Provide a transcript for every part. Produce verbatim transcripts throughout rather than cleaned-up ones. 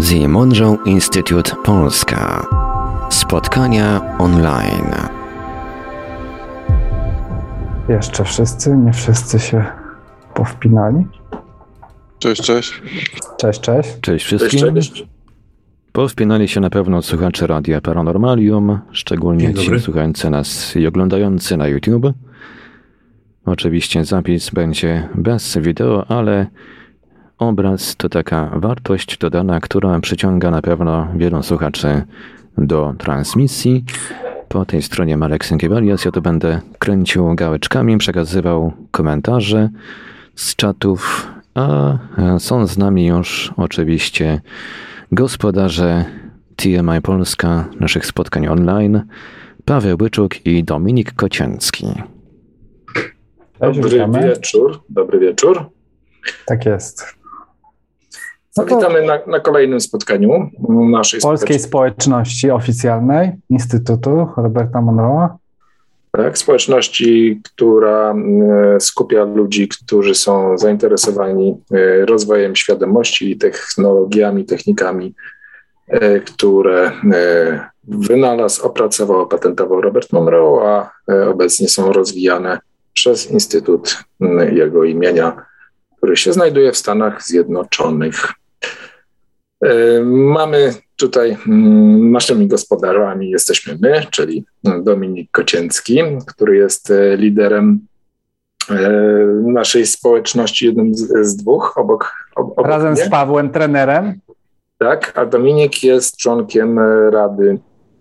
The Monroe Institute Polska. Spotkania online. Jeszcze wszyscy? Nie wszyscy się powpinali? Cześć, cześć. Cześć, cześć. Cześć wszystkim. Cześć, cześć. Powspinali się na pewno słuchacze Radia Paranormalium, szczególnie ci słuchający nas i oglądający na YouTube. Oczywiście zapis będzie bez wideo, ale obraz to taka wartość dodana, która przyciąga na pewno wielu słuchaczy do transmisji. Po tej stronie Marek Sękiewelios, ja tu będę kręcił gałeczkami, przekazywał komentarze z czatów, a są z nami już oczywiście gospodarze T M I Polska, naszych spotkań online, Paweł Byczuk i Dominik Kocięcki. Dobry wieczór, dobry wieczór. Tak jest. No to witamy na, na kolejnym spotkaniu naszej Polskiej Społeczności Oficjalnej Instytutu Roberta Monroe'a. Tak, społeczności, która skupia ludzi, którzy są zainteresowani rozwojem świadomości i technologiami, technikami, które wynalazł, opracował, opatentował Robert Monroe, a obecnie są rozwijane przez Instytut jego imienia, który się znajduje w Stanach Zjednoczonych. Mamy tutaj, naszymi gospodarzami jesteśmy my, czyli Dominik Kocięcki, który jest liderem naszej społeczności, jednym z, z dwóch, obok, obok Razem mnie. z Pawłem, trenerem. Tak, a Dominik jest członkiem Rady,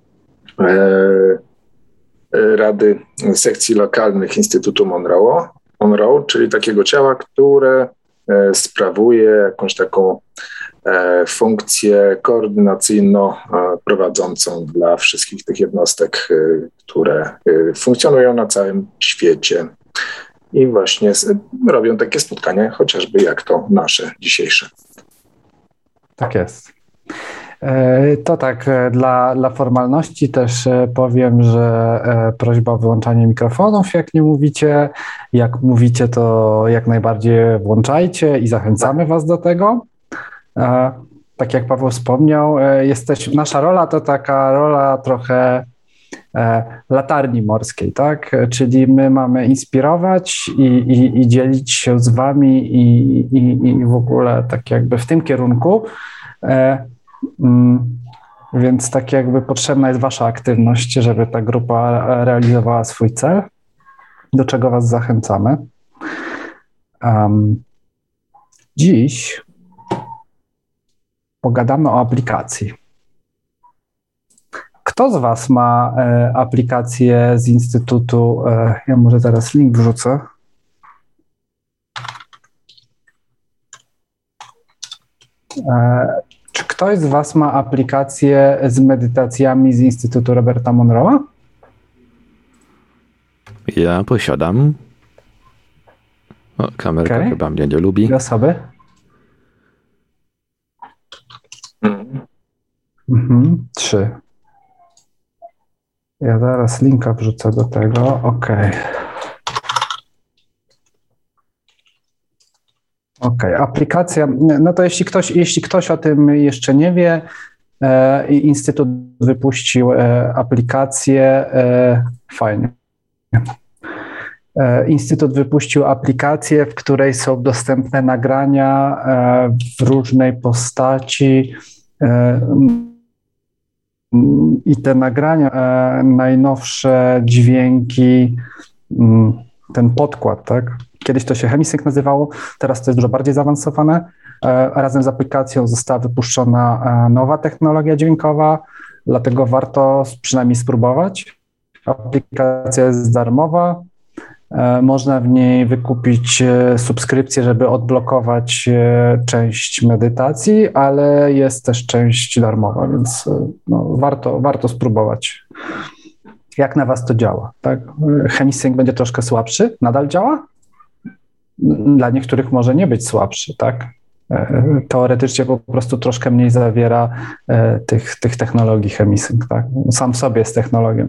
Rady Sekcji Lokalnych Instytutu Monroe, Monroe, czyli takiego ciała, które sprawuje jakąś taką funkcję koordynacyjno-prowadzącą dla wszystkich tych jednostek, które funkcjonują na całym świecie. I właśnie robią takie spotkania, chociażby jak to nasze dzisiejsze. Tak jest. To tak, dla, dla formalności też powiem, że prośba o wyłączanie mikrofonów, jak nie mówicie. Jak mówicie, to jak najbardziej włączajcie i zachęcamy was do tego. Tak jak Paweł wspomniał, jesteś, nasza rola to taka rola trochę latarni morskiej, tak? Czyli my mamy inspirować i, i, i dzielić się z wami i, i, i w ogóle tak jakby w tym kierunku. Więc tak jakby potrzebna jest wasza aktywność, żeby ta grupa realizowała swój cel, do czego was zachęcamy. Um, dziś pogadamy o aplikacji. Kto z was ma e, aplikację z Instytutu? E, ja może teraz link wrzucę. E, Czy ktoś z was ma aplikację z medytacjami z Instytutu Roberta Monroe'a? Ja posiadam. O, kamerka okay. Chyba mnie nie lubi. Dwie osoby? Mhm, trzy. Ja zaraz linka wrzucę do tego. Okej. Okay. Okej, okay. Aplikacja, no to jeśli ktoś, jeśli ktoś o tym jeszcze nie wie, e, Instytut wypuścił e, aplikację, e, fajnie. E, Instytut wypuścił aplikację, w której są dostępne nagrania e, w różnej postaci e, i te nagrania, e, najnowsze dźwięki, m, ten podkład, tak? Kiedyś to się Hemisync nazywało, teraz to jest dużo bardziej zaawansowane. Razem z aplikacją została wypuszczona nowa technologia dźwiękowa, dlatego warto przynajmniej spróbować. Aplikacja jest darmowa, można w niej wykupić subskrypcję, żeby odblokować część medytacji, ale jest też część darmowa, więc no, warto, warto spróbować. Jak na was to działa? Tak? Hemisync będzie troszkę słabszy, nadal działa? Dla niektórych może nie być słabszy, tak? Teoretycznie po prostu troszkę mniej zawiera tych, tych technologii Hemisync, tak? Sam sobie jest technologią.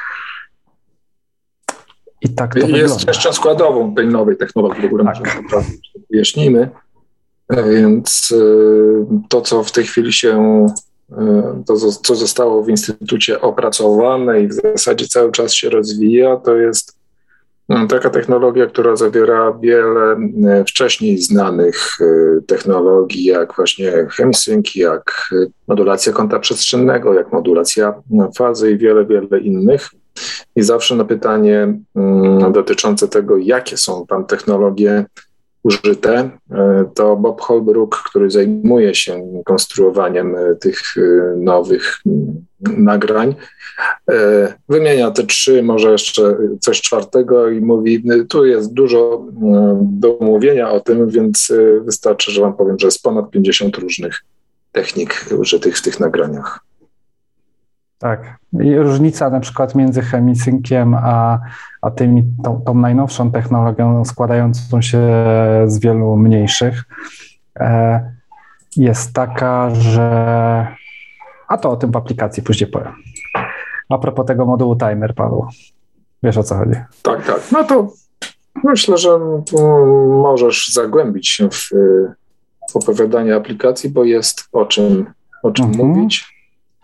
I tak to jest wygląda. częścią składową tej nowej technologii, w ogóle tak. może wyjaśnijmy. Więc to, co w tej chwili się, to co zostało w Instytucie opracowane i w zasadzie cały czas się rozwija, to jest taka technologia, która zawiera wiele wcześniej znanych technologii, jak właśnie chemisync, jak modulacja kąta przestrzennego, jak modulacja fazy i wiele, wiele innych. I zawsze na pytanie dotyczące tego, jakie są tam technologie użyte, to Bob Holbrook, który zajmuje się konstruowaniem tych nowych nagrań, wymienia te trzy, może jeszcze coś czwartego i mówi, tu jest dużo do mówienia o tym, więc wystarczy, że wam powiem, że jest ponad pięćdziesiąt różnych technik użytych w tych nagraniach. Tak. I różnica na przykład między chemisynkiem a, a tymi, tą, tą najnowszą technologią składającą się z wielu mniejszych e, jest taka, że... A to o tym w aplikacji później powiem. A propos tego modułu timer, Paweł. Wiesz, o co chodzi? Tak, tak. No to myślę, że możesz zagłębić się w, w opowiadanie aplikacji, bo jest o czym, o czym mhm. mówić.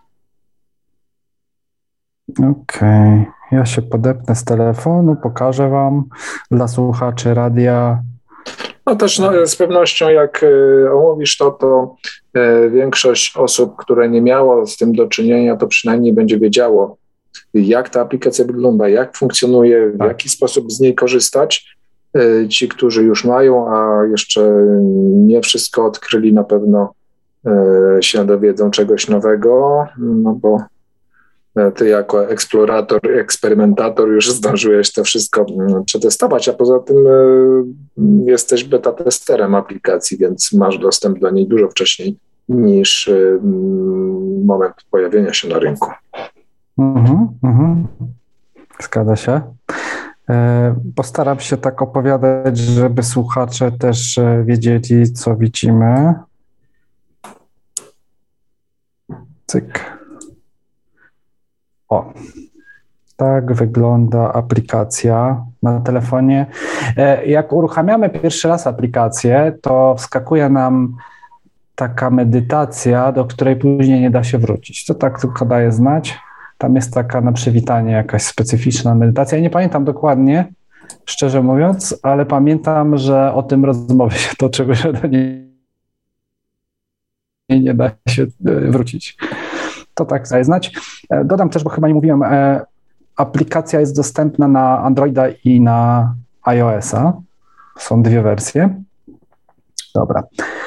Okej, okay. Ja się podepnę z telefonu, pokażę wam dla słuchaczy radia. No też no, z pewnością jak omówisz to, to e, większość osób, które nie miało z tym do czynienia, to przynajmniej będzie wiedziało, jak ta aplikacja wygląda, jak funkcjonuje, w tak. jaki sposób z niej korzystać. E, ci, którzy już mają, a jeszcze nie wszystko odkryli, na pewno e, się dowiedzą czegoś nowego, no bo ty jako eksplorator, eksperymentator już zdążyłeś to wszystko przetestować, a poza tym jesteś beta testerem aplikacji, więc masz dostęp do niej dużo wcześniej niż moment pojawienia się na rynku. Mhm, mhm. Zgadza się. Postaram się tak opowiadać, żeby słuchacze też wiedzieli, co widzimy. Cyk. O, tak wygląda aplikacja na telefonie. Jak uruchamiamy pierwszy raz aplikację, to wskakuje nam taka medytacja, do której później nie da się wrócić. To tak tylko daje znać. Tam jest taka na przywitanie jakaś specyficzna medytacja. Ja nie pamiętam dokładnie, szczerze mówiąc, ale pamiętam, że o tym rozmowy się toczyły, że do niej nie da się wrócić. To tak daje znać. Dodam też, bo chyba nie mówiłem, aplikacja jest dostępna na Androida i na iOS-a. Są dwie wersje. Dobra.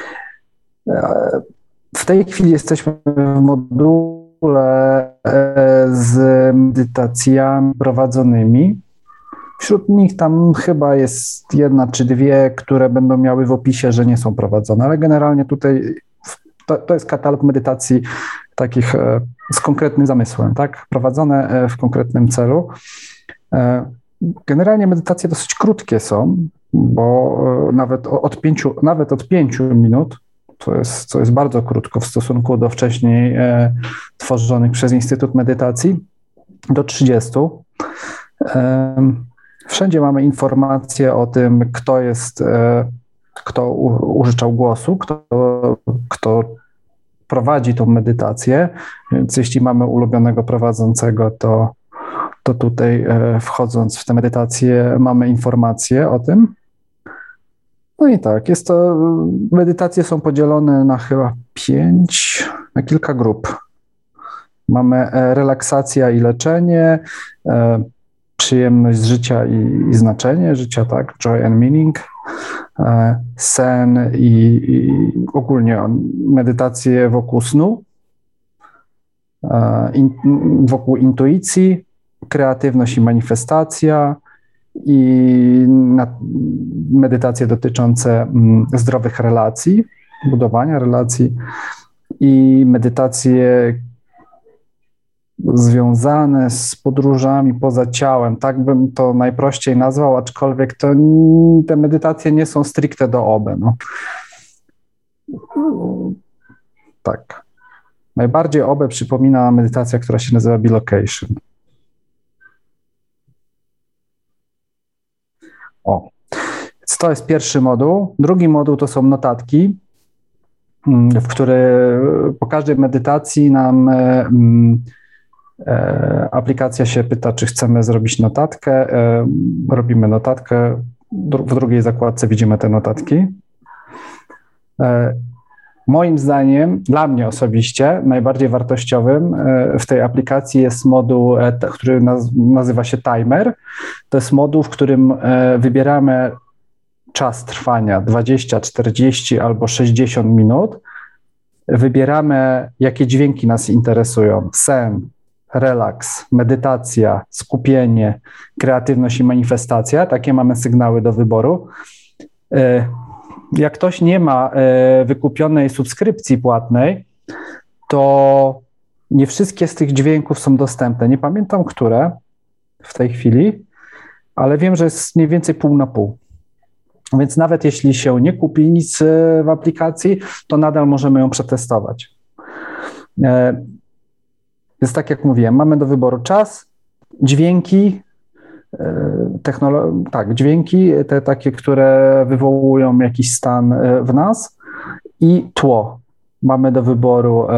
W tej chwili jesteśmy w module z medytacjami prowadzonymi. Wśród nich tam chyba jest jedna czy dwie, które będą miały w opisie, że nie są prowadzone, ale generalnie tutaj to, to jest katalog medytacji takich z konkretnym zamysłem, tak? Prowadzone w konkretnym celu. Generalnie medytacje dosyć krótkie są, bo nawet od pięciu, nawet od pięciu minut, to jest, co jest bardzo krótko w stosunku do wcześniej tworzonych przez Instytut Medytacji, do trzydziestu. Wszędzie mamy informacje o tym, kto jest, kto użyczał głosu, kto, kto prowadzi tą medytację, więc jeśli mamy ulubionego prowadzącego, to, to tutaj wchodząc w tę medytację mamy informacje o tym. No i tak, jest to, medytacje są podzielone na chyba pięć, na kilka grup. Mamy relaksacja i leczenie, przyjemność z życia i, i znaczenie życia, tak, joy and meaning, sen i, i ogólnie medytacje wokół snu, in, wokół intuicji, kreatywność i manifestacja i na, medytacje dotyczące zdrowych relacji, budowania relacji i medytacje związane z podróżami poza ciałem, tak bym to najprościej nazwał, aczkolwiek to te medytacje nie są stricte do O B E. No. Tak. Najbardziej O B E przypomina medytacja, która się nazywa Bilocation. O, więc to jest pierwszy moduł. Drugi moduł to są notatki. w który po każdej medytacji nam aplikacja się pyta, czy chcemy zrobić notatkę. Robimy notatkę. W drugiej zakładce widzimy te notatki. Moim zdaniem, dla mnie osobiście, najbardziej wartościowym w tej aplikacji jest moduł, który nazywa się Timer. To jest moduł, w którym wybieramy czas trwania dwadzieścia, czterdzieści albo sześćdziesiąt minut. Wybieramy, jakie dźwięki nas interesują. Sen, relaks, medytacja, skupienie, kreatywność i manifestacja. Takie mamy sygnały do wyboru. Jak ktoś nie ma wykupionej subskrypcji płatnej, to nie wszystkie z tych dźwięków są dostępne. Nie pamiętam, które w tej chwili, ale wiem, że jest mniej więcej pół na pół. Więc nawet jeśli się nie kupi nic w aplikacji, to nadal możemy ją przetestować. Więc tak jak mówiłem, mamy do wyboru czas, dźwięki, technolo- tak, dźwięki, te takie, które wywołują jakiś stan w nas i tło. Mamy do wyboru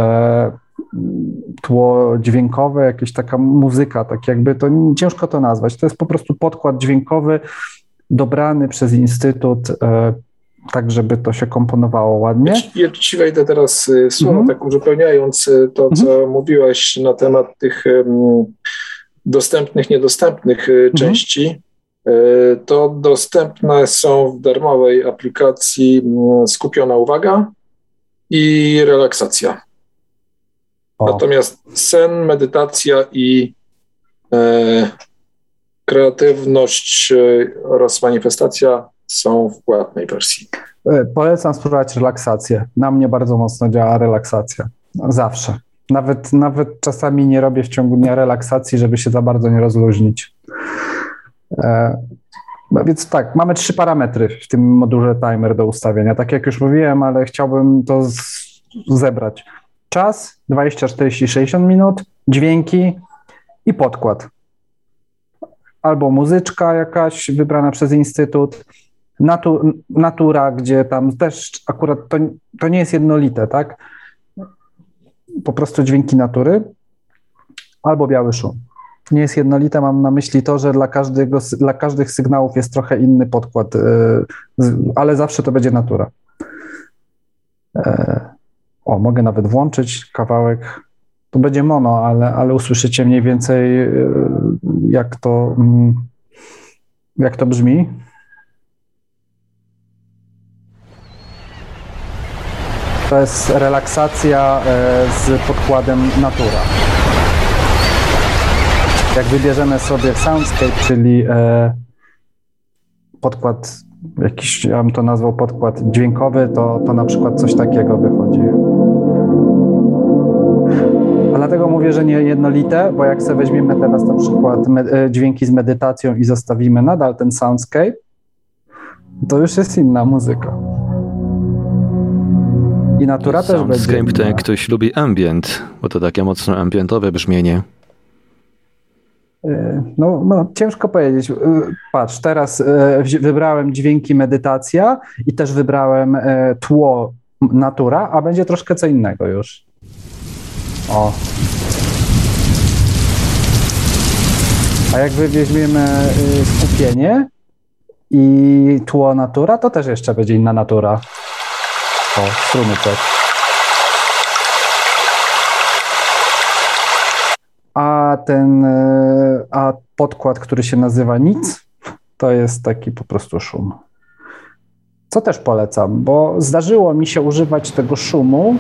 tło dźwiękowe, jakaś taka muzyka, tak jakby to ciężko to nazwać. To jest po prostu podkład dźwiękowy dobrany przez Instytut, tak żeby to się komponowało ładnie. Ja ci wejdę teraz słowo, mm-hmm. tak uzupełniając to, co mm-hmm. mówiłaś na temat tych um, dostępnych, niedostępnych mm-hmm. części. To dostępne są w darmowej aplikacji skupiona uwaga i relaksacja. O. Natomiast sen, medytacja i e, kreatywność oraz manifestacja są w płatnej wersji. Polecam spróbować relaksację. Na mnie bardzo mocno działa relaksacja. Zawsze. Nawet, nawet czasami nie robię w ciągu dnia relaksacji, żeby się za bardzo nie rozluźnić. E, więc tak, mamy trzy parametry w tym module timer do ustawienia. Tak jak już mówiłem, ale chciałbym to z, zebrać. Czas, dwadzieścia, czterdzieści, sześćdziesiąt minut, dźwięki i podkład. Albo muzyczka jakaś wybrana przez Instytut, natu, natura, gdzie tam też akurat to, to nie jest jednolite, tak? Po prostu dźwięki natury, albo biały szum. Nie jest jednolite, mam na myśli to, że dla, każdego, dla każdych sygnałów jest trochę inny podkład, ale zawsze to będzie natura. O, mogę nawet włączyć kawałek. To będzie mono, ale, ale usłyszycie mniej więcej, jak to, jak to brzmi. To jest relaksacja z podkładem natura. Jak wybierzemy sobie soundscape, czyli podkład, jakiś, ja bym to nazwał podkład dźwiękowy, to, to na przykład coś takiego wychodzi. A dlatego mówię, że nie jednolite, bo jak sobie weźmiemy teraz na przykład me- dźwięki z medytacją i zostawimy nadal ten soundscape, to już jest inna muzyka. I natura też będzie. Soundscape to jak ktoś lubi ambient, bo to takie mocno ambientowe brzmienie. No, no ciężko powiedzieć. Patrz, teraz wybrałem dźwięki medytacja i też wybrałem tło natura, a będzie troszkę co innego już. O. A jak weźmiemy skupienie i tło natura, to też jeszcze będzie inna natura. O, strumyczek. A ten, a podkład, który się nazywa nic, to jest taki po prostu szum. Co też polecam, bo zdarzyło mi się używać tego szumu,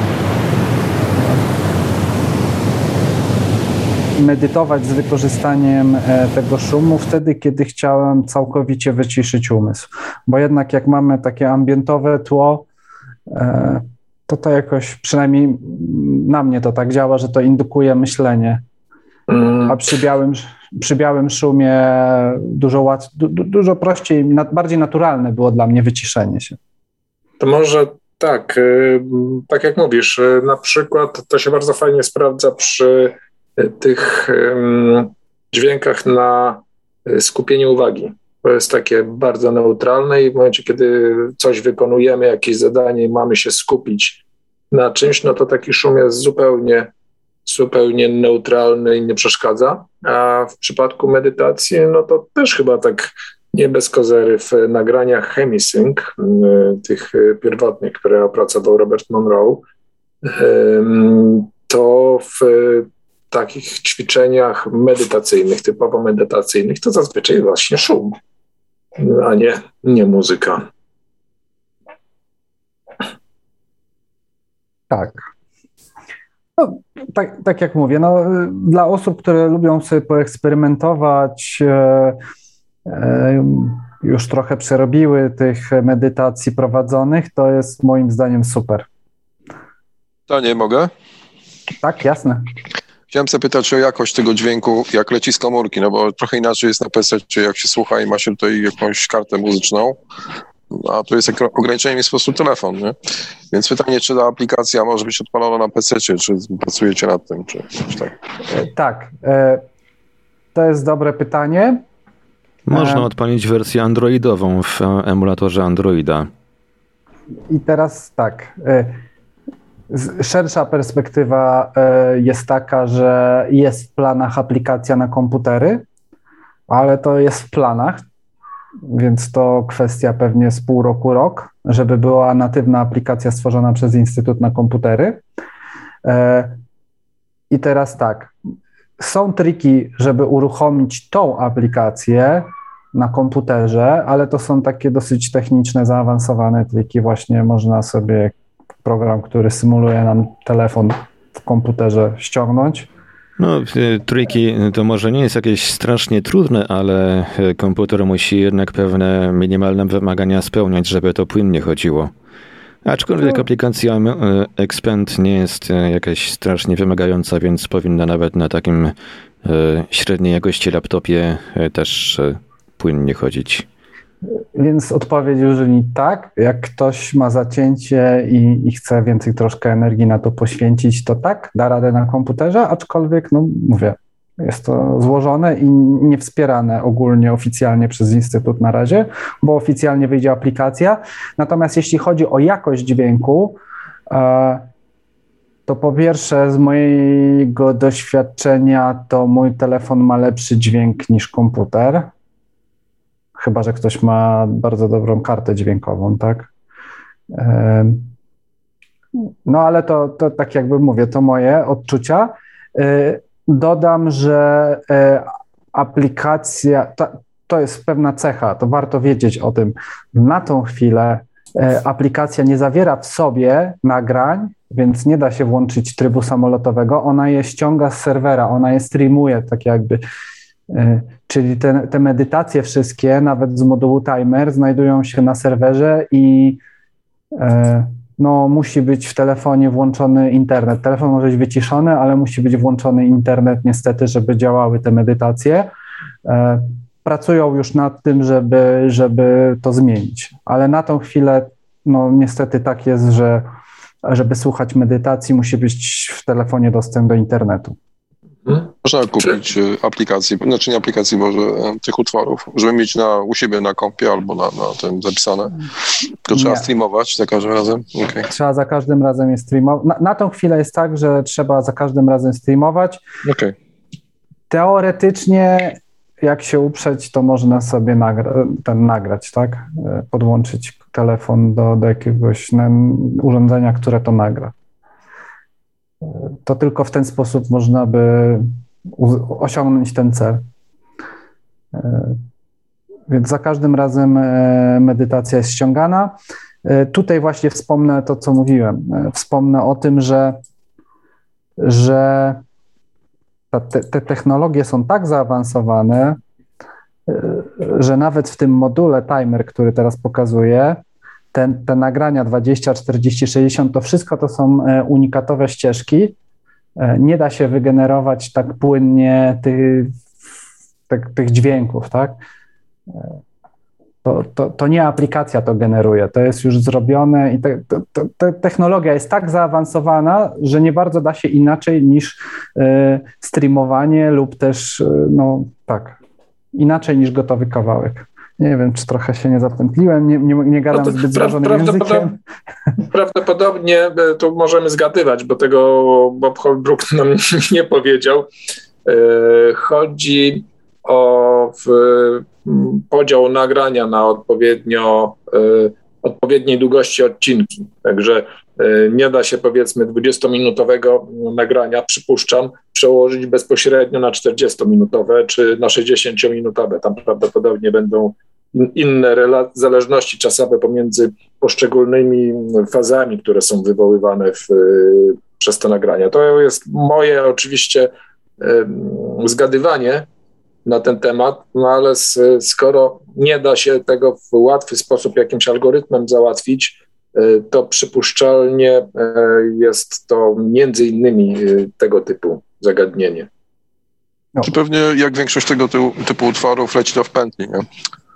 medytować z wykorzystaniem tego szumu wtedy, kiedy chciałem całkowicie wyciszyć umysł. Bo jednak jak mamy takie ambientowe tło, to to jakoś, przynajmniej na mnie to tak działa, że to indukuje myślenie. A przy białym, przy białym szumie dużo, łat, du, dużo prościej, bardziej naturalne było dla mnie wyciszenie się. To może tak, tak jak mówisz, na przykład to się bardzo fajnie sprawdza przy tych dźwiękach na skupienie uwagi. To jest takie bardzo neutralne i w momencie, kiedy coś wykonujemy, jakieś zadanie i mamy się skupić na czymś, no to taki szum jest zupełnie, zupełnie neutralny i nie przeszkadza. A w przypadku medytacji, no to też chyba tak nie bez kozery w nagraniach Hemisync, tych pierwotnych, które opracował Robert Monroe, to w takich ćwiczeniach medytacyjnych, typowo medytacyjnych, to zazwyczaj właśnie szum, a nie, nie muzyka. Tak. No, tak, tak jak mówię, no, dla osób, które lubią sobie poeksperymentować, e, e, już trochę przerobiły tych medytacji prowadzonych, to jest moim zdaniem super. To nie mogę? Tak, jasne. Chciałem zapytać o jakość tego dźwięku, jak leci z komórki, no bo trochę inaczej jest na P C, czy jak się słucha i ma się tutaj jakąś kartę muzyczną, a tu jest ograniczeniem jest po prostu telefon, nie? Więc pytanie, czy ta aplikacja może być odpalona na P C, czy pracujecie nad tym, czy coś tak? Tak, to jest dobre pytanie. Można odpalić wersję androidową w emulatorze Androida. I teraz tak, szersza perspektywa jest taka, że jest w planach aplikacja na komputery, ale to jest w planach, więc to kwestia pewnie z pół roku, rok, żeby była natywna aplikacja stworzona przez Instytut na komputery. I teraz tak, są triki, żeby uruchomić tą aplikację na komputerze, ale to są takie dosyć techniczne, zaawansowane triki. Właśnie można sobie program, który symuluje nam telefon w komputerze, ściągnąć. No, triki to może nie jest jakieś strasznie trudne, ale komputer musi jednak pewne minimalne wymagania spełniać, żeby to płynnie chodziło. Aczkolwiek no. aplikacja Expand nie jest jakaś strasznie wymagająca, więc powinna nawet na takim średniej jakości laptopie też płynnie chodzić. Więc odpowiedź brzmi tak, jak ktoś ma zacięcie i, i chce więcej troszkę energii na to poświęcić, to tak, da radę na komputerze, aczkolwiek, no mówię, jest to złożone i nie wspierane ogólnie, oficjalnie przez Instytut na razie, bo oficjalnie wyjdzie aplikacja. Natomiast jeśli chodzi o jakość dźwięku, to po pierwsze z mojego doświadczenia to mój telefon ma lepszy dźwięk niż komputer. Chyba że ktoś ma bardzo dobrą kartę dźwiękową, tak? No ale to, to tak jakby mówię, to moje odczucia. Dodam, że aplikacja, to, to jest pewna cecha, to warto wiedzieć o tym. Na tą chwilę aplikacja nie zawiera w sobie nagrań, więc nie da się włączyć trybu samolotowego, ona je ściąga z serwera, ona je streamuje tak jakby. Czyli te, te medytacje wszystkie, nawet z modułu timer, znajdują się na serwerze i no, musi być w telefonie włączony internet. Telefon może być wyciszony, ale musi być włączony internet niestety, żeby działały te medytacje. Pracują już nad tym, żeby, żeby to zmienić, ale na tą chwilę no, niestety tak jest, że żeby słuchać medytacji, musi być w telefonie dostęp do internetu. Można kupić aplikację, znaczy nie aplikacji, może tych utworów, żeby mieć na, u siebie na kompie albo na, na tym zapisane. Tylko trzeba nie. streamować za każdym razem? Okay. Trzeba za każdym razem je streamować. Na, na tą chwilę jest tak, że trzeba za każdym razem streamować. Okay. Teoretycznie, jak się uprzeć, to można sobie nagra- ten nagrać, tak? Podłączyć telefon do, do jakiegoś urządzenia, które to nagra. To tylko w ten sposób można by osiągnąć ten cel. Więc za każdym razem medytacja jest ściągana. Tutaj właśnie wspomnę to, co mówiłem. Wspomnę o tym, że, że te, te technologie są tak zaawansowane, że nawet w tym module timer, który teraz pokazuję, Te, te nagrania dwadzieścia, czterdzieści, sześćdziesiąt, to wszystko to są unikatowe ścieżki. Nie da się wygenerować tak płynnie tych, tych, tych dźwięków, tak? To, to, to nie aplikacja to generuje, to jest już zrobione i te, to, to, ta technologia jest tak zaawansowana, że nie bardzo da się inaczej niż y, streamowanie lub też, y, no tak, inaczej niż gotowy kawałek. Nie wiem, czy trochę się nie zapętliłem, nie, nie, nie gadam no zbyt pra- złożonym językiem. Prawdopodobnie tu możemy zgadywać, bo tego Bob Holbrook nam nie powiedział. Chodzi o w, podział nagrania na odpowiednio, odpowiedniej długości odcinki. Także nie da się, powiedzmy, dwudziestominutowego nagrania, przypuszczam, przełożyć bezpośrednio na czterdziestominutowe czy na sześćdziesięciominutowe. Tam prawdopodobnie będą inne rela- zależności czasowe pomiędzy poszczególnymi fazami, które są wywoływane w, przez te nagrania. To jest moje oczywiście um, zgadywanie na ten temat, no ale s, skoro nie da się tego w łatwy sposób jakimś algorytmem załatwić, to przypuszczalnie jest to między innymi tego typu zagadnienie. No. Czy pewnie jak większość tego typu, typu utworów leci to w pętli, nie?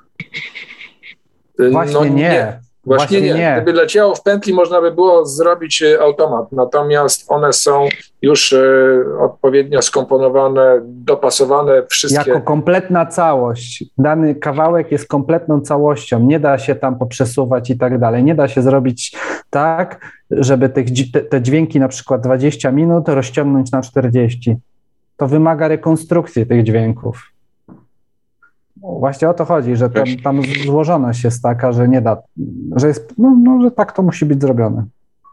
Właśnie no, nie. nie. Właśnie, Właśnie nie. nie. Gdyby leciało w pętli, można by było zrobić automat, natomiast one są już e, odpowiednio skomponowane, dopasowane, wszystkie... Jako kompletna całość. Dany kawałek jest kompletną całością, nie da się tam poprzesuwać i tak dalej. Nie da się zrobić tak, żeby tych, te, te dźwięki na przykład dwadzieścia minut rozciągnąć na czterdzieści. To wymaga rekonstrukcji tych dźwięków. Właśnie o to chodzi, że tam, tam złożoność jest taka, że nie da, że jest, no, no, że tak to musi być zrobione.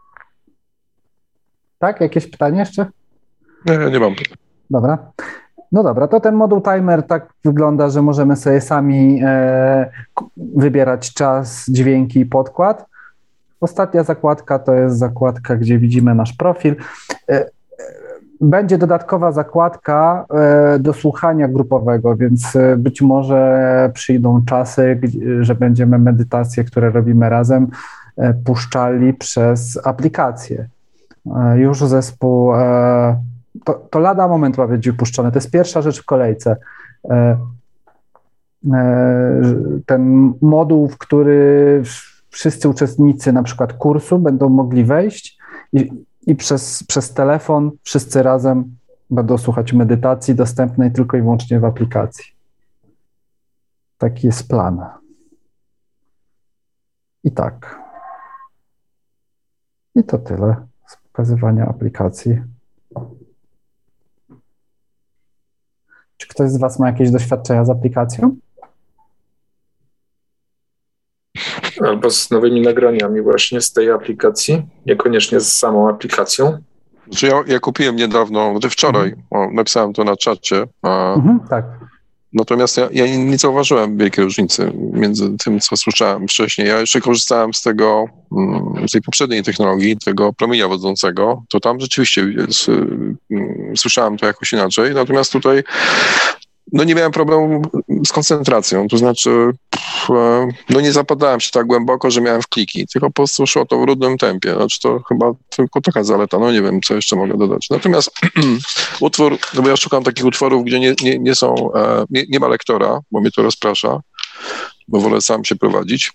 Tak? Jakieś pytanie jeszcze? Nie, nie mam. Dobra. No dobra, to ten moduł timer tak wygląda, że możemy sobie sami e, wybierać czas, dźwięki i podkład. Ostatnia zakładka to jest zakładka, gdzie widzimy nasz profil. E, Będzie dodatkowa zakładka e, do słuchania grupowego, więc e, być może przyjdą czasy, gdzie, że będziemy medytacje, które robimy razem, e, puszczali przez aplikację. E, już zespół, e, to, to lada moment ma być wypuszczone. To jest pierwsza rzecz w kolejce. E, e, ten moduł, w który wszyscy uczestnicy na przykład kursu będą mogli wejść i I przez, przez telefon wszyscy razem będą słuchać medytacji dostępnej tylko i wyłącznie w aplikacji. Taki jest plan. I tak. I to tyle z pokazywania aplikacji. Czy ktoś z Was ma jakieś doświadczenia z aplikacją? Albo z nowymi nagraniami właśnie z tej aplikacji, niekoniecznie z samą aplikacją. Znaczy ja, ja kupiłem niedawno, znaczy wczoraj, o, napisałem to na czacie, a, mhm, tak. Natomiast ja, ja nie zauważyłem wielkiej różnicy między tym, co słyszałem wcześniej. Ja jeszcze korzystałem z tego, z tej poprzedniej technologii, tego promienia wodzącego, to tam rzeczywiście jest, słyszałem to jakoś inaczej, natomiast tutaj no nie miałem problemu z koncentracją, to znaczy no nie zapadałem się tak głęboko, że miałem wkliki, tylko po prostu szło to w równym tempie, znaczy to chyba tylko taka zaleta, no nie wiem, co jeszcze mogę dodać. Natomiast utwór, no bo ja szukam takich utworów, gdzie nie, nie, nie są, nie, nie ma lektora, bo mnie to rozprasza, bo wolę sam się prowadzić.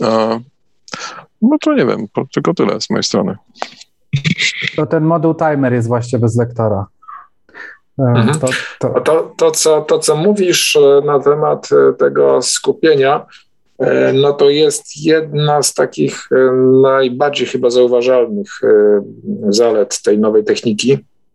No to nie wiem, tylko tyle z mojej strony. To ten moduł timer jest właśnie bez lektora. Mhm. To, to... To, to, co, to, co mówisz na temat tego skupienia, no to jest jedna z takich najbardziej chyba zauważalnych zalet tej nowej techniki,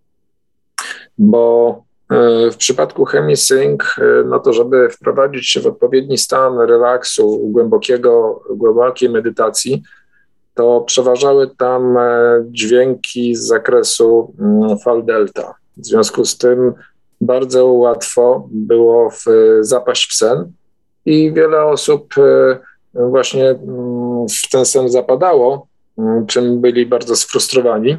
bo w przypadku HemiSync, no to żeby wprowadzić się w odpowiedni stan relaksu, głębokiego, głębokiej medytacji, to przeważały tam dźwięki z zakresu fal delta. W związku z tym bardzo łatwo było w, zapaść w sen i wiele osób właśnie w ten sen zapadało, czym byli bardzo sfrustrowani.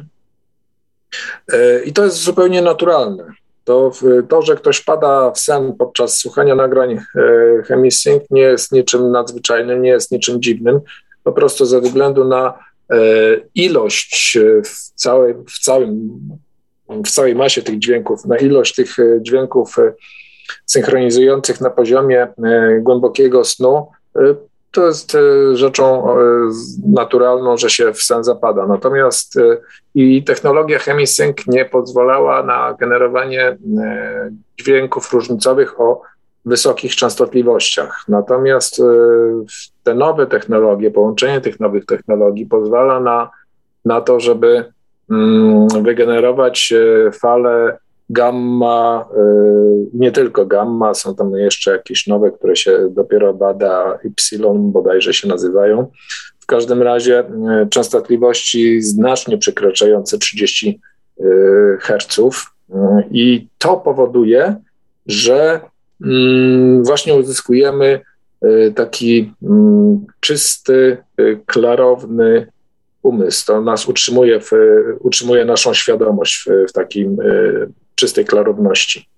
I to jest zupełnie naturalne. To, to, że ktoś pada w sen podczas słuchania nagrań HemiSync nie jest niczym nadzwyczajnym, nie jest niczym dziwnym, po prostu ze względu na ilość w, całej, w całym w całej masie tych dźwięków, na ilość tych dźwięków synchronizujących na poziomie głębokiego snu, to jest rzeczą naturalną, że się w sen zapada. Natomiast i technologia HemiSync nie pozwalała na generowanie dźwięków różnicowych o wysokich częstotliwościach. Natomiast te nowe technologie, połączenie tych nowych technologii pozwala na, na to, żeby wygenerować fale gamma, nie tylko gamma, są tam jeszcze jakieś nowe, które się dopiero bada, Y bodajże się nazywają. W każdym razie częstotliwości znacznie przekraczające trzydzieści herców i to powoduje, że właśnie uzyskujemy taki czysty, klarowny umysł. To nas utrzymuje, w, utrzymuje naszą świadomość w, w takiej czystej klarowności.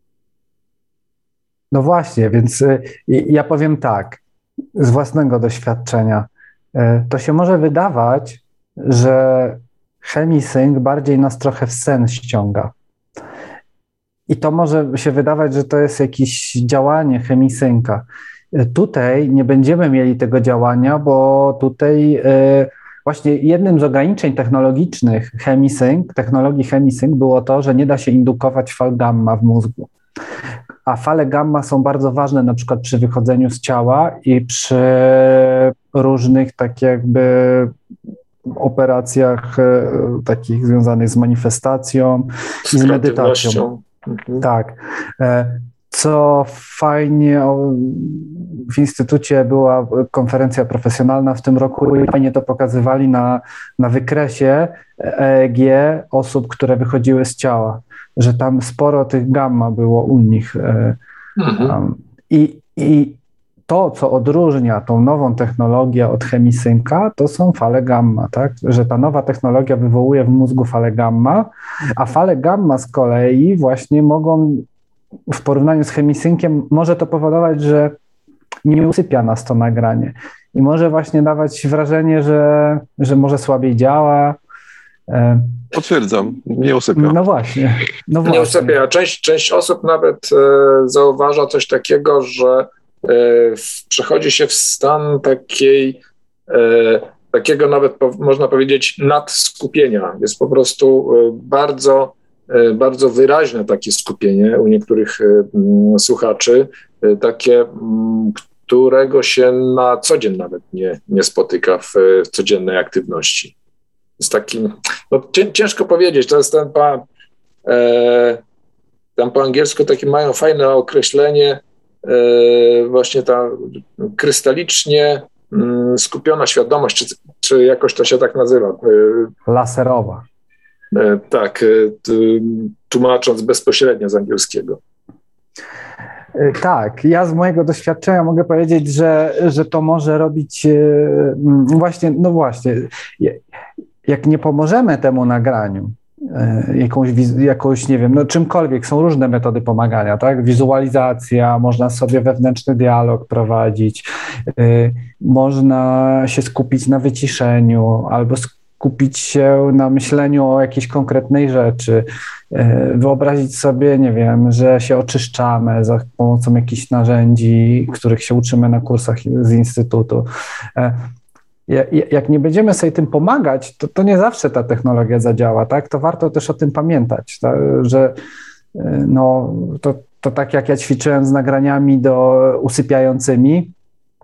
No właśnie, więc ja powiem tak, z własnego doświadczenia, to się może wydawać, że chemisync bardziej nas trochę w sen ściąga. I to może się wydawać, że to jest jakieś działanie chemisynca. Tutaj nie będziemy mieli tego działania, bo tutaj właśnie jednym z ograniczeń technologicznych chemisync, technologii chemisync było to, że nie da się indukować fal gamma w mózgu. A fale gamma są bardzo ważne na przykład przy wychodzeniu z ciała i przy różnych tak jakby operacjach takich związanych z manifestacją i z medytacją. Mhm. Tak. Co fajnie, w instytucie była konferencja profesjonalna w tym roku i fajnie to pokazywali na, na wykresie E E G osób, które wychodziły z ciała, że tam sporo tych gamma było u nich. Mhm. I, i to, co odróżnia tą nową technologię od chemisynca, to są fale gamma, tak? Że ta nowa technologia wywołuje w mózgu fale gamma, a fale gamma z kolei właśnie mogą w porównaniu z chemisynciem może to powodować, że nie usypia nas to nagranie i może właśnie dawać wrażenie, że, że może słabiej działa. Potwierdzam, nie usypia. No właśnie. No właśnie. Nie usypia. Część, część osób nawet e, zauważa coś takiego, że e, w, przechodzi się w stan takiej, e, takiego nawet po, można powiedzieć nadskupienia. Jest po prostu e, bardzo bardzo wyraźne takie skupienie u niektórych słuchaczy, takie, którego się na co dzień nawet nie, nie spotyka w, w codziennej aktywności. Jest takim, no ciężko powiedzieć, to jest ten pan, e, tam po angielsku takie mają fajne określenie, e, właśnie ta krystalicznie m, skupiona świadomość, czy, czy jakoś to się tak nazywa. E, Laserowa. Tak, tłumacząc bezpośrednio z angielskiego. Tak, ja z mojego doświadczenia mogę powiedzieć, że, że to może robić właśnie, no właśnie, jak nie pomożemy temu nagraniu, jakąś, jakąś, nie wiem, no czymkolwiek, są różne metody pomagania, tak? Wizualizacja, można sobie wewnętrzny dialog prowadzić, można się skupić na wyciszeniu albo skupić się na myśleniu o jakiejś konkretnej rzeczy, wyobrazić sobie, nie wiem, że się oczyszczamy za pomocą jakichś narzędzi, których się uczymy na kursach z instytutu. Jak nie będziemy sobie tym pomagać, to, to nie zawsze ta technologia zadziała, tak? To warto też o tym pamiętać, tak? Że no, to, to tak jak ja ćwiczyłem z nagraniami do usypiającymi,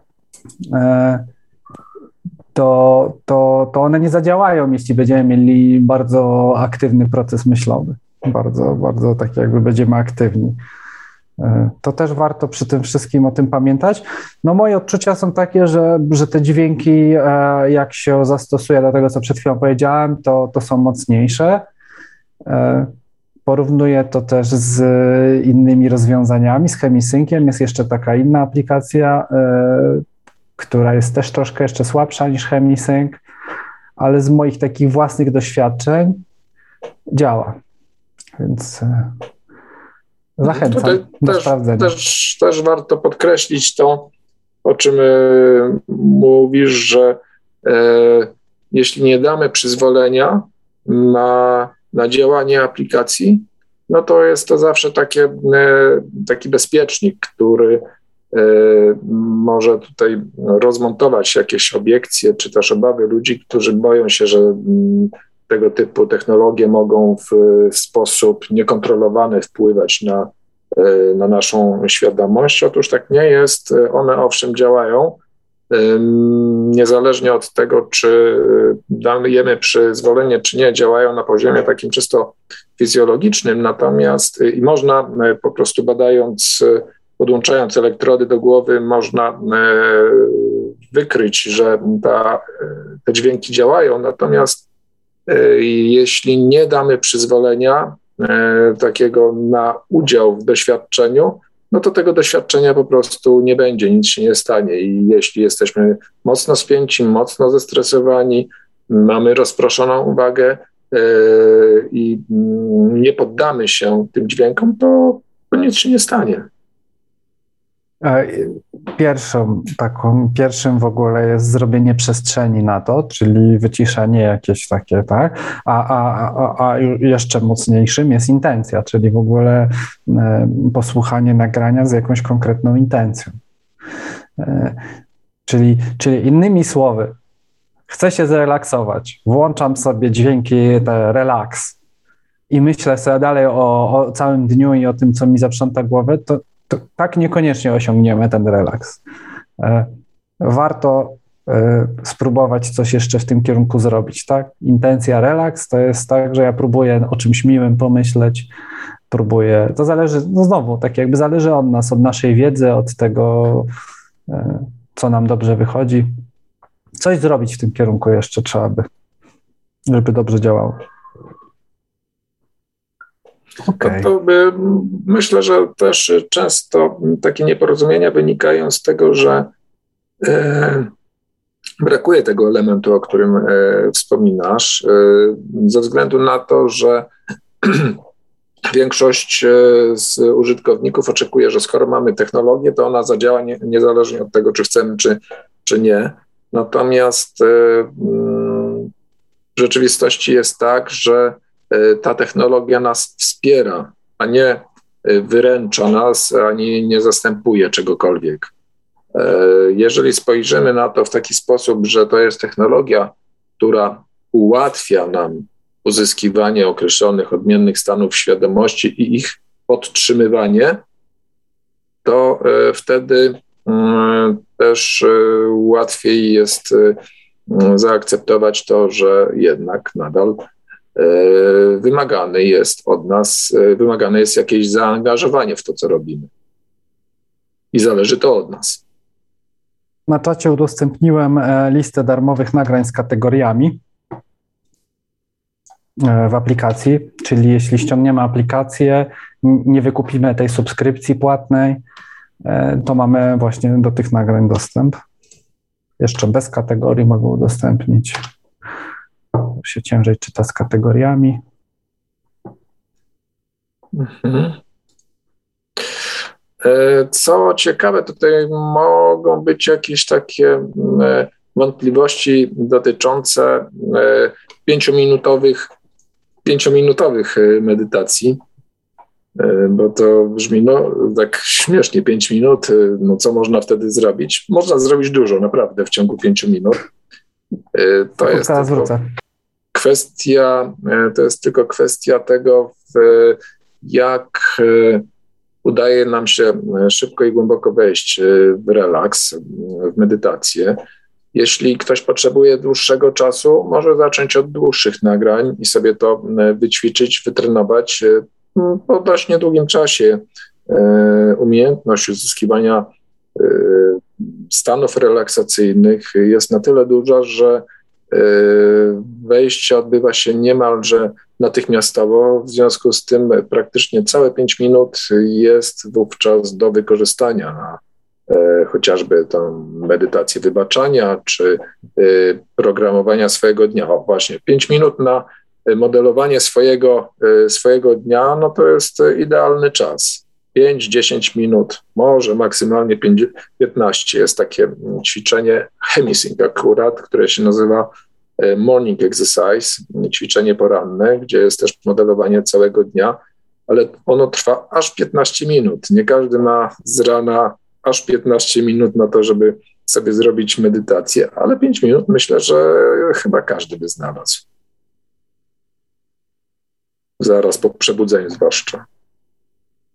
To, to, to one nie zadziałają, jeśli będziemy mieli bardzo aktywny proces myślowy. Bardzo, bardzo tak jakby będziemy aktywni. To też warto przy tym wszystkim o tym pamiętać. No moje odczucia są takie, że, że te dźwięki, jak się zastosuje do tego, co przed chwilą powiedziałem, to, to są mocniejsze. Porównuję to też z innymi rozwiązaniami, z chemisynciem. Jest jeszcze taka inna aplikacja, która jest też troszkę jeszcze słabsza niż chemisync, ale z moich takich własnych doświadczeń działa. Więc zachęcam Tutaj do też, sprawdzenia. Też, też warto podkreślić to, o czym mówisz, że e, jeśli nie damy przyzwolenia na, na działanie aplikacji, no to jest to zawsze takie, e, taki bezpiecznik, który może tutaj rozmontować jakieś obiekcje, czy też obawy ludzi, którzy boją się, że tego typu technologie mogą w, w sposób niekontrolowany wpływać na, na naszą świadomość. Otóż tak nie jest. One owszem działają, niezależnie od tego, czy dajemy przyzwolenie, czy nie, działają na poziomie takim czysto fizjologicznym, natomiast i można po prostu badając, podłączając elektrody do głowy, można wykryć, że ta, te dźwięki działają, natomiast jeśli nie damy przyzwolenia takiego na udział w doświadczeniu, no to tego doświadczenia po prostu nie będzie, nic się nie stanie. I jeśli jesteśmy mocno spięci, mocno zestresowani, mamy rozproszoną uwagę yy, i nie poddamy się tym dźwiękom, to, to nic się nie stanie. Pierwszą taką, pierwszym w ogóle jest zrobienie przestrzeni na to, czyli wyciszenie jakieś takie, tak, a, a, a, a jeszcze mocniejszym jest intencja, czyli w ogóle e, posłuchanie nagrania z jakąś konkretną intencją. E, czyli, czyli innymi słowy, chcę się zrelaksować, włączam sobie dźwięki te relaks i myślę sobie dalej o, o całym dniu i o tym, co mi zaprząta głowę, to To tak niekoniecznie osiągniemy ten relaks. Warto spróbować coś jeszcze w tym kierunku zrobić, tak? Intencja relaks to jest tak, że ja próbuję o czymś miłym pomyśleć, próbuję, to zależy, no znowu, tak jakby zależy od nas, od naszej wiedzy, od tego, co nam dobrze wychodzi. Coś zrobić w tym kierunku jeszcze trzeba by, żeby dobrze działało. Okay. To, to by, myślę, że też często takie nieporozumienia wynikają z tego, że e, brakuje tego elementu, o którym e, wspominasz, e, ze względu na to, że większość z użytkowników oczekuje, że skoro mamy technologię, to ona zadziała nie, niezależnie od tego, czy chcemy, czy, czy nie. Natomiast e, w rzeczywistości jest tak, że ta technologia nas wspiera, a nie wyręcza nas, ani nie zastępuje czegokolwiek. Jeżeli spojrzymy na to w taki sposób, że to jest technologia, która ułatwia nam uzyskiwanie określonych odmiennych stanów świadomości i ich podtrzymywanie, to wtedy też łatwiej jest zaakceptować to, że jednak nadal wymagane jest od nas, wymagane jest jakieś zaangażowanie w to, co robimy. I zależy to od nas. Na czacie udostępniłem listę darmowych nagrań z kategoriami w aplikacji, czyli jeśli ściągniemy aplikację, nie wykupimy tej subskrypcji płatnej, to mamy właśnie do tych nagrań dostęp. Jeszcze bez kategorii mogę udostępnić. Się ciężej czyta z kategoriami. Mhm. Co ciekawe, tutaj mogą być jakieś takie wątpliwości dotyczące pięciominutowych, pięciominutowych medytacji, bo to brzmi no tak śmiesznie, pięć minut, no co można wtedy zrobić? Można zrobić dużo, naprawdę, w ciągu pięciu minut. To Tylko jest tylko kwestia, to jest tylko kwestia tego, jak udaje nam się szybko i głęboko wejść w relaks, w medytację. Jeśli ktoś potrzebuje dłuższego czasu, może zacząć od dłuższych nagrań i sobie to wyćwiczyć, wytrenować. Po dość niedługim czasie umiejętność uzyskiwania stanów relaksacyjnych jest na tyle duża, że wejście odbywa się niemalże natychmiastowo, w związku z tym praktycznie całe pięć minut jest wówczas do wykorzystania na chociażby tą medytację wybaczania czy programowania swojego dnia. O właśnie, pięć minut na modelowanie swojego, swojego dnia, no to jest idealny czas. pięć do dziesięciu minut, może maksymalnie piętnaście. Jest takie ćwiczenie Hemisync akurat, które się nazywa Morning Exercise, ćwiczenie poranne, gdzie jest też modelowanie całego dnia, ale ono trwa aż piętnaście minut. Nie każdy ma z rana aż piętnaście minut na to, żeby sobie zrobić medytację, ale pięć minut myślę, że chyba każdy by znalazł. Zaraz po przebudzeniu zwłaszcza.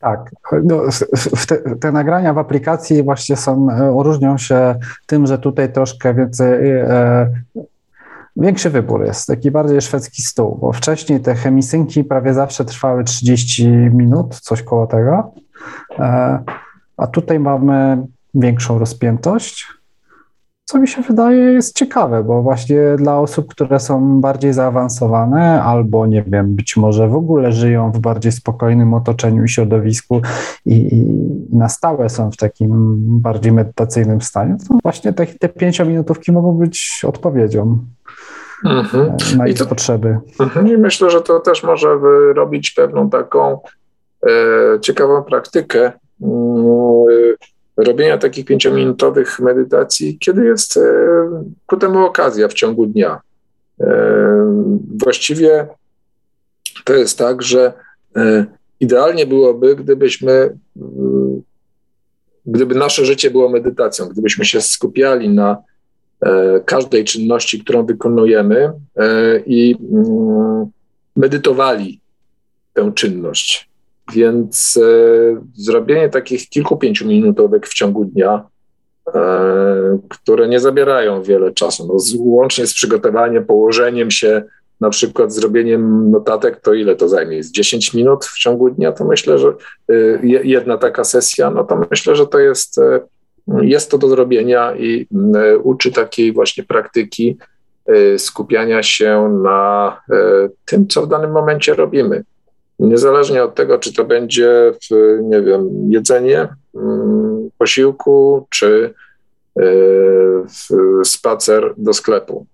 Tak. No, te, te nagrania w aplikacji właśnie są, różnią się tym, że tutaj troszkę więcej, e, większy wybór jest, taki bardziej szwedzki stół, bo wcześniej te chemisynki prawie zawsze trwały trzydzieści minut, coś koło tego, e, a tutaj mamy większą rozpiętość, co mi się wydaje jest ciekawe, bo właśnie dla osób, które są bardziej zaawansowane albo, nie wiem, być może w ogóle żyją w bardziej spokojnym otoczeniu i środowisku i, i na stałe są w takim bardziej medytacyjnym stanie, to właśnie te, te pięciominutówki mogą być odpowiedzią mhm. na ich I to, potrzeby. Mhm. I myślę, że to też może robić pewną taką e, ciekawą praktykę e, robienia takich pięciominutowych medytacji, kiedy jest e, ku temu okazja w ciągu dnia. E, właściwie to jest tak, że e, idealnie byłoby, gdybyśmy, e, gdyby nasze życie było medytacją, gdybyśmy się skupiali na e, każdej czynności, którą wykonujemy e, i e, medytowali tę czynność. Więc e, zrobienie takich kilku pięciominutówek w ciągu dnia, e, które nie zabierają wiele czasu, no, z, łącznie z przygotowaniem, położeniem się, na przykład zrobieniem notatek, to ile to zajmie? Z dziesięć minut w ciągu dnia, to myślę, że e, jedna taka sesja, no to myślę, że to jest, e, jest to do zrobienia i e, uczy takiej właśnie praktyki e, skupiania się na e, tym, co w danym momencie robimy. Niezależnie od tego, czy to będzie, nie wiem, jedzenie, posiłku, czy spacer do sklepu.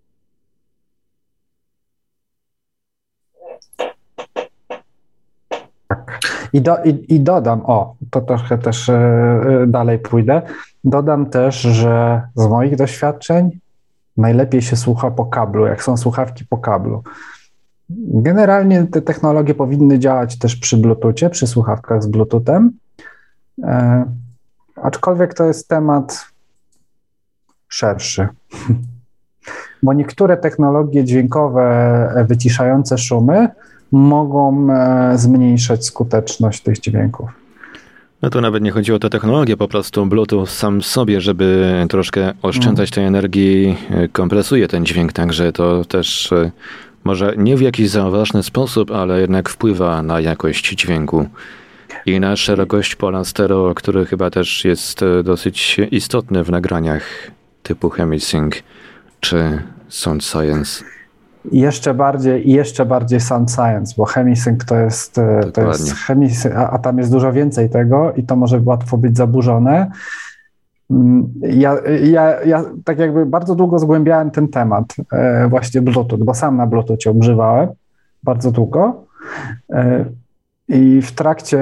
Tak. I, do, i, I dodam, o, to trochę też dalej pójdę, dodam też, że z moich doświadczeń najlepiej się słucha po kablu, jak są słuchawki po kablu. Generalnie te technologie powinny działać też przy Bluetoothie, przy słuchawkach z Bluetoothem, e, aczkolwiek to jest temat szerszy, bo niektóre technologie dźwiękowe wyciszające szumy mogą e, zmniejszać skuteczność tych dźwięków. No to nawet nie chodzi o tę technologię, po prostu Bluetooth sam w sobie, żeby troszkę oszczędzać tej energii, kompresuje ten dźwięk, także to też może nie w jakiś zauważny sposób, ale jednak wpływa na jakość dźwięku i na szerokość pola stereo, który chyba też jest dosyć istotny w nagraniach typu Chemisync czy Sound Science. I jeszcze bardziej, jeszcze bardziej Sound Science, bo Chemisync to jest, to jest chemisync, a, a tam jest dużo więcej tego i to może łatwo być zaburzone. Ja, ja, ja tak jakby bardzo długo zgłębiałem ten temat, e, właśnie Bluetooth, bo sam na Bluetoothie używałem bardzo długo e, i w trakcie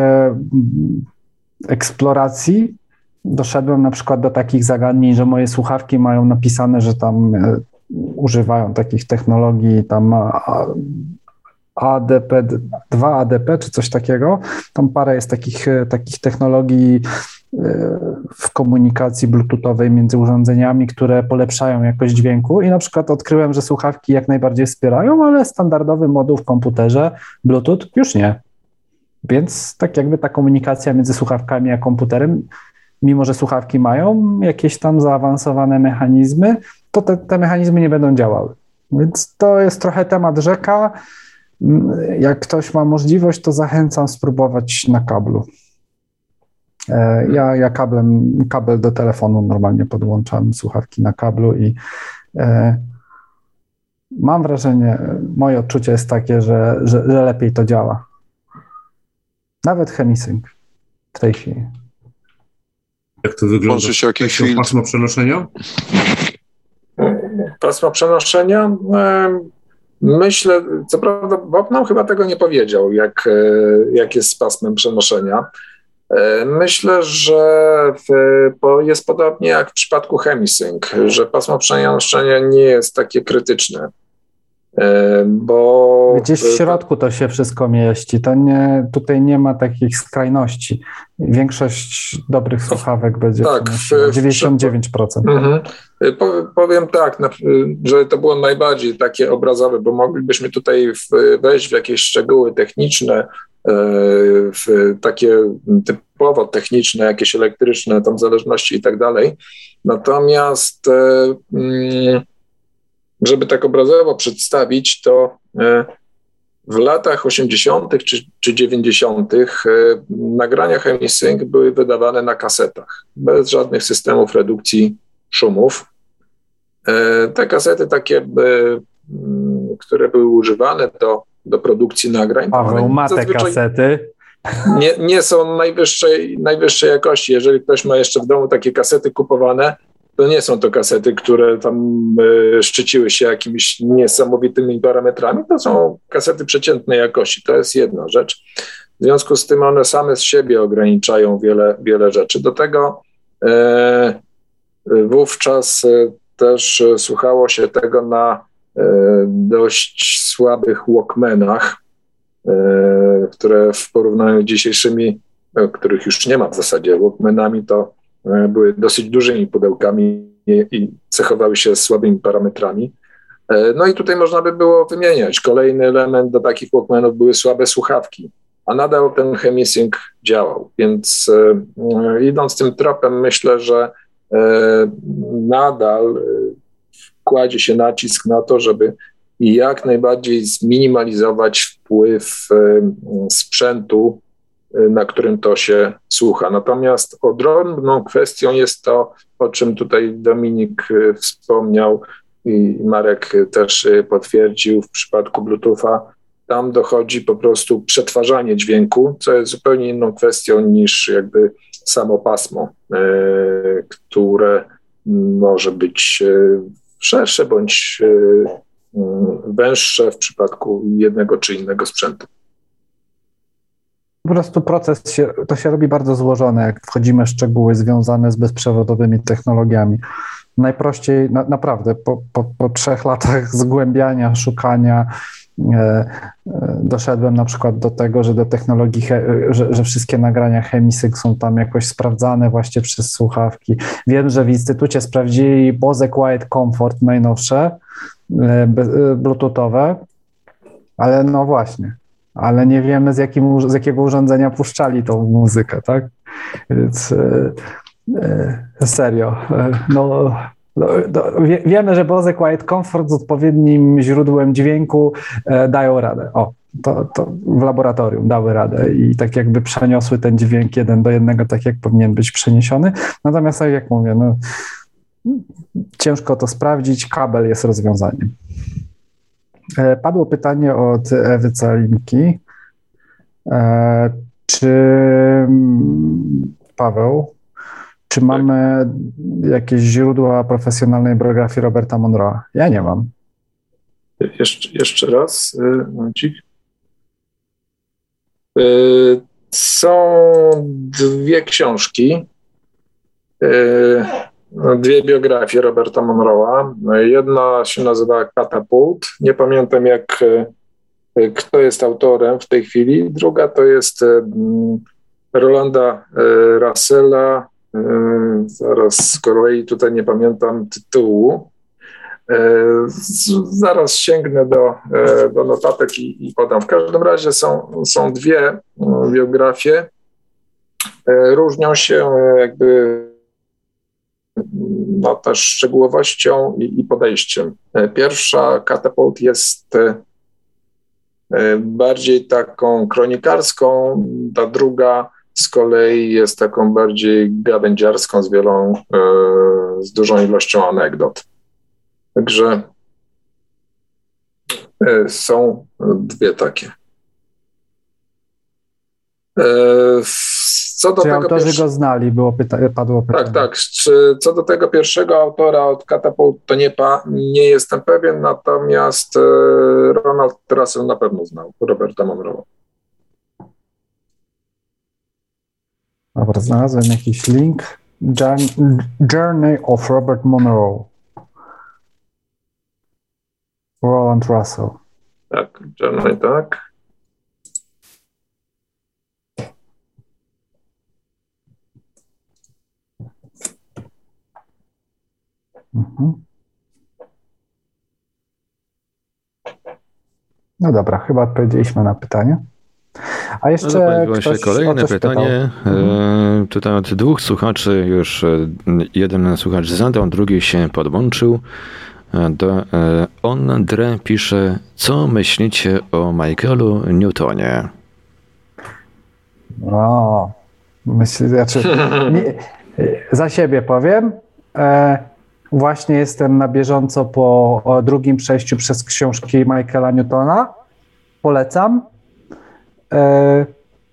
eksploracji doszedłem na przykład do takich zagadnień, że moje słuchawki mają napisane, że tam e, używają takich technologii tam A D P dwa A D P czy coś takiego. Tam parę jest takich, takich technologii w komunikacji bluetoothowej między urządzeniami, które polepszają jakość dźwięku i na przykład odkryłem, że słuchawki jak najbardziej wspierają, ale standardowy moduł w komputerze Bluetooth już nie. Więc tak jakby ta komunikacja między słuchawkami a komputerem, mimo że słuchawki mają jakieś tam zaawansowane mechanizmy, to te, te mechanizmy nie będą działały. Więc to jest trochę temat rzeka. Jak ktoś ma możliwość, to zachęcam spróbować na kablu. Ja, ja kablem, kabel do telefonu normalnie podłączam, słuchawki na kablu i e, mam wrażenie, moje odczucie jest takie, że, że, że lepiej to działa. Nawet Chemisync w tej chwili. Jak to wygląda? Może się jakieś filtr... pasmo przenoszenia? Pasmo przenoszenia? Myślę, co prawda Bob nam chyba tego nie powiedział, jak, jak jest z pasmem przenoszenia. Myślę, że w, jest podobnie jak w przypadku Chemisync, że pasmo przenoszenia nie jest takie krytyczne. Bo gdzieś w środku to się wszystko mieści. To nie, tutaj nie ma takich skrajności. Większość dobrych słuchawek będzie tak, dziewięćdziesiąt dziewięć procent. Mhm. Powiem tak, że to było najbardziej takie obrazowe, bo moglibyśmy tutaj wejść w jakieś szczegóły techniczne, w takie typowo techniczne, jakieś elektryczne, tam zależności i tak dalej. Natomiast żeby tak obrazowo przedstawić, to w latach osiemdziesiątych czy, czy dziewięćdziesiątych nagrania Chemisync były wydawane na kasetach, bez żadnych systemów redukcji szumów. Te kasety takie, które były używane do, do produkcji nagrań. Paweł ma te kasety. Nie, nie są najwyższej, najwyższej jakości. Jeżeli ktoś ma jeszcze w domu takie kasety kupowane, to nie są to kasety, które tam y, szczyciły się jakimiś niesamowitymi parametrami. To są kasety przeciętnej jakości. To jest jedna rzecz. W związku z tym one same z siebie ograniczają wiele, wiele rzeczy. Do tego y, y, wówczas y, też y, słuchało się tego na y, dość słabych Walkmanach, y, które w porównaniu z dzisiejszymi, y, których już nie ma w zasadzie, Walkmanami, to były dosyć dużymi pudełkami i cechowały się słabymi parametrami. No i tutaj można by było wymieniać. Kolejny element do takich Walkmanów były słabe słuchawki, a nadal ten Chemisync działał. Więc idąc tym tropem, myślę, że nadal kładzie się nacisk na to, żeby jak najbardziej zminimalizować wpływ sprzętu, na którym to się słucha. Natomiast odrębną kwestią jest to, o czym tutaj Dominik wspomniał i Marek też potwierdził w przypadku Bluetootha. Tam dochodzi po prostu przetwarzanie dźwięku, co jest zupełnie inną kwestią niż jakby samo pasmo, które może być szersze bądź węższe w przypadku jednego czy innego sprzętu. Po prostu proces się, to się robi bardzo złożone, jak wchodzimy w szczegóły związane z bezprzewodowymi technologiami. Najprościej, na, naprawdę, po, po, po trzech latach zgłębiania, szukania, e, e, doszedłem na przykład do tego, że do technologii, he, że, że wszystkie nagrania Chemisync są tam jakoś sprawdzane właśnie przez słuchawki. Wiem, że w Instytucie sprawdzili Bose Quiet Comfort najnowsze, e, be, bluetoothowe, ale no właśnie. Ale nie wiemy, z, jakim, z jakiego urządzenia puszczali tą muzykę, tak? Więc e, e, serio. E, no, no, no, wie, wiemy, że Bose Quiet Comfort z odpowiednim źródłem dźwięku e, dają radę. O, to, to w laboratorium dały radę i tak jakby przeniosły ten dźwięk jeden do jednego, tak jak powinien być przeniesiony. Natomiast tak jak mówię, no, ciężko to sprawdzić, kabel jest rozwiązaniem. Padło pytanie od Ewy Calinki. Czy Paweł, czy mamy jakieś źródła profesjonalnej biografii Roberta Monroe'a? Ja nie mam. Jeszcze, jeszcze raz, momencik. Są dwie książki. Dwie biografie Roberta Monroe'a. Jedna się nazywa Catapult. Nie pamiętam, jak, kto jest autorem w tej chwili. Druga to jest Rolanda Russella. Zaraz z kolei tutaj nie pamiętam tytułu. Zaraz sięgnę do, do notatek i, i podam. W każdym razie są, są dwie biografie. Różnią się jakby no, też szczegółowością i, i podejściem. Pierwsza, Catapult, jest bardziej taką kronikarską, ta druga z kolei jest taką bardziej gawędziarską z wielą, z dużą ilością anegdot. Także są dwie takie. Co do Czy tego autorzy pierwsze... go znali? Było pyta... Padło pytanie. Tak, tak. Czy, co do tego pierwszego autora od Catapult, to nie, pa, nie jestem pewien, natomiast e, Ronald Russell na pewno znał Roberta Monroe'a. Dobra, znalazłem jakiś link. Journey of Robert Monroe. Roland Russell. Tak, Journey, tak. Mhm. No dobra, chyba odpowiedzieliśmy na pytanie. A jeszcze no pojawiło ktoś się kolejne pytanie. E, tutaj od dwóch słuchaczy już jeden słuchacz zadał, drugi się podłączył. Do, e, Ondre pisze, co myślicie o Michaelu Newtonie? O, myślę, znaczy, nie, za siebie powiem. E, właśnie jestem na bieżąco po o drugim przejściu przez książki Michaela Newtona. Polecam. E,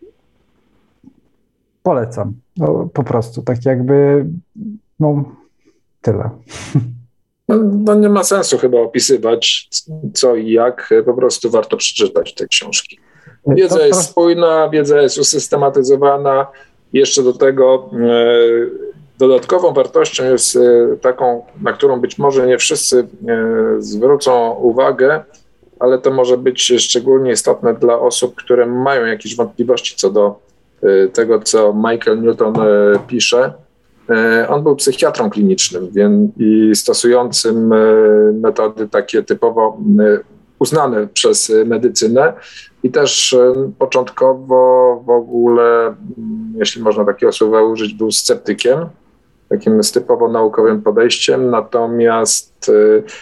polecam. No, po prostu, tak jakby, no, tyle. No, no nie ma sensu chyba opisywać co i jak, po prostu warto przeczytać te książki. Wiedza to, to... jest spójna, wiedza jest usystematyzowana. Jeszcze do tego e, dodatkową wartością jest e, taką, na którą być może nie wszyscy e, zwrócą uwagę, ale to może być szczególnie istotne dla osób, które mają jakieś wątpliwości co do e, tego, co Michael Newton e, pisze. E, on był psychiatrą klinicznym więc, i stosującym e, metody takie typowo e, uznane przez medycynę i też początkowo w ogóle, jeśli można takiego słowa użyć, był sceptykiem, takim typowo naukowym podejściem, natomiast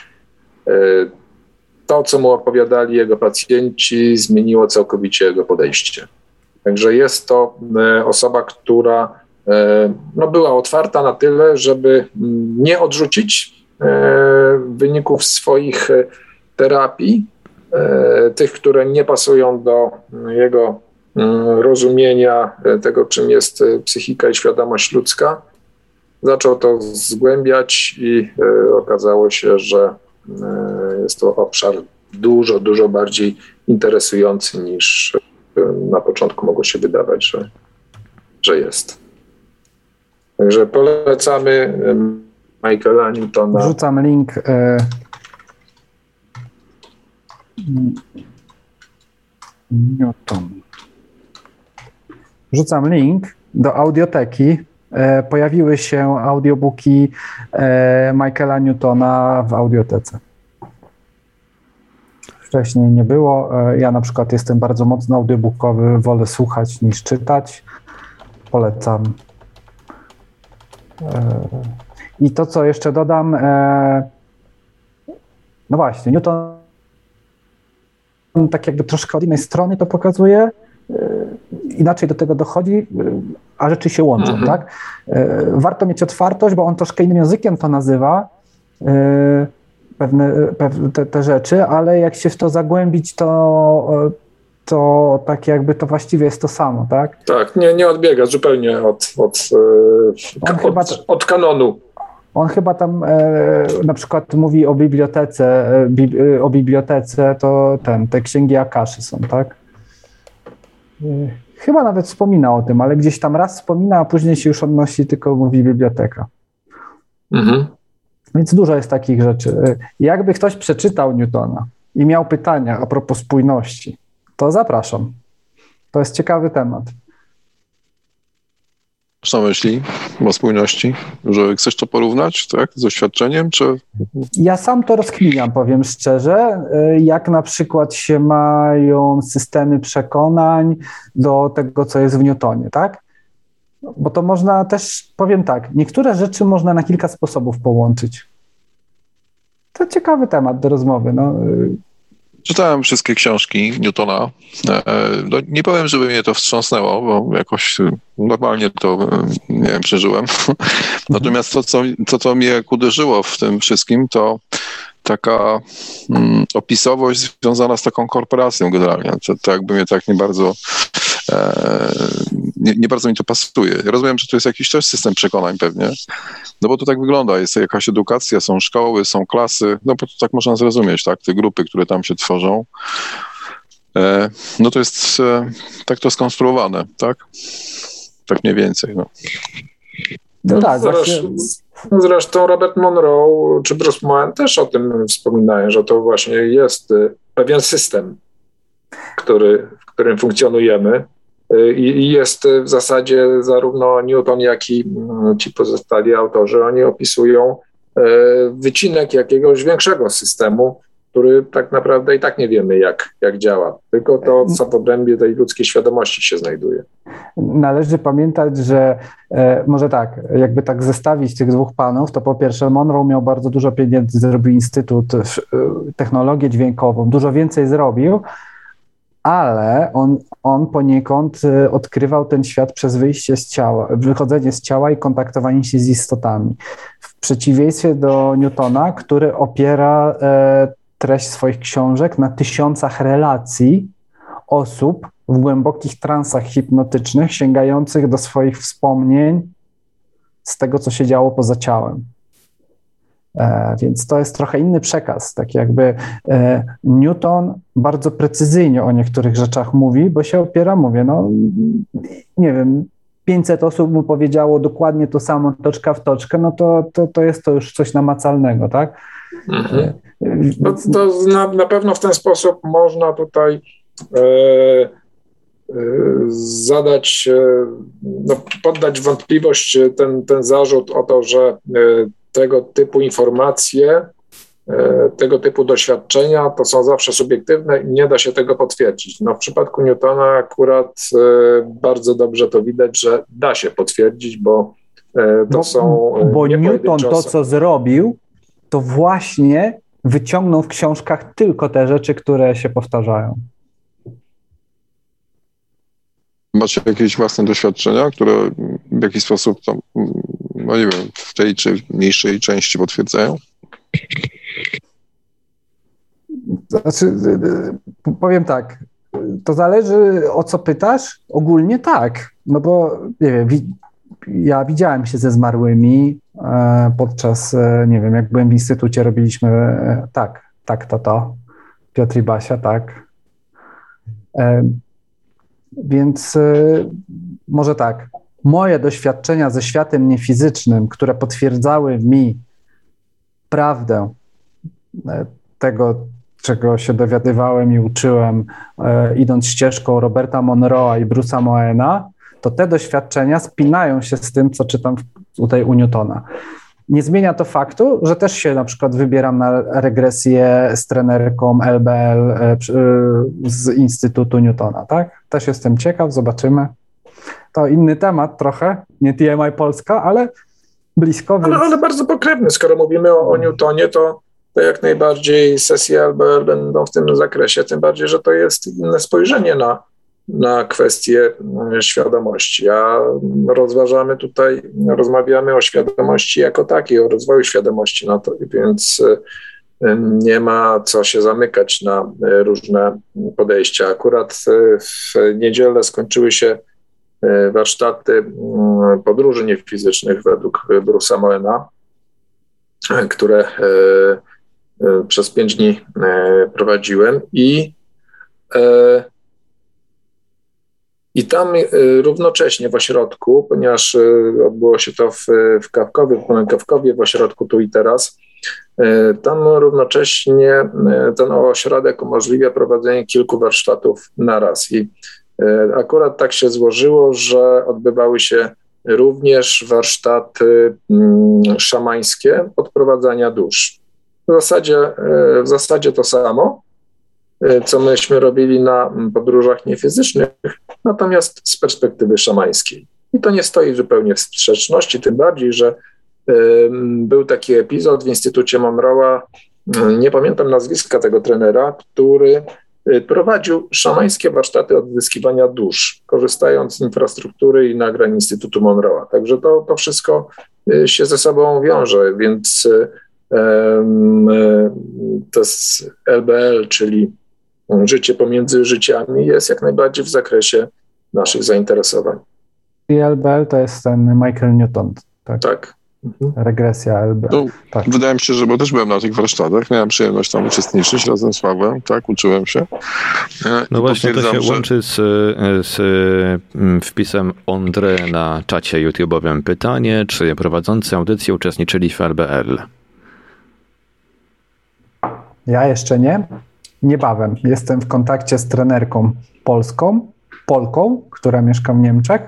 to, co mu opowiadali jego pacjenci, zmieniło całkowicie jego podejście. Także jest to osoba, która no, była otwarta na tyle, żeby nie odrzucić wyników swoich terapii, tych, które nie pasują do jego rozumienia tego, czym jest psychika i świadomość ludzka. Zaczął to zgłębiać i okazało się, że jest to obszar dużo, dużo bardziej interesujący niż na początku mogło się wydawać, że, że jest. Także polecamy Michaela Newtona. Wrzucam link. Y- Newton. Wrzucam link do audioteki. E, pojawiły się audiobooki e, Michaela Newtona w audiotece. Wcześniej nie było. E, ja na przykład jestem bardzo mocno audiobookowy, wolę słuchać niż czytać. Polecam. E, I to, co jeszcze dodam, e, no właśnie, Newton tak jakby troszkę od innej strony to pokazuje, inaczej do tego dochodzi, a rzeczy się łączą, mhm. tak? Warto mieć otwartość, bo on troszkę innym językiem to nazywa, pewne, pewne te, te rzeczy, ale jak się w to zagłębić, to, to tak jakby to właściwie jest to samo, tak? Tak, nie, nie odbiega zupełnie od, od, od, chyba, od kanonu. On chyba tam e, na przykład mówi o bibliotece, e, bi, e, o bibliotece, to ten, te księgi Akaszy są, tak? E, chyba nawet wspomina o tym, ale gdzieś tam raz wspomina, a później się już odnosi, tylko mówi biblioteka. Mhm. Więc dużo jest takich rzeczy. E, jakby ktoś przeczytał Newtona i miał pytania a propos spójności, to zapraszam. To jest ciekawy temat. Co myśli o spójności? Że chcesz to porównać, tak, z doświadczeniem, czy... Ja sam to rozkminiam, powiem szczerze, jak na przykład się mają systemy przekonań do tego, co jest w Newtonie, tak? Bo to można też, powiem tak, niektóre rzeczy można na kilka sposobów połączyć. To ciekawy temat do rozmowy, no. Czytałem wszystkie książki Newtona. No, nie powiem, żeby mnie to wstrząsnęło, bo jakoś normalnie to nie wiem, przeżyłem. Natomiast to co, to, co mnie uderzyło w tym wszystkim, to taka mm, opisowość związana z taką korporacją generalnie. To, to jakby mnie tak nie bardzo e, nie, nie bardzo mi to pasuje. Rozumiem, że to jest jakiś też system przekonań pewnie, no bo to tak wygląda, jest jakaś edukacja, są szkoły, są klasy, no bo to tak można zrozumieć, tak, te grupy, które tam się tworzą, e, no to jest e, tak to skonstruowane, tak? Tak mniej więcej, no. No tak, zresztą, zresztą Robert Monroe czy Bruce Moen też o tym wspominają, że to właśnie jest pewien system, który, w którym funkcjonujemy i jest w zasadzie zarówno Newton, jak i ci pozostali autorzy, oni opisują wycinek jakiegoś większego systemu, który tak naprawdę i tak nie wiemy, jak, jak działa. Tylko to, co w obrębie tej ludzkiej świadomości się znajduje. Należy pamiętać, że e, może tak, jakby tak zestawić tych dwóch panów, to po pierwsze Monroe miał bardzo dużo pieniędzy, zrobił instytut, e, technologię dźwiękową, dużo więcej zrobił, ale on, on poniekąd e, odkrywał ten świat przez wyjście z ciała, wychodzenie z ciała i kontaktowanie się z istotami. W przeciwieństwie do Newtona, który opiera e, treść swoich książek na tysiącach relacji osób w głębokich transach hipnotycznych, sięgających do swoich wspomnień z tego, co się działo poza ciałem. E, więc to jest trochę inny przekaz. Tak jakby e, Newton bardzo precyzyjnie o niektórych rzeczach mówi, bo się opiera, mówię, no nie wiem, pięćset osób mu powiedziało dokładnie to samo, toczka w toczkę, no to, to, to jest to już coś namacalnego, tak? Mhm. No, to na, na pewno w ten sposób można tutaj e, e, zadać, e, no, poddać wątpliwość ten, ten zarzut o to, że e, tego typu informacje, e, tego typu doświadczenia to są zawsze subiektywne i nie da się tego potwierdzić. No, w przypadku Newtona akurat e, bardzo dobrze to widać, że da się potwierdzić, bo e, to bo, są Bo Newton to, co zrobił, to właśnie wyciągnął w książkach tylko te rzeczy, które się powtarzają. Macie jakieś własne doświadczenia, które w jakiś sposób tam, no nie wiem, w tej czy mniejszej części potwierdzają? Znaczy, powiem tak, to zależy, o co pytasz. Ogólnie tak, no bo nie wiem, wi- ja widziałem się ze zmarłymi e, podczas, e, nie wiem, jak byłem w instytucie, robiliśmy e, tak, tak, to, to, Piotr i Basia, tak. E, więc e, może tak, moje doświadczenia ze światem niefizycznym, które potwierdzały mi prawdę e, tego, czego się dowiadywałem i uczyłem, e, idąc ścieżką Roberta Monroe'a i Bruce'a Moena, to te doświadczenia spinają się z tym, co czytam tutaj u Newtona. Nie zmienia to faktu, że też się na przykład wybieram na regresję z trenerką L B L e, z Instytutu Newtona, tak? Też jestem ciekaw, zobaczymy. To inny temat trochę, nie T M I Polska, ale blisko. Ale, więc... ale bardzo pokrewny. Skoro mówimy o, o Newtonie, to, to jak najbardziej sesje L B L będą w tym zakresie, tym bardziej, że to jest inne spojrzenie na, na kwestię świadomości. A rozważamy tutaj, rozmawiamy o świadomości jako takiej, o rozwoju świadomości, no to, więc nie ma co się zamykać na różne podejścia. Akurat w niedzielę skończyły się warsztaty podróży niefizycznych według Bruce'a Moena, które przez pięć dni prowadziłem i I tam równocześnie w ośrodku, ponieważ odbyło się to w, w Kawkowie, w Pełnym Kawkowie, w ośrodku Tu i Teraz, tam równocześnie ten ośrodek umożliwia prowadzenie kilku warsztatów na raz. I akurat tak się złożyło, że odbywały się również warsztaty szamańskie odprowadzania dusz. W zasadzie, w zasadzie to samo, co myśmy robili na podróżach niefizycznych, natomiast z perspektywy szamańskiej. I to nie stoi zupełnie w sprzeczności, tym bardziej, że y, był taki epizod w Instytucie Monroe'a, y, nie pamiętam nazwiska tego trenera, który y, prowadził szamańskie warsztaty odzyskiwania dusz, korzystając z infrastruktury i nagrań Instytutu Monroe'a. Także to, to wszystko y, się ze sobą wiąże, więc y, y, to jest L B L, czyli życie pomiędzy życiami, jest jak najbardziej w zakresie naszych zainteresowań. I L B L to jest ten Michael Newton, tak? Tak. Mhm. Regresja L B L. No, tak. Wydaje mi się, że bo też byłem na tych warsztatach, miałem przyjemność tam uczestniczyć razem z Pawłem, tak, uczyłem się. No właśnie, to się że... łączy z, z wpisem Ondre na czacie YouTube'owym. Pytanie, czy prowadzący audycję uczestniczyli w L B L? Ja jeszcze nie. Niebawem. Jestem w kontakcie z trenerką polską, Polką, która mieszka w Niemczech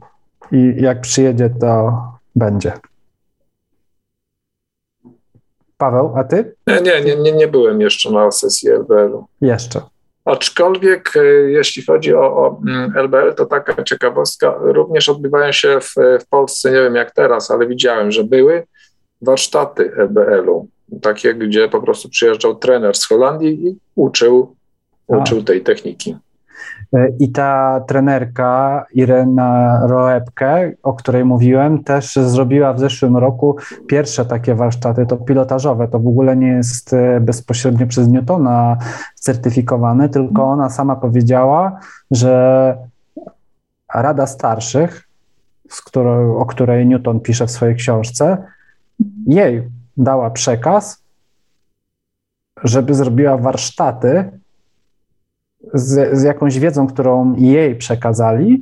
i jak przyjedzie, to będzie. Paweł, a ty? Nie, nie, nie, nie byłem jeszcze na sesji L B L-u. Jeszcze. Aczkolwiek jeśli chodzi o, o L B L, to taka ciekawostka, również odbywają się w, w Polsce, nie wiem jak teraz, ale widziałem, że były warsztaty L B L-u, takie, gdzie po prostu przyjeżdżał trener z Holandii i uczył, uczył tej techniki. I ta trenerka Irena Roepke, o której mówiłem, też zrobiła w zeszłym roku pierwsze takie warsztaty, to pilotażowe. To w ogóle nie jest bezpośrednio przez Newtona certyfikowane, tylko ona sama powiedziała, że Rada Starszych, z którą, o której Newton pisze w swojej książce, jej dała przekaz, żeby zrobiła warsztaty Z, z jakąś wiedzą, którą jej przekazali,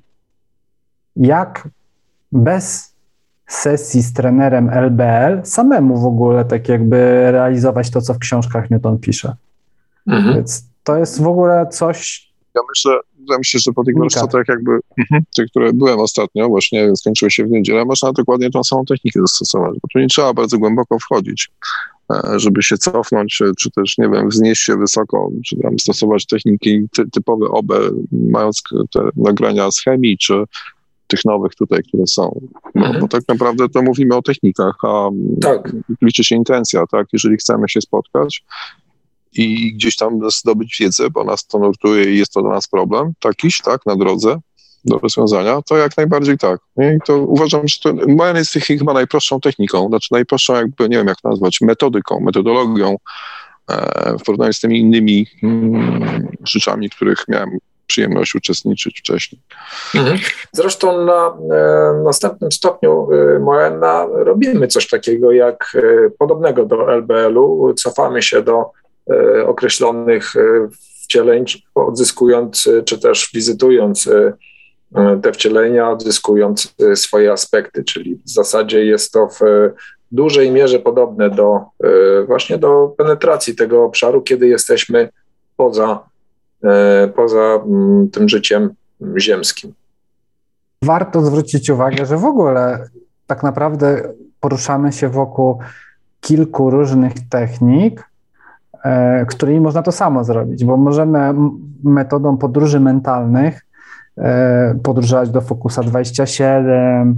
jak bez sesji z trenerem L B L samemu w ogóle tak jakby realizować to, co w książkach Newton pisze. Mhm. Więc to jest w ogóle coś... Ja myślę, ja myślę, że po tych warsztatach jakby, mhm. te, które byłem ostatnio, właśnie skończyły się w niedzielę, można dokładnie tą samą technikę zastosować, bo tu nie trzeba bardzo głęboko wchodzić, żeby się cofnąć, czy też, nie wiem, wznieść się wysoko, czy tam stosować techniki ty, typowe O B, mając te nagrania z chemii, czy tych nowych tutaj, które są. No, mhm. Bo tak naprawdę to mówimy o technikach, a tak. liczy się intencja, tak? Jeżeli chcemy się spotkać i gdzieś tam zdobyć wiedzę, bo nas to nurtuje i jest to dla nas problem takiś, tak, na drodze do rozwiązania, to jak najbardziej tak. I to uważam, że to Mayan jest chyba najprostszą techniką, znaczy najprostszą jakby, nie wiem jak nazwać, metodyką, metodologią e, w porównaniu z tymi innymi mm, rzeczami, w których miałem przyjemność uczestniczyć wcześniej. Mhm. Zresztą na e, następnym stopniu e, Mayana robimy coś takiego jak e, podobnego do L B L-u, cofamy się do e, określonych e, wcieleń, odzyskując e, czy też wizytując e, te wcielenia, odzyskując swoje aspekty, czyli w zasadzie jest to w dużej mierze podobne do właśnie do penetracji tego obszaru, kiedy jesteśmy poza, poza tym życiem ziemskim. Warto zwrócić uwagę, że w ogóle tak naprawdę poruszamy się wokół kilku różnych technik, którymi można to samo zrobić, bo możemy metodą podróży mentalnych podróżować do Focusa dwadzieścia siedem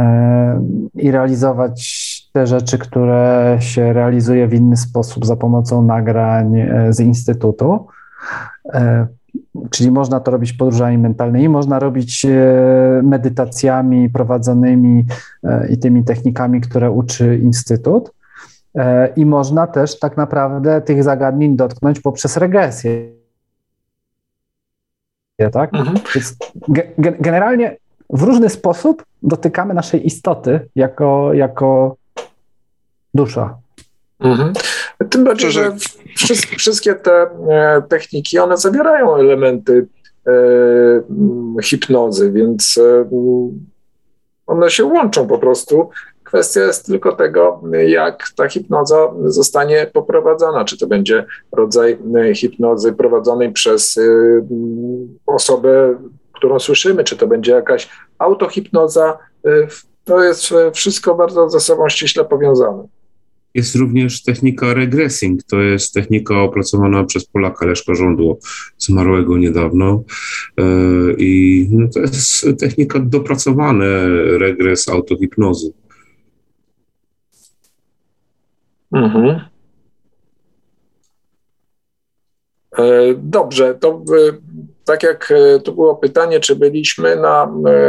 i realizować te rzeczy, które się realizuje w inny sposób za pomocą nagrań z Instytutu. Czyli można to robić podróżami mentalnymi, można robić medytacjami prowadzonymi i tymi technikami, które uczy Instytut. I można też tak naprawdę tych zagadnień dotknąć poprzez regresję. Tak? Mhm. Więc ge- generalnie w różny sposób dotykamy naszej istoty jako, jako dusza. Mhm. Tym bardziej, że wszystkie, wszystkie te e, techniki, one zawierają elementy e, hipnozy, więc e, one się łączą po prostu. Kwestia jest tylko tego, jak ta hipnoza zostanie poprowadzona. Czy to będzie rodzaj hipnozy prowadzonej przez osobę, którą słyszymy, czy to będzie jakaś autohipnoza. To jest wszystko bardzo ze sobą ściśle powiązane. Jest również technika regressing. To jest technika opracowana przez Polaka Leszka Żądło, zmarłego niedawno. I no to jest technika dopracowana, regres autohipnozy. Mhm. Dobrze, to tak jak to było pytanie, czy byliśmy na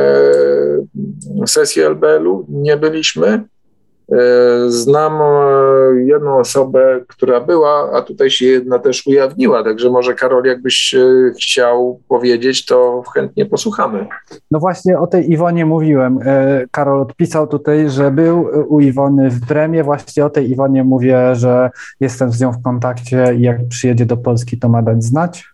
sesji L B L-u? Nie byliśmy. Znam jedną osobę, która była, a tutaj się jedna też ujawniła, także może Karol, jakbyś chciał powiedzieć, to chętnie posłuchamy. No właśnie o tej Iwonie mówiłem. Karol odpisał tutaj, że był u Iwony w Bremie. Właśnie o tej Iwonie mówię, że jestem z nią w kontakcie i jak przyjedzie do Polski, to ma dać znać.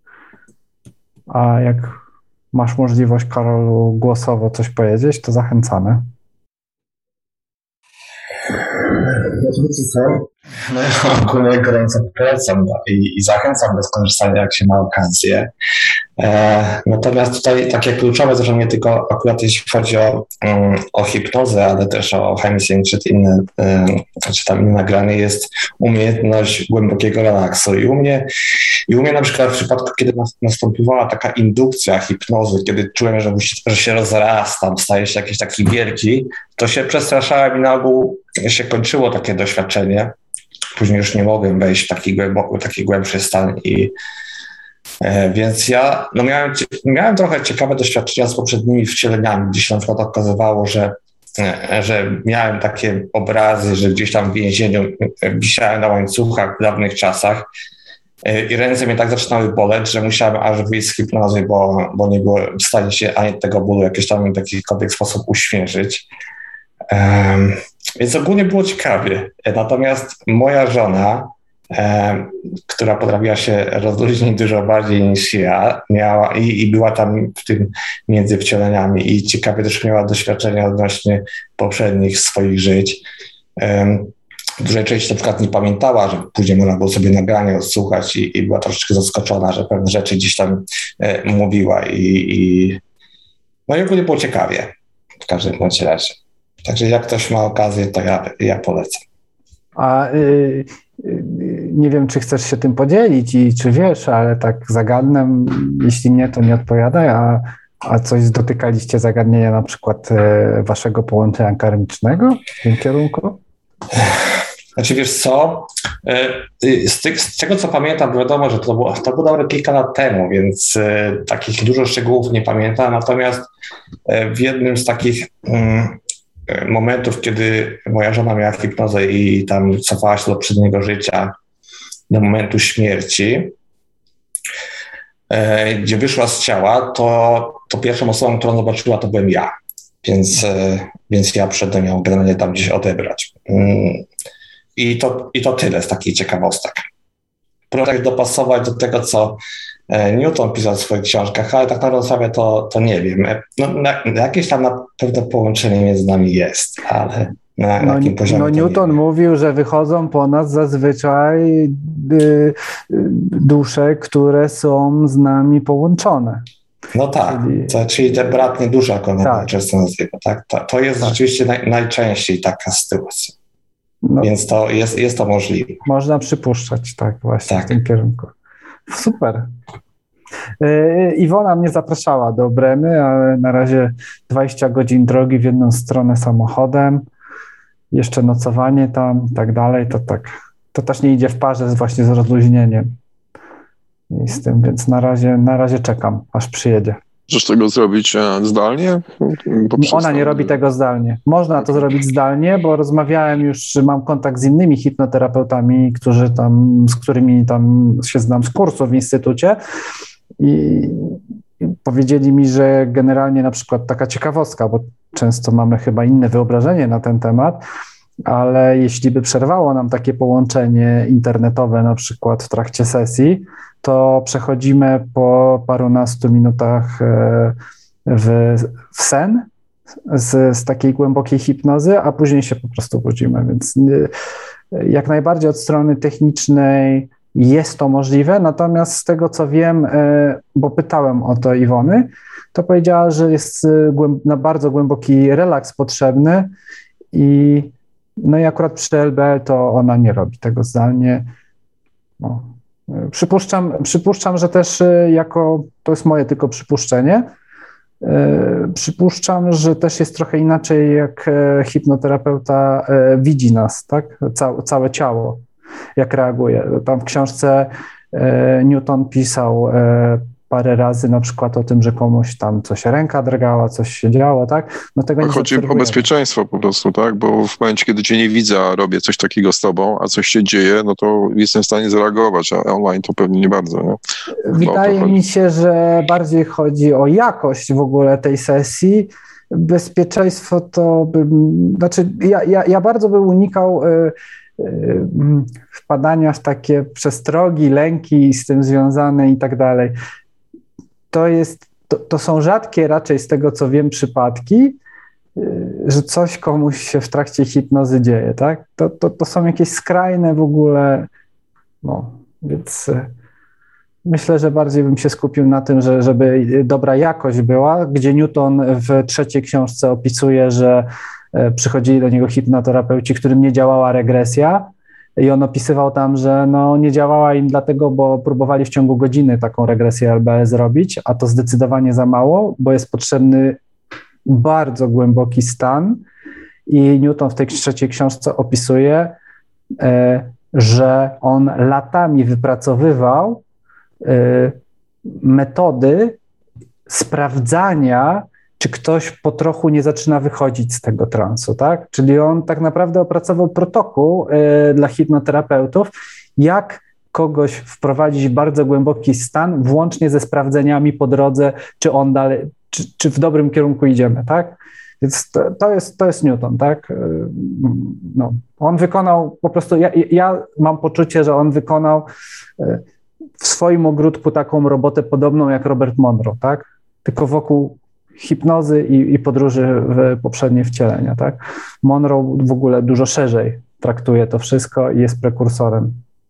A jak masz możliwość, Karolu, głosowo coś powiedzieć, to zachęcamy. Znaczy, co? No ja ogólnie gorąco polecam i, i zachęcam do skorzystania, jak się ma okazję. E, natomiast tutaj takie kluczowe, zresztą nie tylko akurat jeśli chodzi o, um, o hipnozę, ale też o hemisync czy inne, um, czy tam inne nagranie, jest umiejętność głębokiego relaksu. I u mnie, i u mnie na przykład w przypadku, kiedy nastąpiła taka indukcja hipnozy, kiedy czułem, że, że się rozrastam, staje się jakiś taki wielki, to się przestraszałem i na ogół się kończyło takie doświadczenie. Później już nie mogłem wejść w taki, głęboko, taki głębszy stan i e, więc ja no miałem, miałem trochę ciekawe doświadczenia z poprzednimi wcieleniami, gdzie się na przykład okazywało, że, e, że miałem takie obrazy, że gdzieś tam w więzieniu wisiałem na łańcuchach w dawnych czasach e, i ręce mnie tak zaczynały boleć, że musiałem aż wyjść z hipnozy, bo, bo nie byłem w stanie się ani tego bólu jakiś tam w jakikolwiek sposób uśmierzyć. E, Więc ogólnie było ciekawie. Natomiast moja żona, e, która potrafiła się rozluźnić dużo bardziej niż ja, miała i, i była tam w tym między wcieleniami i ciekawie też miała doświadczenia odnośnie poprzednich swoich żyć. E, w dużej części na przykład nie pamiętała, że później można było sobie nagranie odsłuchać i, i była troszeczkę zaskoczona, że pewne rzeczy gdzieś tam e, mówiła i, i no i ogólnie było ciekawie w każdym bądź razie. Także jak ktoś ma okazję, to ja, ja polecam. A y, y, nie wiem, czy chcesz się tym podzielić i czy wiesz, ale tak zagadnę, jeśli nie, to nie odpowiadaj, a, a coś dotykaliście zagadnienia na przykład y, waszego połączenia karmicznego w tym kierunku? Znaczy wiesz co, z, tych, z tego co pamiętam, wiadomo, że to było, to było dobre kilka lat temu, więc y, takich dużo szczegółów nie pamiętam, natomiast y, w jednym z takich y, momentów, kiedy moja żona miała hipnozę i tam cofała się do poprzedniego życia, do momentu śmierci, e, gdzie wyszła z ciała, to, to pierwszą osobą, którą zobaczyła, to byłem ja. Więc, e, więc ja przyszedłem ją generalnie tam gdzieś odebrać. Mm, i, to, I to tyle z takich ciekawostek. Próbuję dopasować do tego, co Newton pisał w swoich książkach, ale tak naprawdę sprawę to, to nie wiem. No, na, jakieś tam na pewno połączenie między nami jest, ale na no, jakim poziomie. No Newton mówił, że wychodzą po nas zazwyczaj y, dusze, które są z nami połączone. No tak, czyli, to, czyli te bratnie dusze, jak one tak. często nazywa. Tak? To, to jest tak. rzeczywiście naj, najczęściej taka sytuacja. No, więc to jest, jest to możliwe. Można przypuszczać, tak, właśnie tak. w tym kierunku. Super. Iwona mnie zapraszała do Bremy, ale na razie dwadzieścia godzin drogi w jedną stronę samochodem, jeszcze nocowanie tam i tak dalej, to tak, to też nie idzie w parze z właśnie z rozluźnieniem i z tym, więc na razie, na razie czekam, aż przyjedzie. Możesz tego zrobić zdalnie? Poprzez Ona nie robi tego zdalnie. Można to zrobić zdalnie, bo rozmawiałem już, mam kontakt z innymi hipnoterapeutami, którzy tam, z którymi tam się znam z kursu w instytucie i, i powiedzieli mi, że generalnie na przykład taka ciekawostka, bo często mamy chyba inne wyobrażenie na ten temat, ale jeśli by przerwało nam takie połączenie internetowe na przykład w trakcie sesji, to przechodzimy po parunastu minutach w, w sen z, z takiej głębokiej hipnozy, a później się po prostu budzimy, więc jak najbardziej od strony technicznej jest to możliwe, natomiast z tego co wiem, bo pytałem o to Iwony, to powiedziała, że jest na bardzo głęboki relaks potrzebny i no i akurat przy L B to ona nie robi tego zdalnie. No. Przypuszczam, przypuszczam, że też jako, to jest moje tylko przypuszczenie, przypuszczam, że też jest trochę inaczej, jak hipnoterapeuta widzi nas, tak? Ca- całe ciało, jak reaguje. Tam w książce Newton pisał parę razy na przykład o tym, że komuś tam coś ręka drgała, coś się działo, tak? No tego nie chodzi o bezpieczeństwo po prostu, tak? Bo w momencie, kiedy cię nie widzę, a robię coś takiego z tobą, a coś się dzieje, no to jestem w stanie zareagować, a online to pewnie nie bardzo, nie? Wydaje mi się, że bardziej chodzi o jakość w ogóle tej sesji. Bezpieczeństwo to bym, znaczy ja, ja, ja bardzo bym unikał y, y, wpadania w takie przestrogi, lęki z tym związane i tak dalej. To jest, to, to są rzadkie raczej z tego, co wiem, przypadki że coś komuś się w trakcie hipnozy dzieje, tak? To, to, to są jakieś skrajne w ogóle, no, więc myślę, że bardziej bym się skupił na tym, że, żeby dobra jakość była, gdzie Newton w trzeciej książce opisuje, że przychodzili do niego hipnoterapeuci, którym nie działała regresja i on opisywał tam, że no nie działała im dlatego, bo próbowali w ciągu godziny taką regresję L B L zrobić, a to zdecydowanie za mało, bo jest potrzebny bardzo głęboki stan i Newton w tej trzeciej książce opisuje, że on latami wypracowywał metody sprawdzania, czy ktoś po trochu nie zaczyna wychodzić z tego transu, tak? Czyli on tak naprawdę opracował protokół y, dla hipnoterapeutów, jak kogoś wprowadzić w bardzo głęboki stan, włącznie ze sprawdzeniami po drodze, czy on dalej, czy, czy w dobrym kierunku idziemy, tak? Więc to, to, jest, to jest Newton, tak? Y, no, on wykonał po prostu, ja, ja mam poczucie, że on wykonał y, w swoim ogródku taką robotę podobną jak Robert Monroe, tak? Tylko wokół hipnozy i, i podróży w poprzednie wcielenia, tak? Monroe w ogóle dużo szerzej traktuje to wszystko i jest prekursorem.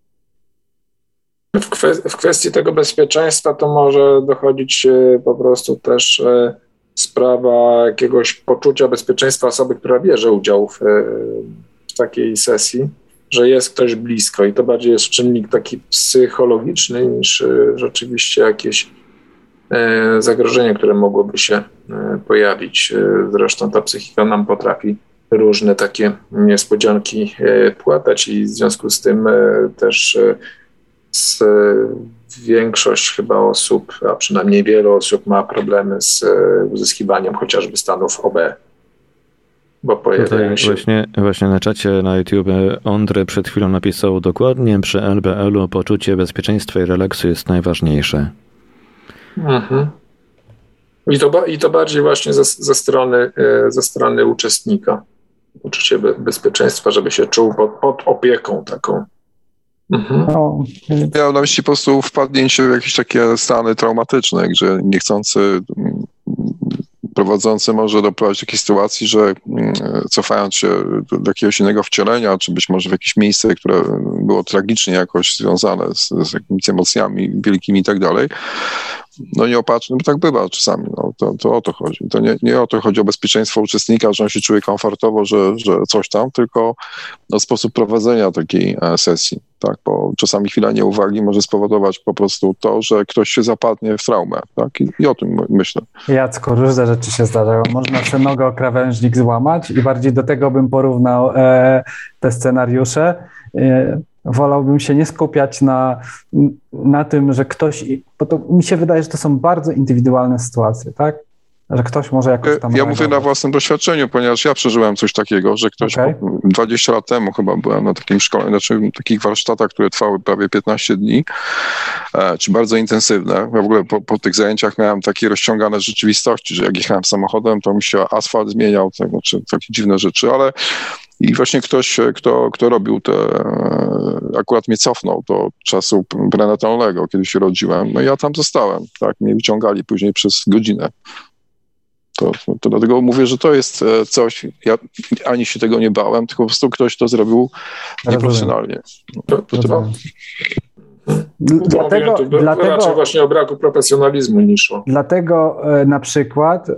W, kwe- w kwestii tego bezpieczeństwa to może dochodzić po prostu też e, sprawa jakiegoś poczucia bezpieczeństwa osoby, która bierze udział w, w takiej sesji, że jest ktoś blisko i to bardziej jest czynnik taki psychologiczny niż e, rzeczywiście jakieś e, zagrożenie, które mogłoby się e, pojawić. E, zresztą ta psychika nam potrafi różne takie niespodzianki e, płatać i w związku z tym e, też e, z, e, większość chyba osób, a przynajmniej wiele osób ma problemy z e, uzyskiwaniem chociażby stanów O B. Bo Tutaj się... właśnie, właśnie na czacie na YouTube Ondry przed chwilą napisał dokładnie, przy L B L-u poczucie bezpieczeństwa i relaksu jest najważniejsze. Mhm. I, to, I to bardziej właśnie ze, ze, strony, ze strony uczestnika. Poczucie be, bezpieczeństwa, żeby się czuł pod, pod opieką taką. Mhm. No. Miałem na myśli po prostu wpadnięcie w jakieś takie stany traumatyczne, gdzie niechcący prowadzący może doprowadzić do takiej sytuacji, że cofając się do, do jakiegoś innego wcielenia, czy być może w jakieś miejsce, które było tragicznie jakoś związane z, z jakimiś emocjami wielkimi i tak dalej, no nie opatrzny, no bo tak bywa czasami, no, to, to o to chodzi. To nie, nie o to chodzi o bezpieczeństwo uczestnika, że on się czuje komfortowo, że, że coś tam, tylko o sposób prowadzenia takiej sesji, tak, bo czasami chwila nieuwagi może spowodować po prostu to, że ktoś się zapadnie w traumę, tak, i, i o tym myślę. Jacku, różne rzeczy się zdarzają. Można sobie nogę o krawężnik złamać i bardziej do tego bym porównał e, te scenariusze. E, Wolałbym się nie skupiać na, na tym, że ktoś, bo to mi się wydaje, że to są bardzo indywidualne sytuacje, tak? Że ktoś może jakoś tam... Ja reagować. Mówię na własnym doświadczeniu, ponieważ ja przeżyłem coś takiego, że ktoś okay. po, dwadzieścia lat temu chyba byłem na takim szkoleniu, znaczy takich warsztatach, które trwały prawie piętnaście dni, e, czy bardzo intensywne. Ja w ogóle po, po tych zajęciach miałem takie rozciągane rzeczywistości, że jak jechałem samochodem, to mi się asfalt zmieniał, tak, znaczy, takie dziwne rzeczy, ale i właśnie ktoś, kto, kto robił te, akurat mnie cofnął do czasu prenatalnego, kiedy się rodziłem, no i ja tam zostałem, tak, mnie wyciągali później przez godzinę. To, to dlatego mówię, że to jest coś, ja ani się tego nie bałem, tylko po prostu ktoś to zrobił nieprofesjonalnie. To, to, to, Dlatego, to dlatego, raczej właśnie o braku profesjonalizmu niż o... Dlatego na przykład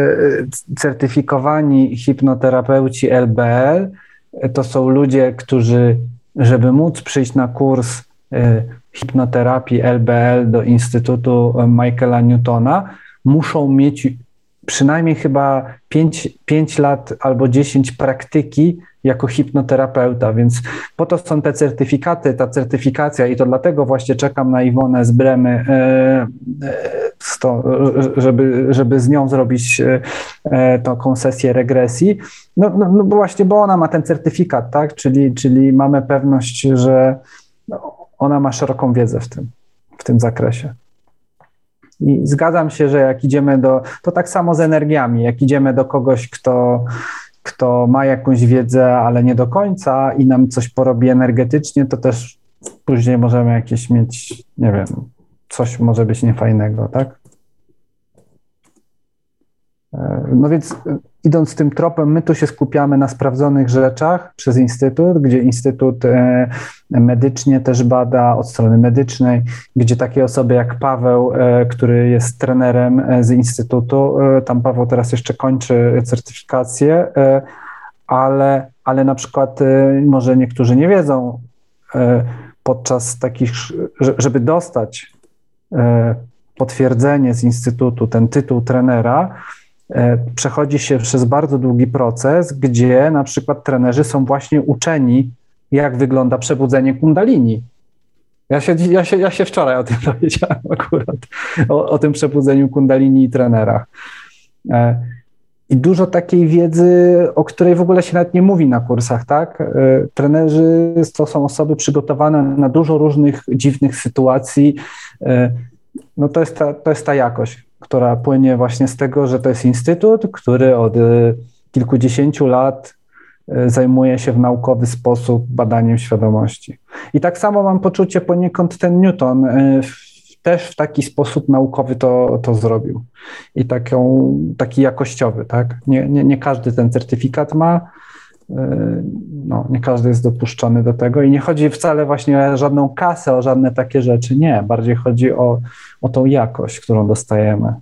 certyfikowani hipnoterapeuci L B L to są ludzie, którzy, żeby móc przyjść na kurs hipnoterapii L B L do Instytutu Michaela Newtona, muszą mieć przynajmniej chyba pięć lat albo dziesięć praktyki jako hipnoterapeuta, więc po to są te certyfikaty, ta certyfikacja i to dlatego właśnie czekam na Iwonę z Bremy, e, e, sto, żeby, żeby z nią zrobić e, taką sesję regresji, no, no, no właśnie, bo ona ma ten certyfikat, tak, czyli, czyli mamy pewność, że ona ma szeroką wiedzę w tym, w tym zakresie. I zgadzam się, że jak idziemy do, to tak samo z energiami, jak idziemy do kogoś, kto, kto ma jakąś wiedzę, ale nie do końca i nam coś porobi energetycznie, to też później możemy jakieś mieć, nie wiem, coś może być niefajnego, tak? No więc idąc tym tropem, my tu się skupiamy na sprawdzonych rzeczach przez Instytut, gdzie Instytut medycznie też bada od strony medycznej, gdzie takie osoby jak Paweł, który jest trenerem z Instytutu, tam Paweł teraz jeszcze kończy certyfikację, ale, ale na przykład może niektórzy nie wiedzą, podczas takich, żeby dostać potwierdzenie z Instytutu, ten tytuł trenera, przechodzi się przez bardzo długi proces, gdzie na przykład trenerzy są właśnie uczeni, jak wygląda przebudzenie kundalini. Ja się, ja się, ja się wczoraj o tym dowiedziałem akurat, o, o tym przebudzeniu kundalini i trenerach. I dużo takiej wiedzy, o której w ogóle się nawet nie mówi na kursach, tak? Trenerzy to są osoby przygotowane na dużo różnych dziwnych sytuacji. No to jest ta, to jest ta jakość, która płynie właśnie z tego, że to jest instytut, który od kilkudziesięciu lat zajmuje się w naukowy sposób badaniem świadomości. I tak samo mam poczucie poniekąd ten Newton też w taki sposób naukowy to, to zrobił. I taką, taki jakościowy, tak? Nie, nie, nie każdy ten certyfikat ma, no, nie każdy jest dopuszczony do tego i nie chodzi wcale właśnie o żadną kasę, o żadne takie rzeczy, nie. Bardziej chodzi o, o tą jakość, którą dostajemy.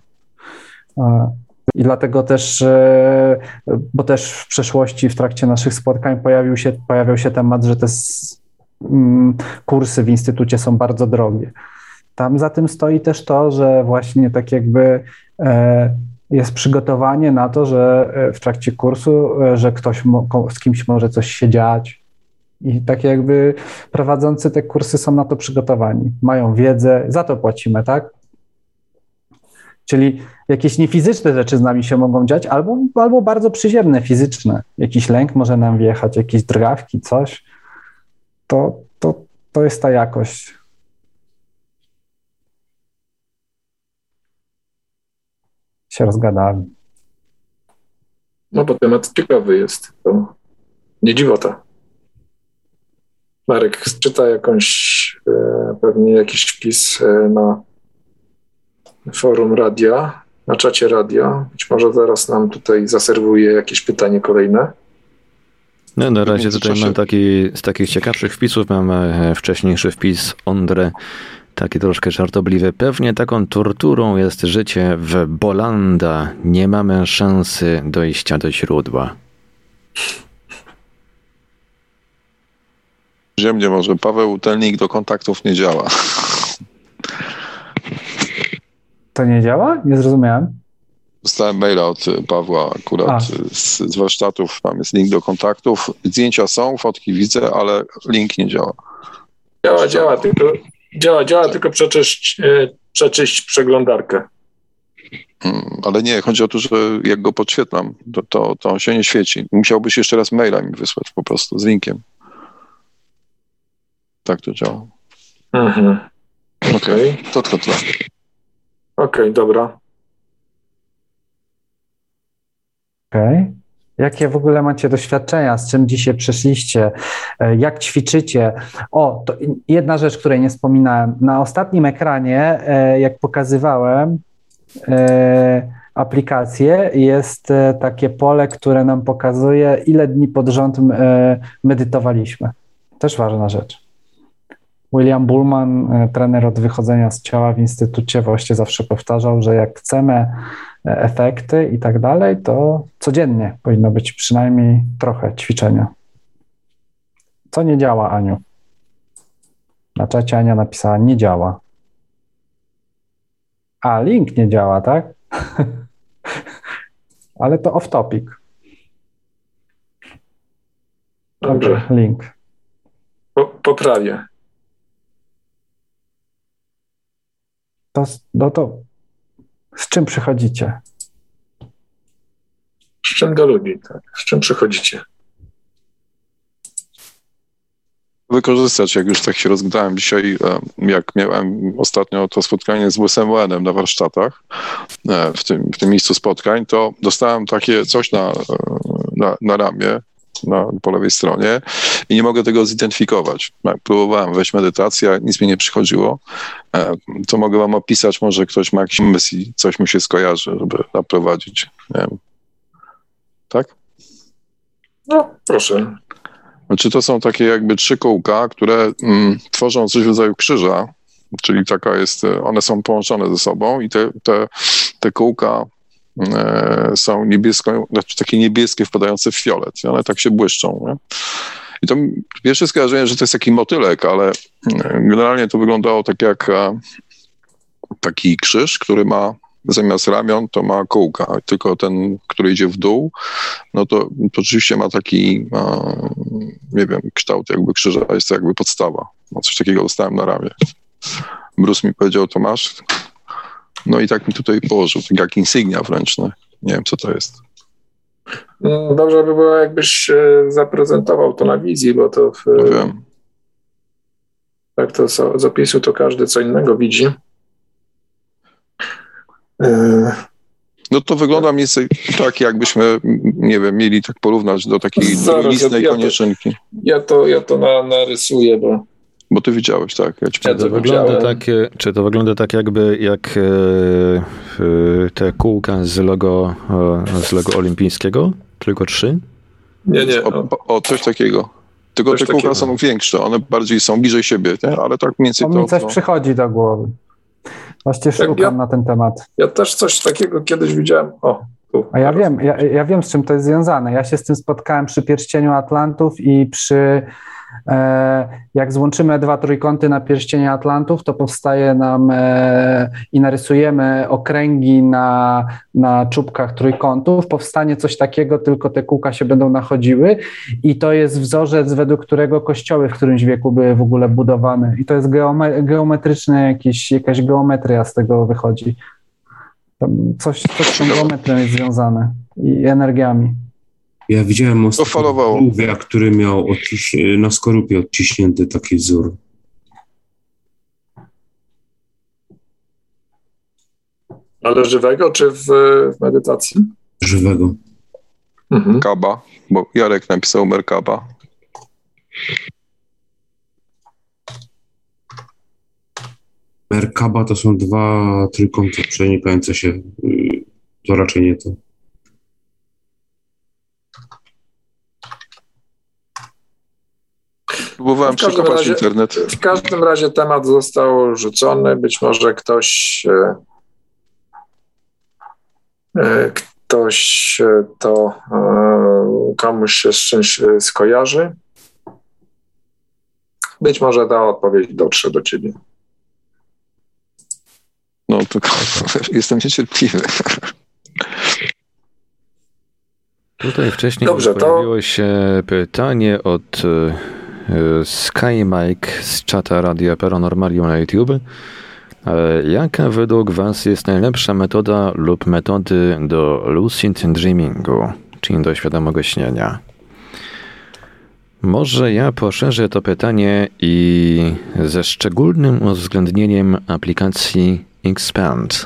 I dlatego też, bo też w przeszłości, w trakcie naszych spotkań pojawił się, pojawiał się temat, że te kursy w Instytucie są bardzo drogie. Tam za tym stoi też to, że właśnie tak jakby jest przygotowanie na to, że w trakcie kursu, że ktoś z kimś może coś się dziać i tak jakby prowadzący te kursy są na to przygotowani, mają wiedzę, za to płacimy, tak? Czyli jakieś niefizyczne rzeczy z nami się mogą dziać, albo, albo bardzo przyziemne, fizyczne. Jakiś lęk może nam wjechać, jakieś drgawki, coś. To, to, to jest ta jakość. Się rozgadali. No bo temat ciekawy jest. To nie dziwota. Marek czyta jakąś, e, pewnie jakiś wpis e, na forum radia, na czacie radia. Być może zaraz nam tutaj zaserwuje jakieś pytanie kolejne. No, na razie tutaj mam taki, z takich ciekawszych wpisów mam wcześniejszy wpis Ondre, taki troszkę żartobliwy. Pewnie taką torturą jest życie w Bolanda. Nie mamy szansy dojścia do źródła. Ziemnie może. Paweł, ten link do kontaktów nie działa. To nie działa? Nie zrozumiałem. Dostałem maila od Pawła akurat z, z warsztatów. Tam jest link do kontaktów. Zdjęcia są, fotki widzę, ale link nie działa. Działa, działa, tylko, działa, działa, tylko przeczyść, przeczyść przeglądarkę. Hmm, ale nie, chodzi o to, że jak go podświetlam, to, to, to on się nie świeci. Musiałbyś jeszcze raz maila mi wysłać po prostu z linkiem. Tak to działa. Mhm. Okej, okay. to tylko tyle. Okej, okay, dobra. Okej. Okay. Jakie w ogóle macie doświadczenia, z czym dzisiaj przeszliście, jak ćwiczycie? O, to jedna rzecz, której nie wspominałem. Na ostatnim ekranie, jak pokazywałem aplikację, jest takie pole, które nam pokazuje, ile dni pod rząd medytowaliśmy. Też ważna rzecz. William Bullman, trener od wychodzenia z ciała w Instytucie, właśnie zawsze powtarzał, że jak chcemy efekty i tak dalej, to codziennie powinno być przynajmniej trochę ćwiczenia. Co nie działa, Aniu? Na czacie Ania napisała, nie działa. A, link nie działa, tak? Ale to off topic. Dobrze. Link. Po, poprawię. To, no to z czym przychodzicie? Z czym do ludzi, tak? Z czym przychodzicie? Wykorzystać, jak już tak się rozgadałem dzisiaj, jak miałem ostatnio to spotkanie z Łysem Łanem na warsztatach, w tym, w tym miejscu spotkań, to dostałem takie coś na, na, na ramię, na, po lewej stronie i nie mogę tego zidentyfikować. Jak próbowałem wejść medytację, nic mi nie przychodziło, to mogę wam opisać, może ktoś ma jakiś pomysł i coś mu się skojarzy, żeby naprowadzić Nie wiem. Tak? No, proszę. Znaczy to są takie jakby trzy kółka, które mm, tworzą coś w rodzaju krzyża, czyli taka jest, one są połączone ze sobą i te, te, te kółka e, są niebiesko, znaczy takie niebieskie wpadające w fiolet i one tak się błyszczą. Nie? I to pierwsze skojarzenie, że to jest taki motylek, ale generalnie to wyglądało tak jak e, taki krzyż, który ma zamiast ramion to ma kółka, tylko ten, który idzie w dół, no to, to oczywiście ma taki, a, nie wiem, kształt jakby krzyża, jest to jakby podstawa. No coś takiego dostałem na ramię. Bruce mi powiedział, to masz? No i tak mi tutaj położył, tak jak insygnia wręcz, no. Nie wiem, co to jest. No, dobrze by było, jakbyś e, zaprezentował to na wizji, bo to w, no wiem. Tak to z opisu to każdy co innego widzi. No to wygląda mniej więcej tak, jakbyśmy, nie wiem, mieli tak porównać do takiej dwulistnej ja, konieczynki. Ja to, ja to, ja to na, narysuję, bo... Bo ty widziałeś, tak. Ja ci czy, to wygląda tak czy to wygląda tak jakby jak e, e, te kółka z logo, e, z logo olimpijskiego? Tylko trzy? Nie, nie. O, o coś takiego. Tylko coś te kółka takiego. Są większe, one bardziej są bliżej siebie, nie? Ale tak mniej więcej to... to... mi coś to... przychodzi do głowy. Właśnie szukam ja, na ten temat. Ja też coś takiego kiedyś widziałem. O, tu, A ja wiem, ja, ja wiem, z czym to jest związane. Ja się z tym spotkałem przy pierścieniu Atlantów i przy e, jak złączymy dwa trójkąty na pierścienie Atlantów, to powstaje nam e, i narysujemy okręgi na, na czubkach trójkątów, powstanie coś takiego, tylko te kółka się będą nachodziły i to jest wzorzec, według którego kościoły w którymś wieku były w ogóle budowane i to jest geome- geometryczne, jakieś, jakaś geometria z tego wychodzi. Tam coś, coś z tą geometrią jest związane i energiami. Ja widziałem ostatnio żółwia, który miał odciś- na skorupie odciśnięty taki wzór. Ale żywego czy w, w medytacji? Żywego. Mhm. Kaba, bo Jarek napisał Merkaba. Merkaba to są dwa trójkąty przenikające się. To raczej nie to. Próbowałem przekopać razie, internet. W każdym razie temat został rzucony. Być może ktoś e, ktoś to e, komuś się z czymś skojarzy. Być może ta odpowiedź dotrze do ciebie. No, tylko jestem niecierpliwy. Tutaj wcześniej Dobrze, pojawiło to... się pytanie od SkyMike z czata Radia Paranormalium na YouTube. Jaka według Was jest najlepsza metoda lub metody do lucid dreamingu, czyli do świadomego śnienia? Może ja poszerzę to pytanie i ze szczególnym uwzględnieniem aplikacji Expand.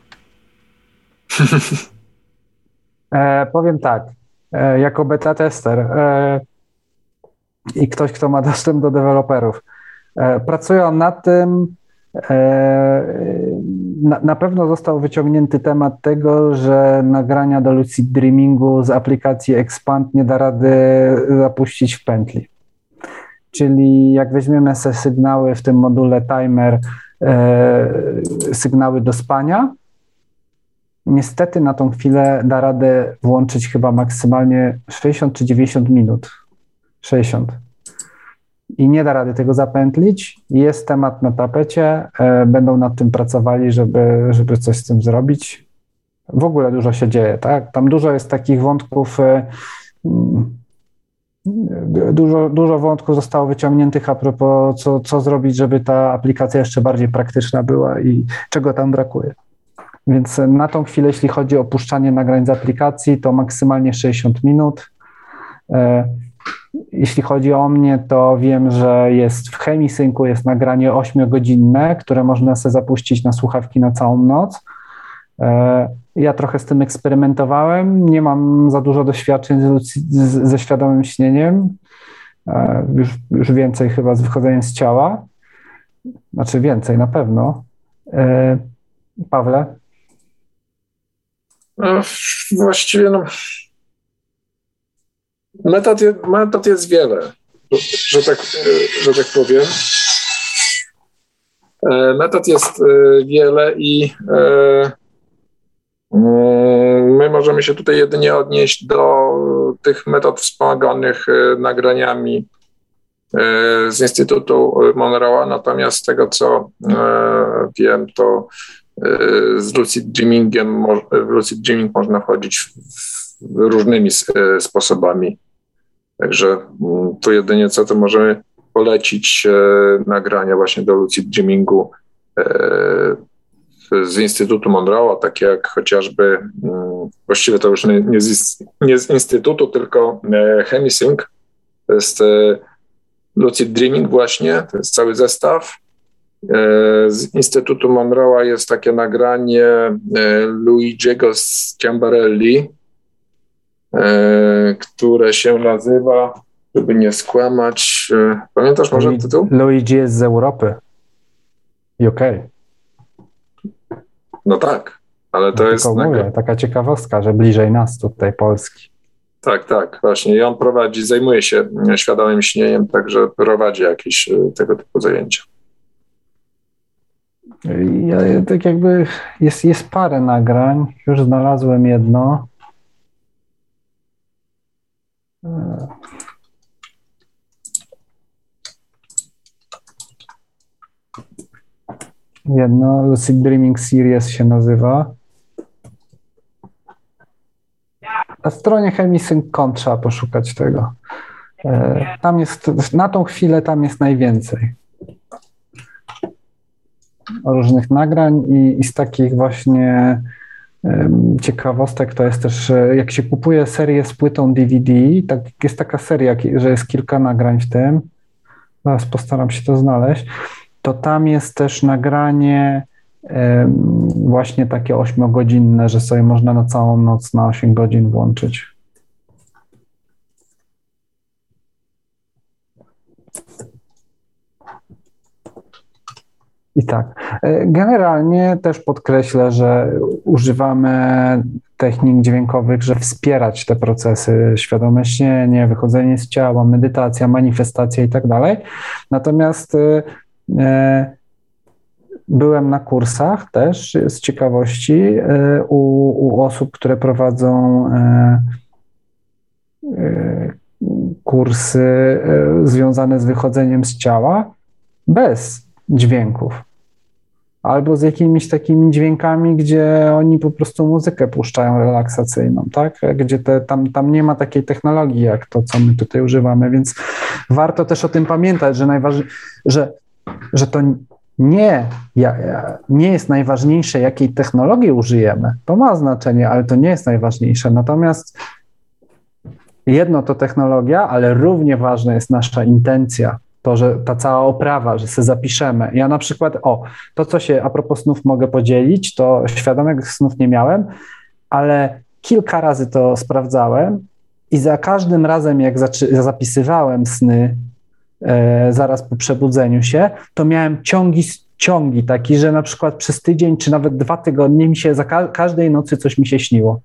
e, powiem tak, e, jako beta tester e, i ktoś, kto ma dostęp do deweloperów, e, pracują nad tym, e, na, na pewno został wyciągnięty temat tego, że nagrania do lucid dreamingu z aplikacji Expand nie da rady zapuścić w pętli. Czyli jak weźmiemy sobie sygnały w tym module timer, e, sygnały do spania, niestety na tą chwilę da radę włączyć chyba maksymalnie sześćdziesiąt czy dziewięćdziesiąt minut. sześćdziesiąt. I nie da rady tego zapętlić. Jest temat na tapecie, e, będą nad tym pracowali, żeby, żeby coś z tym zrobić. W ogóle dużo się dzieje, tak? Tam dużo jest takich wątków, e, Dużo, dużo wątków zostało wyciągniętych a propos, co, co zrobić, żeby ta aplikacja jeszcze bardziej praktyczna była i czego tam brakuje. Więc na tą chwilę, jeśli chodzi o opuszczanie nagrań z aplikacji, to maksymalnie sześćdziesiąt minut. Jeśli chodzi o mnie, to wiem, że jest w Chemisyncu jest nagranie ośmiogodzinne, które można sobie zapuścić na słuchawki na całą noc. Ja trochę z tym eksperymentowałem, nie mam za dużo doświadczeń z, z, ze świadomym śnieniem, już, już więcej chyba z wychodzeniem z ciała, znaczy więcej na pewno. Pawle? No, właściwie no, metod, je, metod jest wiele, że tak, że tak powiem. Metod jest wiele i my możemy się tutaj jedynie odnieść do tych metod wspomaganych nagraniami z Instytutu Monroe'a, natomiast z tego, co wiem, to z lucid dreamingiem, w lucid dreaming można wchodzić różnymi sposobami. Także to jedynie co, to możemy polecić nagrania właśnie do lucid dreamingu z Instytutu Monroe'a, takie jak chociażby, właściwie to już nie, nie, z, nie z Instytutu, tylko Hemisync. To jest lucid dreaming właśnie, to jest cały zestaw. Z Instytutu Monroe'a jest takie nagranie Luigiego Ciambarelli, które się nazywa, żeby nie skłamać, pamiętasz może Luigi, tytuł? Luigi jest z Europy, U K. No tak, ale to no jest... Tylko mówię, taka ciekawostka, że bliżej nas tutaj Polski. Tak, tak, właśnie. I on prowadzi, zajmuje się świadomym śnieniem, także prowadzi jakieś tego typu zajęcia. Ja, tak jakby jest, jest parę nagrań, już znalazłem jedno. Jedno, Lucid Dreaming Series się nazywa. Na stronie Hemisync kropka com trzeba poszukać tego. Tam jest, na tą chwilę tam jest najwięcej różnych nagrań i, i z takich właśnie um, ciekawostek to jest też, jak się kupuje serię z płytą D V D, tak jest taka seria, że jest kilka nagrań w tym, zaraz postaram się to znaleźć, to tam jest też nagranie um, właśnie takie ośmiogodzinne, że sobie można na całą noc na osiem godzin włączyć. I tak, generalnie też podkreślę, że używamy technik dźwiękowych, żeby wspierać te procesy, świadome śnienie, wychodzenie z ciała, medytacja, manifestacja i tak dalej. Natomiast e, byłem na kursach też z ciekawości e, u, u osób, które prowadzą e, e, kursy e, związane z wychodzeniem z ciała bez dźwięków. Albo z jakimiś takimi dźwiękami, gdzie oni po prostu muzykę puszczają relaksacyjną, tak? Gdzie te, tam, tam nie ma takiej technologii, jak to, co my tutaj używamy, więc warto też o tym pamiętać, że, najważ... że, że to nie, nie jest najważniejsze, jakiej technologii użyjemy. To ma znaczenie, ale to nie jest najważniejsze. Natomiast jedno to technologia, ale równie ważna jest nasza intencja. To, że ta cała oprawa, że sobie zapiszemy. Ja na przykład, o, to co się a propos snów mogę podzielić, to świadomych snów nie miałem, ale kilka razy to sprawdzałem i za każdym razem, jak zaczy- zapisywałem sny e, zaraz po przebudzeniu się, to miałem ciągi, ciągi taki, że na przykład przez tydzień czy nawet dwa tygodnie mi się za ka- każdej nocy coś mi się śniło.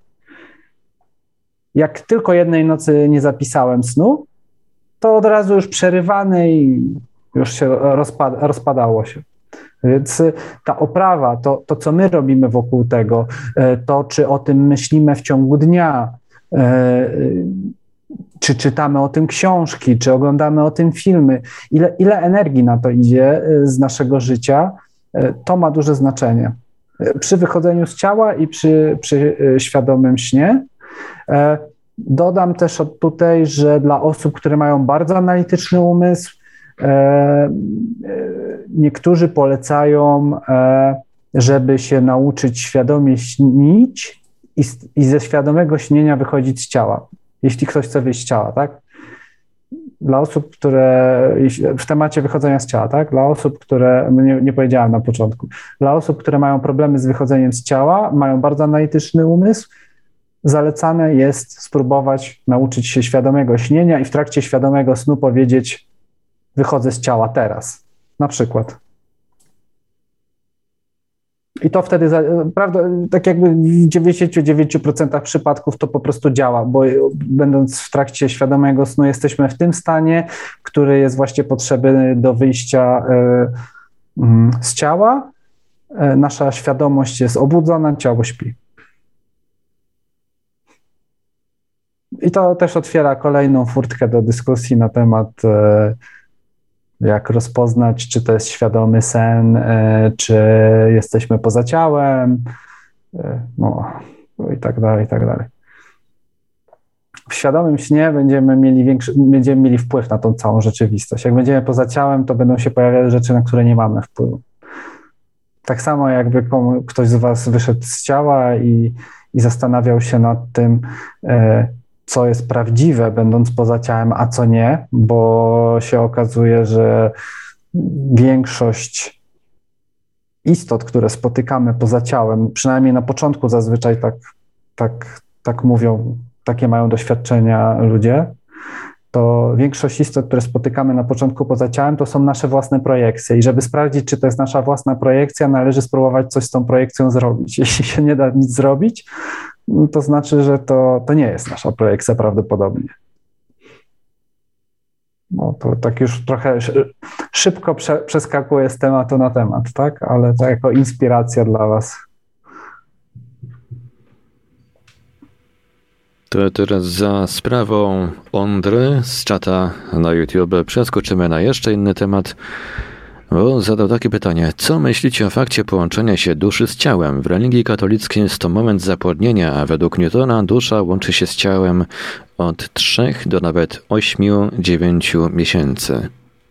Jak tylko jednej nocy nie zapisałem snu, to od razu już przerywany i już się rozpada, rozpadało się. Więc ta oprawa, to, to co my robimy wokół tego, to czy o tym myślimy w ciągu dnia, czy czytamy o tym książki, czy oglądamy o tym filmy, ile, ile energii na to idzie z naszego życia, to ma duże znaczenie. Przy wychodzeniu z ciała i przy, przy świadomym śnie. Dodam też od tutaj, że dla osób, które mają bardzo analityczny umysł, e, niektórzy polecają, e, żeby się nauczyć świadomie śnić i, i ze świadomego śnienia wychodzić z ciała, jeśli ktoś chce wyjść z ciała, tak? Dla osób, które w temacie wychodzenia z ciała, tak? Dla osób, które, nie, nie powiedziałem na początku, dla osób, które mają problemy z wychodzeniem z ciała, mają bardzo analityczny umysł, zalecane jest spróbować nauczyć się świadomego śnienia i w trakcie świadomego snu powiedzieć: wychodzę z ciała teraz, na przykład. I to wtedy, prawda, tak jakby w dziewięćdziesiąt dziewięć procent przypadków to po prostu działa, bo będąc w trakcie świadomego snu jesteśmy w tym stanie, który jest właśnie potrzebny do wyjścia z ciała. Nasza świadomość jest obudzona, ciało śpi. I to też otwiera kolejną furtkę do dyskusji na temat, jak rozpoznać, czy to jest świadomy sen, czy jesteśmy poza ciałem, no i tak dalej, i tak dalej. W świadomym śnie będziemy mieli większy, będziemy mieli wpływ na tą całą rzeczywistość. Jak będziemy poza ciałem, to będą się pojawiały rzeczy, na które nie mamy wpływu. Tak samo jakby komu, ktoś z was wyszedł z ciała i, i zastanawiał się nad tym, e, co jest prawdziwe, będąc poza ciałem, a co nie, bo się okazuje, że większość istot, które spotykamy poza ciałem, przynajmniej na początku zazwyczaj tak, tak, tak mówią, takie mają doświadczenia ludzie, to większość istot, które spotykamy na początku poza ciałem, to są nasze własne projekcje i żeby sprawdzić, czy to jest nasza własna projekcja, należy spróbować coś z tą projekcją zrobić. Jeśli się nie da nic zrobić, to znaczy, że to, to nie jest nasza projekcja prawdopodobnie. No to tak już trochę szybko prze, przeskakuję z tematu na temat, tak? Ale to jako inspiracja dla was. To teraz za sprawą Ondry z czata na YouTube przeskoczymy na jeszcze inny temat, bo zadał takie pytanie. Co myślicie o fakcie połączenia się duszy z ciałem? W religii katolickiej jest to moment zapłodnienia, a według Newtona dusza łączy się z ciałem od trzech do nawet ośmiu, dziewięciu miesięcy.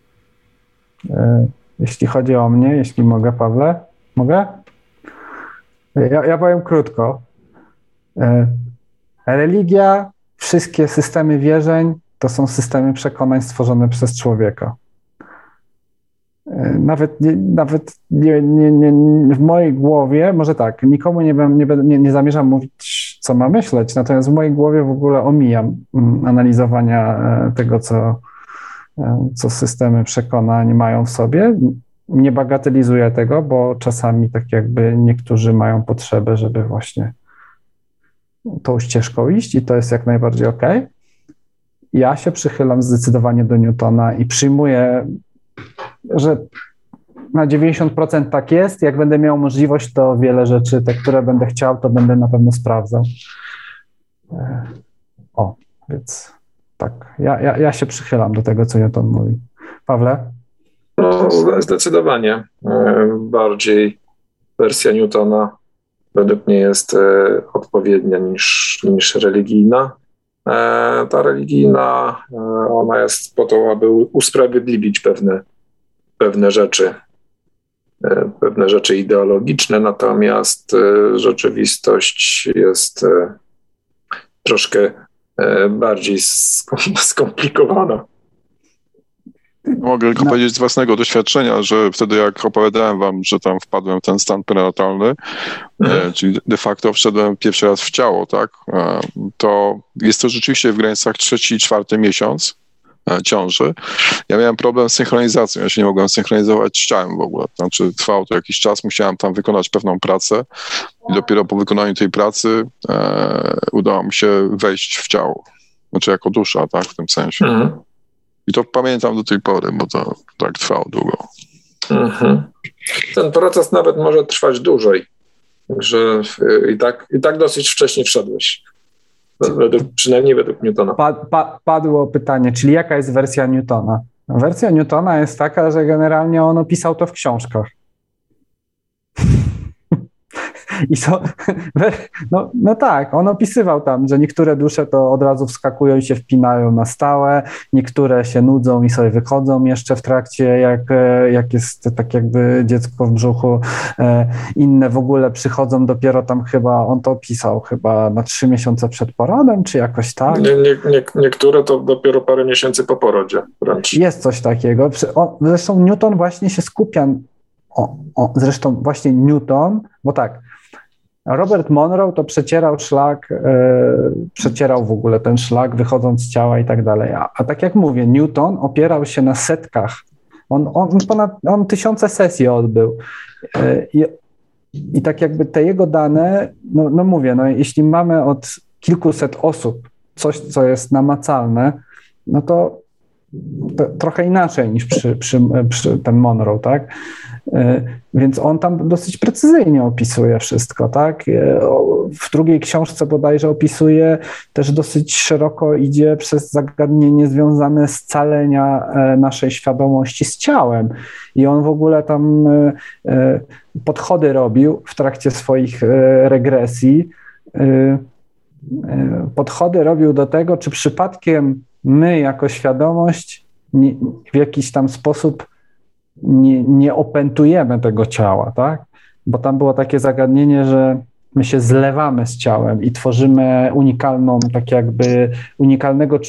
Jeśli chodzi o mnie, jeśli mogę, Pawle? Mogę? Ja, ja powiem krótko. Religia, wszystkie systemy wierzeń to są systemy przekonań stworzone przez człowieka. Nawet, nie, nawet nie, nie, nie, w mojej głowie, może tak, nikomu nie, nie, nie, nie zamierzam mówić, co ma myśleć, natomiast w mojej głowie w ogóle omijam analizowania tego, co, co systemy przekonań mają w sobie. Nie bagatelizuję tego, bo czasami tak jakby niektórzy mają potrzebę, żeby właśnie tą ścieżką iść i to jest jak najbardziej okej. Ja się przychylam zdecydowanie do Newtona i przyjmuję, że na dziewięćdziesiąt procent tak jest. Jak będę miał możliwość, to wiele rzeczy, te, które będę chciał, to będę na pewno sprawdzał. O, więc tak, ja, ja, ja się przychylam do tego, co Newton mówi. Pawle? No, zdecydowanie. Bardziej wersja Newtona według mnie jest odpowiednia niż, niż religijna. Ta religijna, ona jest po to, aby usprawiedliwić pewne, pewne rzeczy, pewne rzeczy ideologiczne, natomiast rzeczywistość jest troszkę bardziej skomplikowana. Mogę tylko no. powiedzieć z własnego doświadczenia, że wtedy jak opowiadałem wam, że tam wpadłem w ten stan prenatalny, mhm. e, czyli de facto wszedłem pierwszy raz w ciało, tak, e, to jest to rzeczywiście w granicach trzeci i czwarty miesiąc e, ciąży. Ja miałem problem z synchronizacją, ja się nie mogłem synchronizować z ciałem w ogóle. Znaczy trwało to jakiś czas, musiałem tam wykonać pewną pracę i dopiero po wykonaniu tej pracy e, udało mi się wejść w ciało. Znaczy jako dusza, tak, w tym sensie. Mhm. I to pamiętam do tej pory, bo to tak trwało długo. Mhm. Ten proces nawet może trwać dłużej. Także i tak, i tak dosyć wcześnie wszedłeś. Według, przynajmniej według Newtona. Pa, pa, padło pytanie, czyli jaka jest wersja Newtona? Wersja Newtona jest taka, że generalnie on opisał to w książkach. I to, no, no tak, on opisywał tam, że niektóre dusze to od razu wskakują i się wpinają na stałe, niektóre się nudzą i sobie wychodzą jeszcze w trakcie, jak, jak jest tak jakby dziecko w brzuchu, inne w ogóle przychodzą dopiero tam chyba, on to opisał chyba na trzy miesiące przed porodem, czy jakoś tak? Nie, nie, nie, niektóre to dopiero parę miesięcy po porodzie wręcz. Jest coś takiego, on, zresztą Newton właśnie się skupia, o, o, zresztą właśnie Newton, bo tak, Robert Monroe to przecierał szlak, yy, przecierał w ogóle ten szlak, wychodząc z ciała i tak dalej. A, a tak jak mówię, Newton opierał się na setkach. On, on, ponad, on tysiące sesji odbył. Yy, I tak jakby te jego dane, no, no mówię, no jeśli mamy od kilkuset osób coś, co jest namacalne, no to, to trochę inaczej niż przy, przy, przy ten Monroe, tak? Więc on tam dosyć precyzyjnie opisuje wszystko, tak? W drugiej książce bodajże opisuje też dosyć szeroko, idzie przez zagadnienie związane z scalenia naszej świadomości z ciałem. I on w ogóle tam podchody robił w trakcie swoich regresji. Podchody robił do tego, czy przypadkiem my jako świadomość nie, w jakiś tam sposób nie, nie opętujemy tego ciała, tak? Bo tam było takie zagadnienie, że my się zlewamy z ciałem i tworzymy unikalną, tak jakby unikalnego,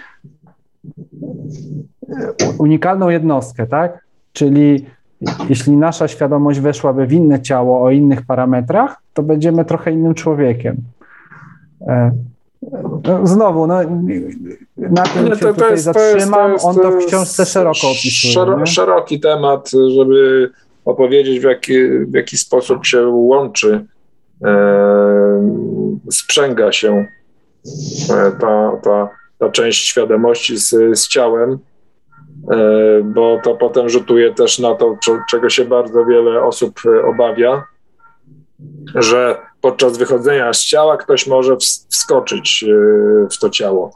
unikalną jednostkę, tak? Czyli jeśli nasza świadomość weszłaby w inne ciało o innych parametrach, to będziemy trochę innym człowiekiem. No, znowu, no, na tym się to, to tutaj jest, zatrzymam, to jest, on to to w jest książce szeroko opisuje. Szero, szeroki temat, żeby opowiedzieć, w jaki, w jaki sposób się łączy, e, sprzęga się e, ta, ta, ta część świadomości z, z ciałem, e, bo to potem rzutuje też na to, czego się bardzo wiele osób obawia, że podczas wychodzenia z ciała ktoś może wskoczyć w to ciało.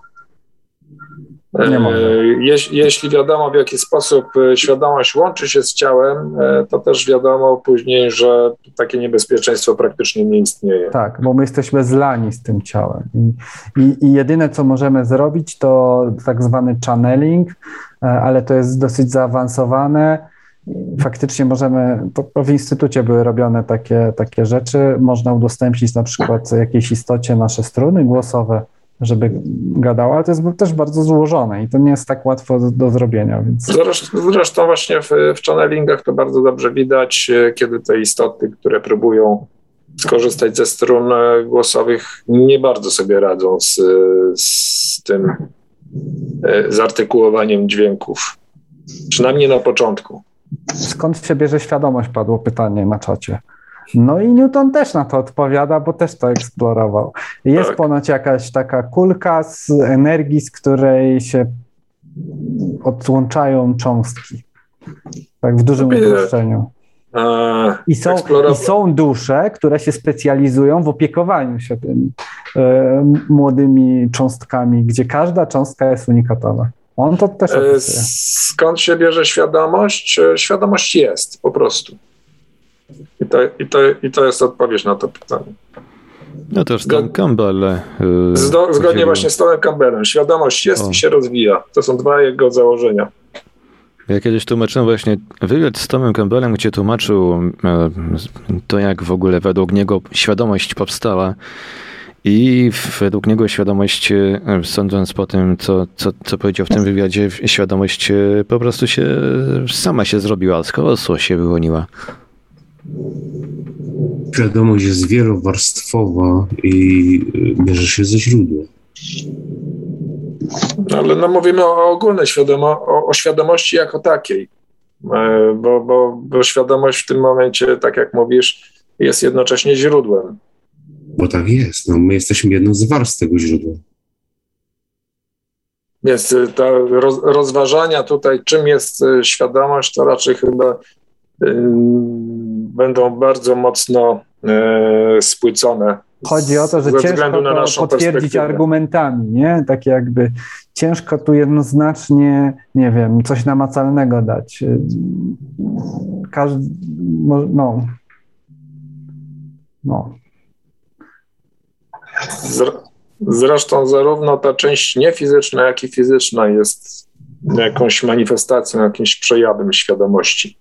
Nie może. Jeśli, jeśli wiadomo, w jaki sposób świadomość łączy się z ciałem, to też wiadomo później, że takie niebezpieczeństwo praktycznie nie istnieje. Tak, bo my jesteśmy zlani z tym ciałem. I, i, i jedyne, co możemy zrobić, to tak zwany channeling, ale to jest dosyć zaawansowane. Faktycznie możemy, to, to w instytucie były robione takie, takie rzeczy, można udostępnić na przykład jakiejś istocie nasze struny głosowe, żeby gadała, ale to jest też bardzo złożone i to nie jest tak łatwo do, do zrobienia. Więc... Zresztą, zresztą właśnie w, w channelingach to bardzo dobrze widać, kiedy te istoty, które próbują skorzystać ze strun głosowych, nie bardzo sobie radzą z, z tym zartykułowaniem dźwięków, przynajmniej na początku. Skąd się bierze świadomość, padło pytanie na czacie. No i Newton też na to odpowiada, bo też to eksplorował. Jest tak. Ponoć jakaś taka kulka z energii, z której się odłączają cząstki. Tak w dużym uproszczeniu. I są, I są dusze, które się specjalizują w opiekowaniu się tymi e, młodymi cząstkami, gdzie każda cząstka jest unikatowa. On to też opisuje. Skąd się bierze świadomość? Świadomość jest, po prostu. I to, i to, i to jest odpowiedź na to pytanie. No też Tom Campbell. Yy, Zdo, zgodnie udzielił... właśnie z Tomem Campbellem. Świadomość jest o. i się rozwija. To są dwa jego założenia. Ja kiedyś tłumaczyłem właśnie wywiad z Tomem Campbellem, gdzie tłumaczył e, to, jak w ogóle według niego świadomość powstała. I według niego świadomość, sądząc po tym, co, co, co powiedział w tym wywiadzie, świadomość po prostu się sama się zrobiła, z chaosu się wyłoniła. Świadomość jest wielowarstwowa i bierze się ze źródła. Ale no mówimy o ogólnej świadomo- o, o świadomości jako takiej, bo, bo, bo świadomość w tym momencie, tak jak mówisz, jest jednocześnie źródłem. Bo tak jest, no my jesteśmy jedną z warstw tego źródła. Więc te roz, rozważania tutaj, czym jest świadomość, to raczej chyba y, będą bardzo mocno y, spłycone. Chodzi o to, że ciężko to potwierdzić argumentami, nie? Tak jakby ciężko tu jednoznacznie, nie wiem, coś namacalnego dać. Każdy, no, no. Zresztą zarówno ta część niefizyczna, jak i fizyczna jest jakąś manifestacją, jakimś przejawem świadomości.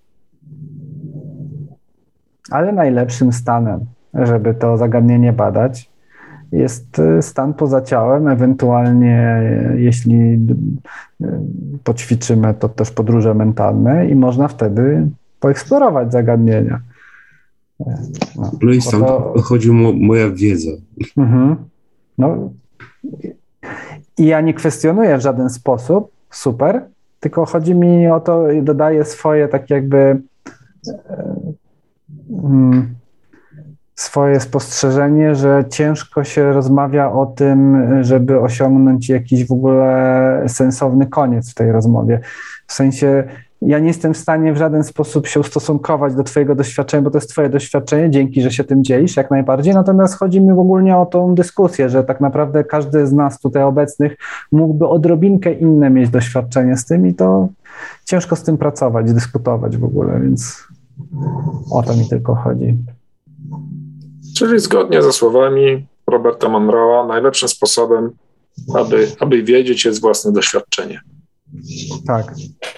Ale najlepszym stanem, żeby to zagadnienie badać, jest stan poza ciałem, ewentualnie jeśli poćwiczymy, to też podróże mentalne i można wtedy poeksplorować zagadnienia. No, no i stąd to... chodzi mo- moja wiedza. Mhm. No. I ja nie kwestionuję w żaden sposób, super, tylko chodzi mi o to i dodaję swoje tak jakby um, twoje spostrzeżenie, że ciężko się rozmawia o tym, żeby osiągnąć jakiś w ogóle sensowny koniec w tej rozmowie. W sensie ja nie jestem w stanie w żaden sposób się ustosunkować do twojego doświadczenia, bo to jest twoje doświadczenie, dzięki, że się tym dzielisz, jak najbardziej. Natomiast chodzi mi ogólnie o tą dyskusję, że tak naprawdę każdy z nas tutaj obecnych mógłby odrobinkę inne mieć doświadczenie z tym i to ciężko z tym pracować, dyskutować w ogóle, więc o to mi tylko chodzi. Czyli zgodnie ze słowami Roberta Monroe'a, najlepszym sposobem, aby, aby wiedzieć, jest własne doświadczenie. Tak.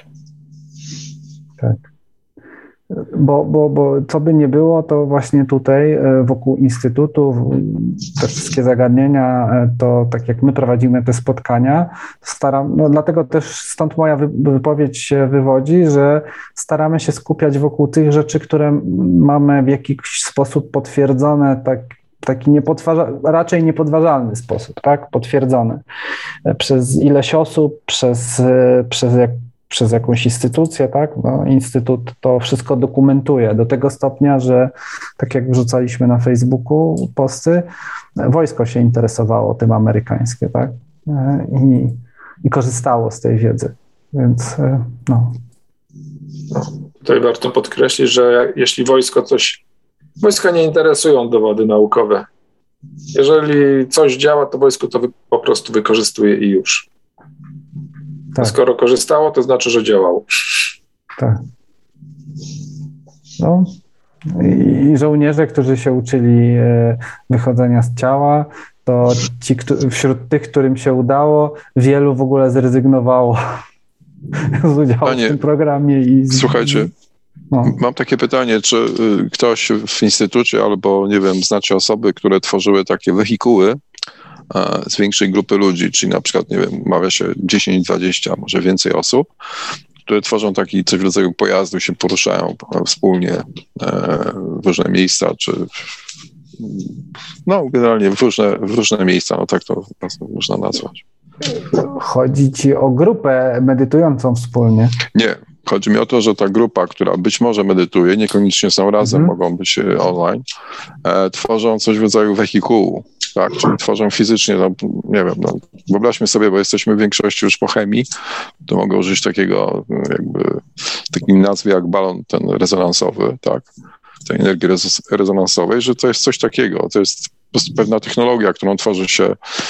Tak. Bo, bo, bo co by nie było, to właśnie tutaj wokół Instytutu te wszystkie zagadnienia, to tak jak my prowadzimy te spotkania, staram, no dlatego też stąd moja wypowiedź się wywodzi, że staramy się skupiać wokół tych rzeczy, które mamy w jakiś sposób potwierdzone, tak taki niepodważa, raczej niepodważalny sposób, tak, potwierdzone przez ileś osób, przez, przez jak przez jakąś instytucję, tak? No, Instytut to wszystko dokumentuje do tego stopnia, że tak jak wrzucaliśmy na Facebooku posty, wojsko się interesowało tym amerykańskie, tak? I, i korzystało z tej wiedzy, więc no. no. Tutaj warto podkreślić, że jeśli wojsko coś, wojska nie interesują dowody naukowe. Jeżeli coś działa, to wojsko to wy, po prostu wykorzystuje i już. Tak. Skoro korzystało, to znaczy, że działało. Tak. No. I żołnierze, którzy się uczyli wychodzenia z ciała, to ci, wśród tych, którym się udało, wielu w ogóle zrezygnowało z udziału Panie, w tym programie. I z... Słuchajcie, no. Mam takie pytanie, czy ktoś w instytucie albo, nie wiem, znacie osoby, które tworzyły takie wehikuły z większej grupy ludzi, czyli na przykład, nie wiem, umawia się dziesięć, dwadzieścia, może więcej osób, które tworzą taki coś w rodzaju pojazdu, się poruszają wspólnie w różne miejsca, czy no generalnie w różne, w różne miejsca, no tak to można nazwać. Chodzi ci o grupę medytującą wspólnie? Nie. Chodzi mi o to, że ta grupa, która być może medytuje, niekoniecznie są razem, mhm. mogą być online, e, tworzą coś w rodzaju wehikułu, tak, czyli tworzą fizycznie, no, nie wiem, no, wyobraźmy sobie, bo jesteśmy w większości już po chemii, to mogę użyć takiego jakby, takim nazwie jak balon ten rezonansowy, tak, tej energii rezonansowej, że to jest coś takiego, to jest po prostu pewna technologia, którą tworzy się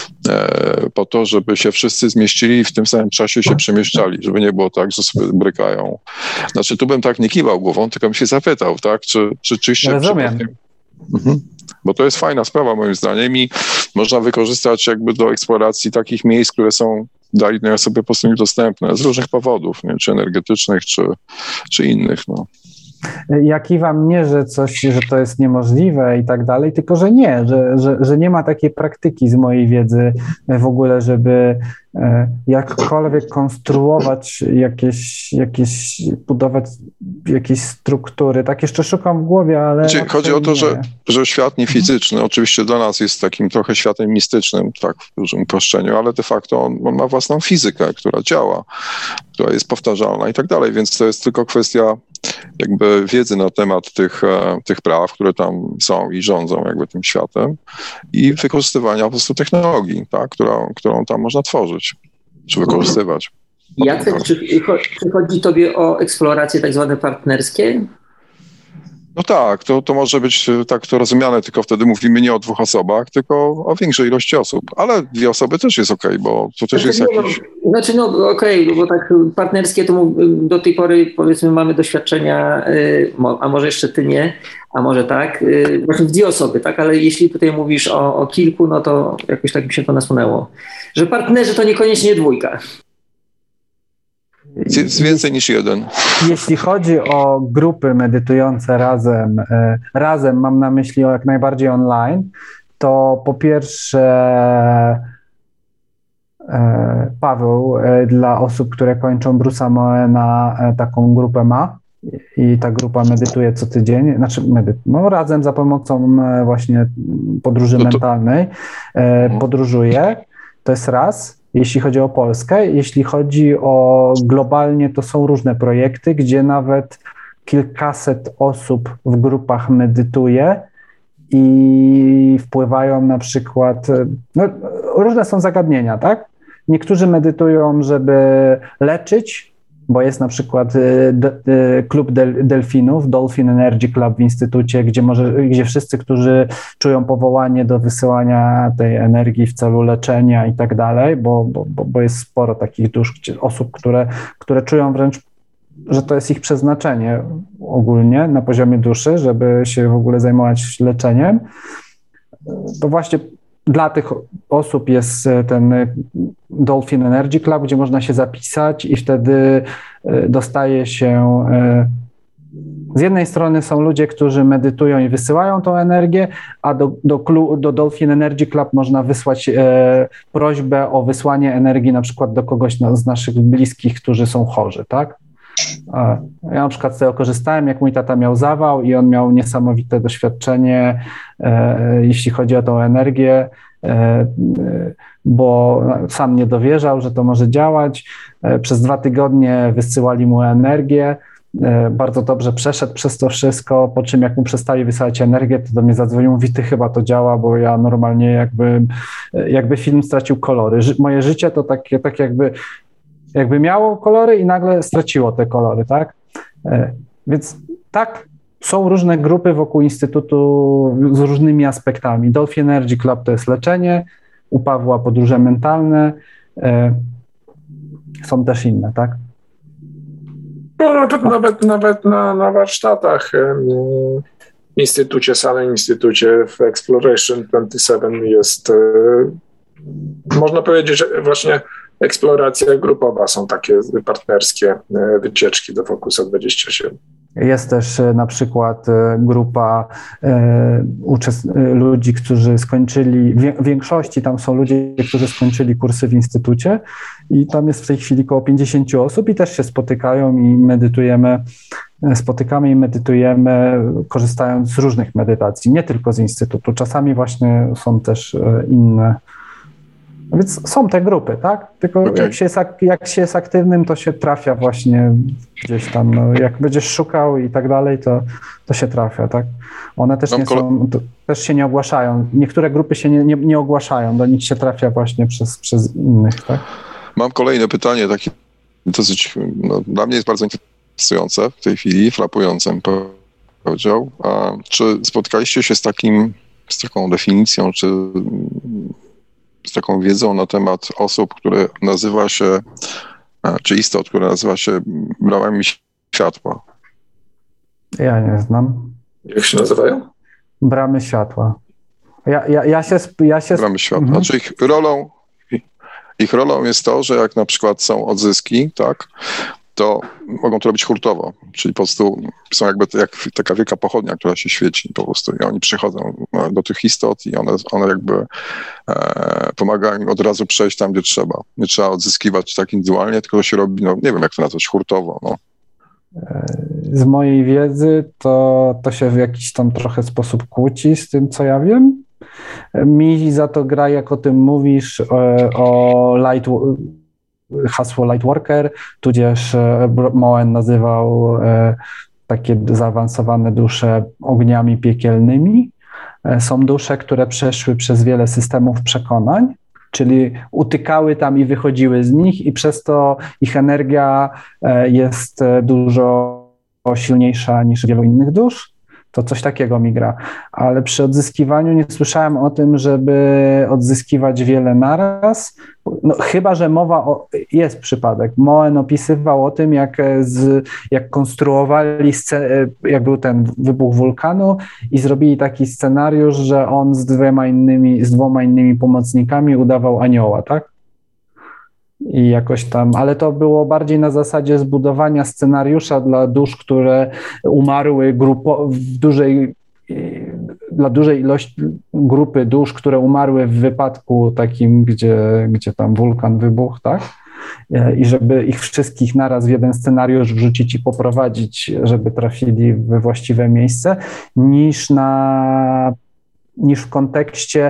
e, po to, żeby się wszyscy zmieścili i w tym samym czasie się przemieszczali, żeby nie było tak, że sobie brykają. Znaczy, tu bym tak nie kiwał głową, tylko bym się zapytał, tak, czy rzeczywiście... Rozumiem. Mhm. Bo to jest fajna sprawa moim zdaniem i można wykorzystać jakby do eksploracji takich miejsc, które są dla innej osoby po prostu niedostępne z różnych powodów, nie? Czy energetycznych, czy, czy innych, no. Ja kiwam nie, że coś, że to jest niemożliwe i tak dalej, tylko że nie, że, że, że nie ma takiej praktyki z mojej wiedzy w ogóle, żeby jakkolwiek konstruować jakieś, jakieś budować jakieś struktury. Tak jeszcze szukam w głowie, ale... Znaczy, chodzi o to, że, że świat niefizyczny oczywiście dla nas jest takim trochę światem mistycznym, tak w dużym uproszczeniu, ale de facto on, on ma własną fizykę, która działa, która jest powtarzalna i tak dalej, więc to jest tylko kwestia jakby wiedzy na temat tych, tych praw, które tam są i rządzą jakby tym światem i wykorzystywania po prostu technologii, tak, którą, którą tam można tworzyć, czy wykorzystywać. Jacek, czy, czy chodzi tobie o eksploracje tak zwane partnerskie? No tak, to, to może być tak to rozumiane, tylko wtedy mówimy nie o dwóch osobach, tylko o większej ilości osób. Ale dwie osoby też jest okej, okay, bo to też znaczy, jest no, jakiś... Znaczy no okej, okay, bo tak partnerskie to do tej pory powiedzmy mamy doświadczenia, a może jeszcze ty nie, a może tak, właśnie w dwie osoby, tak, ale jeśli tutaj mówisz o, o kilku, no to jakoś tak mi się to nasunęło, że partnerzy to niekoniecznie dwójka. Jest więcej niż jeden. Jeśli chodzi o grupy medytujące razem, razem mam na myśli o jak najbardziej online, to po pierwsze Paweł dla osób, które kończą Bruce'a Moena taką grupę ma i ta grupa medytuje co tydzień, znaczy medy- no, razem za pomocą właśnie podróży no to... mentalnej podróżuje, to jest raz. Jeśli chodzi o Polskę, jeśli chodzi o globalnie, to są różne projekty, gdzie nawet kilkaset osób w grupach medytuje i wpływają na przykład, no, różne są zagadnienia, tak? Niektórzy medytują, żeby leczyć, bo jest na przykład de, de, klub del, delfinów, Dolphin Energy Club w instytucie, gdzie, może, gdzie wszyscy, którzy czują powołanie do wysyłania tej energii w celu leczenia i tak dalej, bo, bo, bo jest sporo takich dusz, gdzie, osób, które, które czują wręcz, że to jest ich przeznaczenie ogólnie na poziomie duszy, żeby się w ogóle zajmować leczeniem, to właśnie dla tych osób jest ten Dolphin Energy Club, gdzie można się zapisać i wtedy dostaje się... Z jednej strony są ludzie, którzy medytują i wysyłają tą energię, a do, do, do Dolphin Energy Club można wysłać e, prośbę o wysłanie energii na przykład do kogoś z naszych bliskich, którzy są chorzy, tak? Ja na przykład z tego korzystałem, jak mój tata miał zawał i on miał niesamowite doświadczenie, e, jeśli chodzi o tą energię, e, bo sam nie dowierzał, że to może działać. E, przez dwa tygodnie wysyłali mu energię, e, bardzo dobrze przeszedł przez to wszystko, po czym jak mu przestali wysyłać energię, to do mnie zadzwonił, mówi, ty chyba to działa, bo ja normalnie jakby, jakby film stracił kolory. Ży- moje życie to tak, tak jakby jakby miało kolory i nagle straciło te kolory, tak? Więc tak, są różne grupy wokół Instytutu z różnymi aspektami. Dolphin Energy Club to jest leczenie, u Pawła podróże mentalne, są też inne, tak? No nawet, nawet, nawet na, na warsztatach w Instytucie, samym Instytucie w Exploration dwadzieścia siedem jest, można powiedzieć, że właśnie eksploracja grupowa, są takie partnerskie wycieczki do Focusa dwadzieścia siedem. Jest też na przykład grupa e, uczest- ludzi, którzy skończyli, w większości tam są ludzie, którzy skończyli kursy w Instytucie i tam jest w tej chwili około pięćdziesiąt osób i też się spotykają i medytujemy, spotykamy i medytujemy, korzystając z różnych medytacji, nie tylko z Instytutu, czasami właśnie są też inne. Więc są te grupy, tak? Tylko okay. jak, się jest, jak się jest aktywnym, to się trafia właśnie gdzieś tam. No, jak będziesz szukał i tak dalej, to, to się trafia, tak? One też, nie są, też się nie ogłaszają. Niektóre grupy się nie, nie, nie ogłaszają, do nich się trafia właśnie przez, przez innych, tak? Mam kolejne pytanie, takie dosyć, no, dla mnie jest bardzo interesujące w tej chwili, frapujące, bym powiedział. A czy spotkaliście się z takim, z taką definicją, czy z taką wiedzą na temat osób, które nazywa się, czy istot, które nazywa się bramami światła? Ja nie znam. Jak się nazywają? Bramy światła. Ja, ja, ja się... Ja się... Bramy światła. Mhm. Znaczy ich rolą, ich rolą jest to, że jak na przykład są odzyski, tak, to mogą to robić hurtowo, czyli po prostu są jakby jak taka wielka pochodnia, która się świeci po prostu i oni przychodzą do tych istot i one, one jakby e, pomagają im od razu przejść tam, gdzie trzeba. Nie trzeba odzyskiwać tak indywidualnie, tylko to się robi, no nie wiem jak to nazwać, hurtowo. No. Z mojej wiedzy to, to się w jakiś tam trochę sposób kłóci z tym, co ja wiem. Mi za to gra, jak o tym mówisz, o, o light... hasło Lightworker, tudzież Moen nazywał takie zaawansowane dusze ogniami piekielnymi. Są dusze, które przeszły przez wiele systemów przekonań, czyli utykały tam i wychodziły z nich i przez to ich energia jest dużo silniejsza niż wielu innych dusz. To coś takiego mi gra. Ale przy odzyskiwaniu nie słyszałem o tym, żeby odzyskiwać wiele naraz. No, chyba że mowa o... Jest przypadek. Moen opisywał o tym, jak, z, jak konstruowali, sce, jak był ten wybuch wulkanu i zrobili taki scenariusz, że on z dwiema innymi, z dwoma innymi pomocnikami udawał anioła, tak? I jakoś tam, ale to było bardziej na zasadzie zbudowania scenariusza dla dusz, które umarły grupo, w dużej, dla dużej ilości grupy dusz, które umarły w wypadku takim, gdzie, gdzie tam wulkan wybuchł, tak? I żeby ich wszystkich naraz w jeden scenariusz wrzucić i poprowadzić, żeby trafili we właściwe miejsce, niż na, niż w kontekście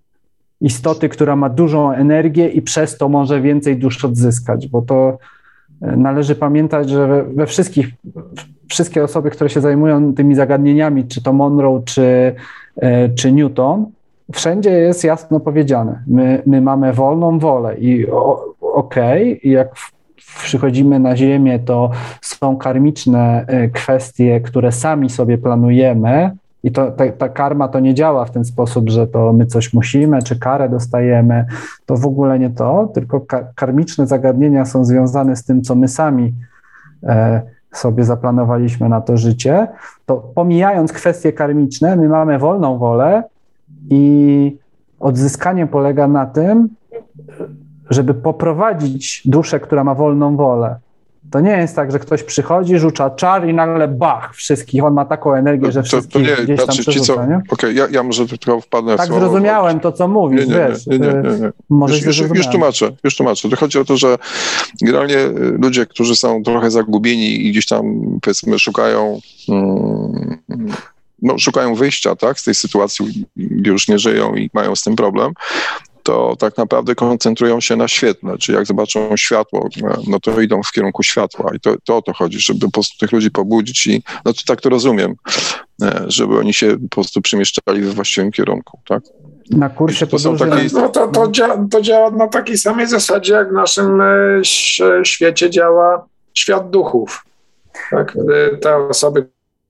istoty, która ma dużą energię i przez to może więcej dusz odzyskać, bo to należy pamiętać, że we, we wszystkich, wszystkie osoby, które się zajmują tymi zagadnieniami, czy to Monroe, czy, czy Newton, wszędzie jest jasno powiedziane. My, my mamy wolną wolę i okej, okay, jak przychodzimy na Ziemię, to są karmiczne kwestie, które sami sobie planujemy i to, ta, ta karma to nie działa w ten sposób, że to my coś musimy, czy karę dostajemy, to w ogóle nie to, tylko ka- karmiczne zagadnienia są związane z tym, co my sami e, sobie zaplanowaliśmy na to życie, to pomijając kwestie karmiczne, my mamy wolną wolę i odzyskanie polega na tym, żeby poprowadzić duszę, która ma wolną wolę. To nie jest tak, że ktoś przychodzi, rzuca czar i nagle bach, wszystkich, on ma taką energię, że wszystkich to, to nie, gdzieś tam znaczy, przerzuca, nie? Okej, okay, ja, ja może tylko wpadnę tak w słowo. Tak zrozumiałem to, co mówisz, nie, nie, wiesz. Nie, nie, nie, nie. Może już, już, już tłumaczę, już tłumaczę. To chodzi o to, że generalnie ludzie, którzy są trochę zagubieni i gdzieś tam, powiedzmy, szukają hmm, no, szukają wyjścia, tak, z tej sytuacji, gdzie już nie żyją i mają z tym problem, to tak naprawdę koncentrują się na świetle, czyli jak zobaczą światło, no to idą w kierunku światła i to, to o to chodzi, żeby po prostu tych ludzi pobudzić i, no to tak to rozumiem, żeby oni się po prostu przemieszczali we właściwym kierunku, tak? Na kursie to są takie... No to, to, dzia- to działa na takiej samej zasadzie, jak w naszym świecie działa świat duchów, tak? Te osoby,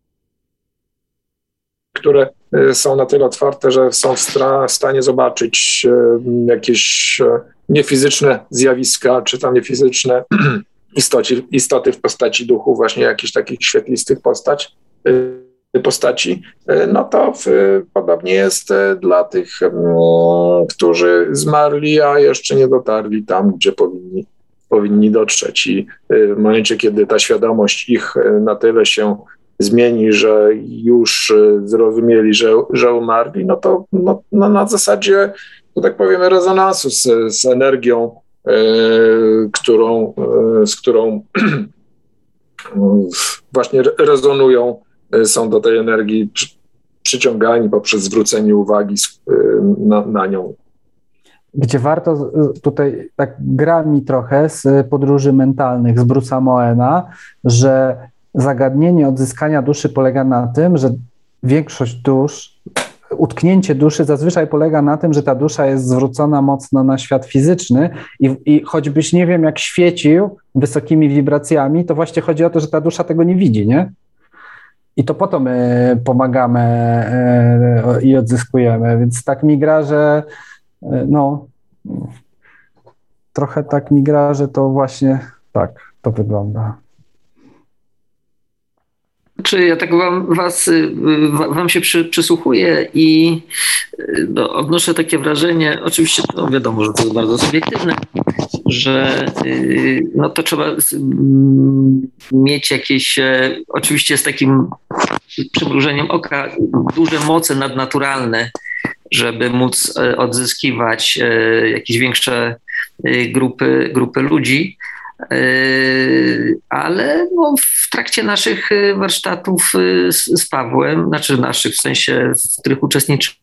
które są na tyle otwarte, że są w, stra- w stanie zobaczyć jakieś niefizyczne zjawiska, czy tam niefizyczne istoci, istoty w postaci duchów, właśnie jakichś takich świetlistych postać, postaci, no to w, podobnie jest dla tych, którzy zmarli, a jeszcze nie dotarli tam, gdzie powinni, powinni dotrzeć. I w momencie, kiedy ta świadomość ich na tyle się zmieni, że już zrozumieli, że, że umarli, no to no, no na zasadzie, że tak powiem, rezonansu z, z energią, e, którą, e, z którą właśnie rezonują, są do tej energii przy, przyciągani poprzez zwrócenie uwagi na, na nią. Gdzie warto, tutaj tak gra mi trochę z podróży mentalnych, z Bruce'a Moena, że zagadnienie odzyskania duszy polega na tym, że większość dusz, utknięcie duszy zazwyczaj polega na tym, że ta dusza jest zwrócona mocno na świat fizyczny i, i choćbyś nie wiem jak świecił wysokimi wibracjami, to właśnie chodzi o to, że ta dusza tego nie widzi, nie? I to po to my pomagamy i odzyskujemy, więc tak mi gra, że no trochę tak mi gra, że to właśnie tak to wygląda. Czy ja tak wam, was, wam się przy, przysłuchuję i no, odnoszę takie wrażenie, oczywiście no, wiadomo, że to jest bardzo subiektywne, że no, to trzeba mieć jakieś, oczywiście z takim przymrużeniem oka, duże moce nadnaturalne, żeby móc odzyskiwać jakieś większe grupy, grupy ludzi. Ale no, w trakcie naszych warsztatów z, z Pawłem, znaczy naszych w sensie, w których uczestniczyłem,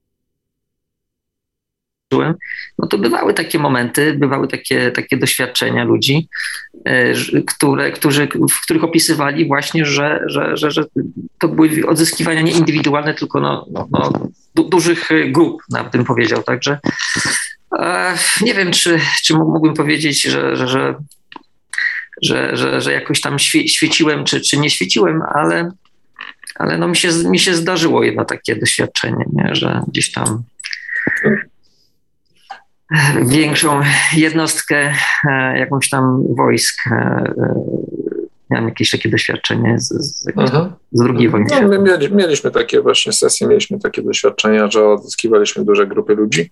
no to bywały takie momenty, bywały takie, takie doświadczenia ludzi, które, którzy, w których opisywali właśnie, że, że, że, że to były odzyskiwania nie indywidualne, tylko no, no, no, du, dużych grup, nawet bym powiedział. Także e, nie wiem, czy, czy mógłbym powiedzieć, że, że, że Że, że, że jakoś tam świe, świeciłem, czy, czy nie świeciłem, ale, ale no mi, się, mi się zdarzyło jedno takie doświadczenie, nie? Że gdzieś tam większą jednostkę, jakąś tam wojsk, miałem jakieś takie doświadczenie z, z, mhm. z drugiej wojny. No, my mieli, mieliśmy takie właśnie sesje, mieliśmy takie doświadczenia, że odzyskiwaliśmy duże grupy ludzi.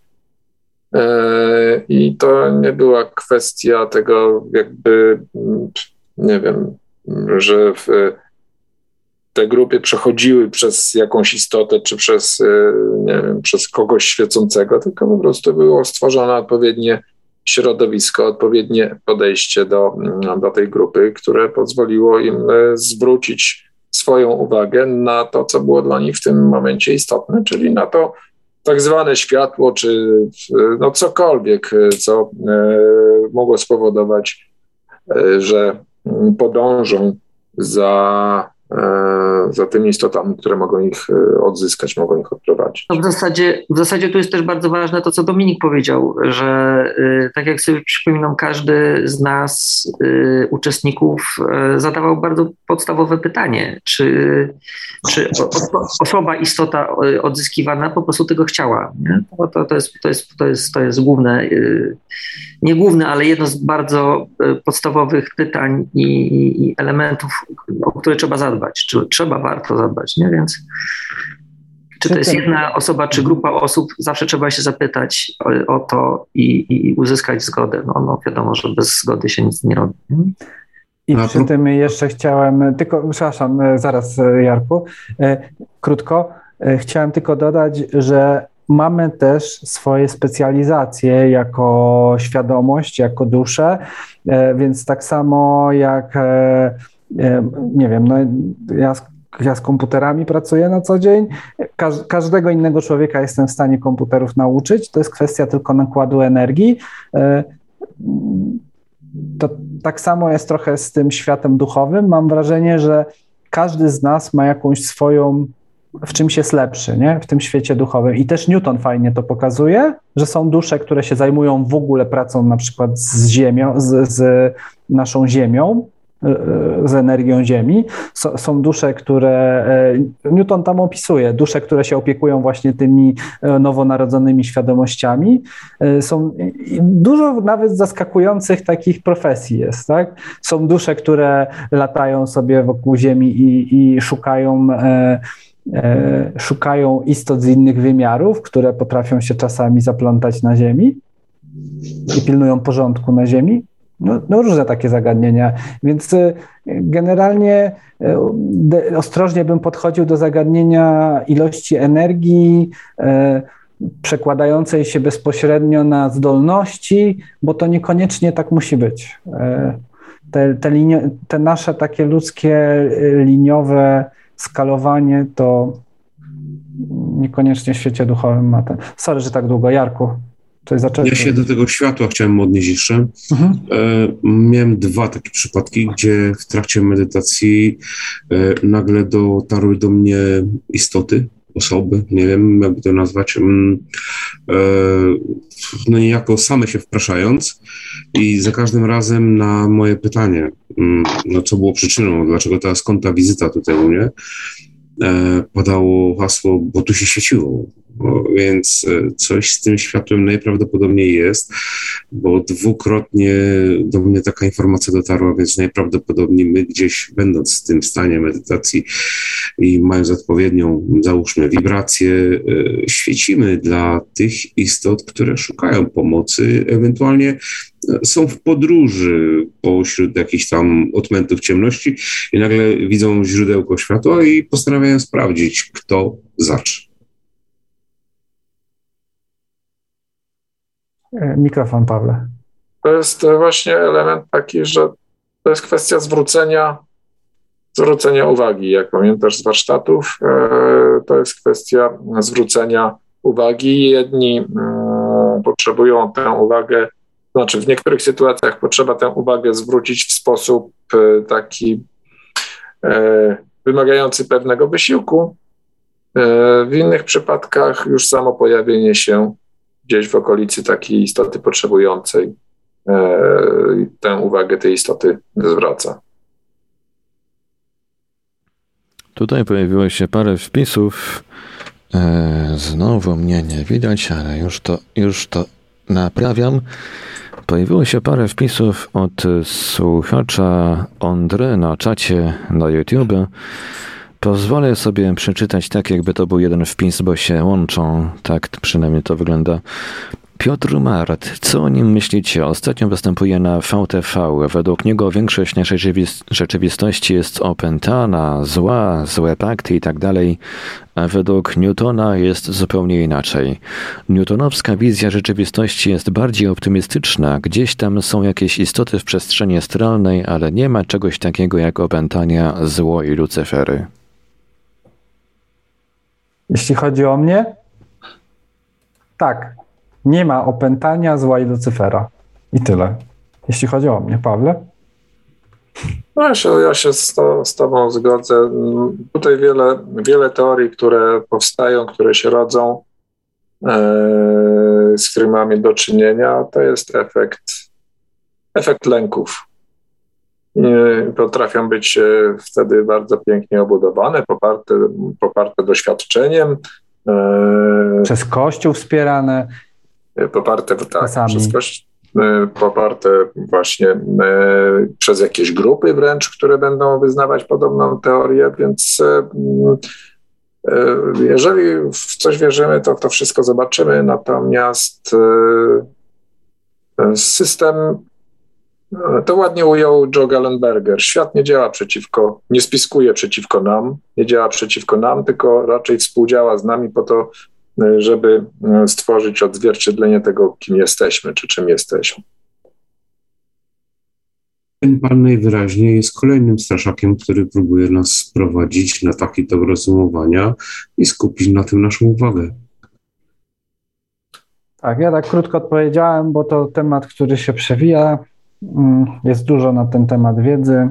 I to nie była kwestia tego jakby, nie wiem, że w te grupy przechodziły przez jakąś istotę, czy przez, nie wiem, przez kogoś świecącego, tylko po prostu było stworzone odpowiednie środowisko, odpowiednie podejście do, do tej grupy, które pozwoliło im zwrócić swoją uwagę na to, co było dla nich w tym momencie istotne, czyli na to, tak zwane światło, czy no cokolwiek, co e, mogło spowodować że podążą za za tymi istotami, które mogą ich odzyskać, mogą ich odprowadzić. No w zasadzie, w zasadzie tu jest też bardzo ważne to, co Dominik powiedział, że y, tak jak sobie przypominam, każdy z nas, y, uczestników, y, zadawał bardzo podstawowe pytanie, czy, czy o, o, osoba, istota odzyskiwana po prostu tego chciała. Nie? To, to, to, jest, to, jest, to, jest, to jest główne, y, nie główne, ale jedno z bardzo podstawowych pytań i, i elementów, o które trzeba zadbać, czy trzeba, warto zadbać, nie? Więc czy to jest jedna osoba, czy grupa osób, zawsze trzeba się zapytać o, o to i, i uzyskać zgodę. No, no wiadomo, że bez zgody się nic nie robi. I przy tym jeszcze chciałem, tylko, przepraszam, zaraz Jarku, krótko, chciałem tylko dodać, że mamy też swoje specjalizacje jako świadomość, jako duszę, więc tak samo jak, nie wiem, no ja z, ja z komputerami pracuję na co dzień, Każ, każdego innego człowieka jestem w stanie komputerów nauczyć, to jest kwestia tylko nakładu energii. To tak samo jest trochę z tym światem duchowym. Mam wrażenie, że każdy z nas ma jakąś swoją, w czymś jest lepszy, nie? W tym świecie duchowym. I też Newton fajnie to pokazuje, że są dusze, które się zajmują w ogóle pracą na przykład z ziemią, z, z naszą ziemią, z energią Ziemi. S- są dusze, które, Newton tam opisuje, dusze, które się opiekują właśnie tymi nowonarodzonymi świadomościami. Są dużo nawet zaskakujących takich profesji jest, tak? Są dusze, które latają sobie wokół Ziemi i, i szukają e, e, szukają istot z innych wymiarów, które potrafią się czasami zaplątać na Ziemi i pilnują porządku na Ziemi. No, no różne takie zagadnienia, więc generalnie ostrożnie bym podchodził do zagadnienia ilości energii e, przekładającej się bezpośrednio na zdolności, bo to niekoniecznie tak musi być. E, te, te, linie, te nasze takie ludzkie liniowe skalowanie to niekoniecznie w świecie duchowym ma ten. Sorry, że tak długo. Jarku. Ja się do tego światła chciałem odnieść jeszcze. Mhm. E, miałem dwa takie przypadki, gdzie w trakcie medytacji e, nagle dotarły do mnie istoty, osoby, nie wiem jakby to nazwać, e, no niejako same się wpraszając i za każdym razem na moje pytanie, no co było przyczyną, dlaczego ta, skąd ta wizyta tutaj u mnie, e, padało hasło, bo tu się świeciło. No, więc coś z tym światłem najprawdopodobniej jest, bo dwukrotnie do mnie taka informacja dotarła, więc najprawdopodobniej my gdzieś będąc w tym stanie medytacji i mając odpowiednią, załóżmy, wibrację, świecimy dla tych istot, które szukają pomocy, ewentualnie są w podróży pośród jakichś tam odmętów ciemności i nagle widzą źródełko światła i postanawiają sprawdzić, kto zacznie. Mikrofon, Pawle. To jest właśnie element taki, że to jest kwestia zwrócenia, zwrócenia uwagi. Jak pamiętasz z warsztatów, to jest kwestia zwrócenia uwagi. Jedni potrzebują tę uwagę, znaczy w niektórych sytuacjach potrzeba tę uwagę zwrócić w sposób taki wymagający pewnego wysiłku. W innych przypadkach już samo pojawienie się gdzieś w okolicy takiej istoty potrzebującej e, tę uwagę tej istoty zwraca. Tutaj pojawiło się parę wpisów. E, znowu mnie nie widać, ale już to, już to naprawiam. Pojawiło się parę wpisów od słuchacza André na czacie na YouTube. Pozwolę sobie przeczytać tak, jakby to był jeden wpis, bo się łączą. Tak przynajmniej to wygląda. Piotr Mart, co o nim myślicie? Ostatnio występuje na V T V. Według niego większość naszej rzeczywistości jest opętana, zła, złe pakty i tak dalej, a według Newtona jest zupełnie inaczej. Newtonowska wizja rzeczywistości jest bardziej optymistyczna. Gdzieś tam są jakieś istoty w przestrzeni astralnej, ale nie ma czegoś takiego jak opętania, zło i Lucyfery. Jeśli chodzi o mnie, tak. Nie ma opętania, zła i Lucyfera. I tyle. Jeśli chodzi o mnie, Pawle? No ja się, ja się z, to, z Tobą zgodzę. Tutaj wiele, wiele teorii, które powstają, które się rodzą, e, z którymi mamy do czynienia, to jest efekt, efekt lęków. I potrafią być wtedy bardzo pięknie obudowane, poparte, poparte doświadczeniem. E, przez Kościół wspierane. Poparte, tak, przez Kościół. Poparte właśnie e, przez jakieś grupy wręcz, które będą wyznawać podobną teorię, więc e, e, jeżeli w coś wierzymy, to to wszystko zobaczymy, natomiast e, system, to ładnie ujął Joe Gallenberger, świat nie działa przeciwko, nie spiskuje przeciwko nam, nie działa przeciwko nam, tylko raczej współdziała z nami po to, żeby stworzyć odzwierciedlenie tego, kim jesteśmy, czy czym jesteśmy. Ten pan najwyraźniej jest kolejnym straszakiem, który próbuje nas sprowadzić na taki tor rozumowania i skupić na tym naszą uwagę. Tak, ja tak krótko odpowiedziałem, bo to temat, który się przewija. Jest dużo na ten temat wiedzy.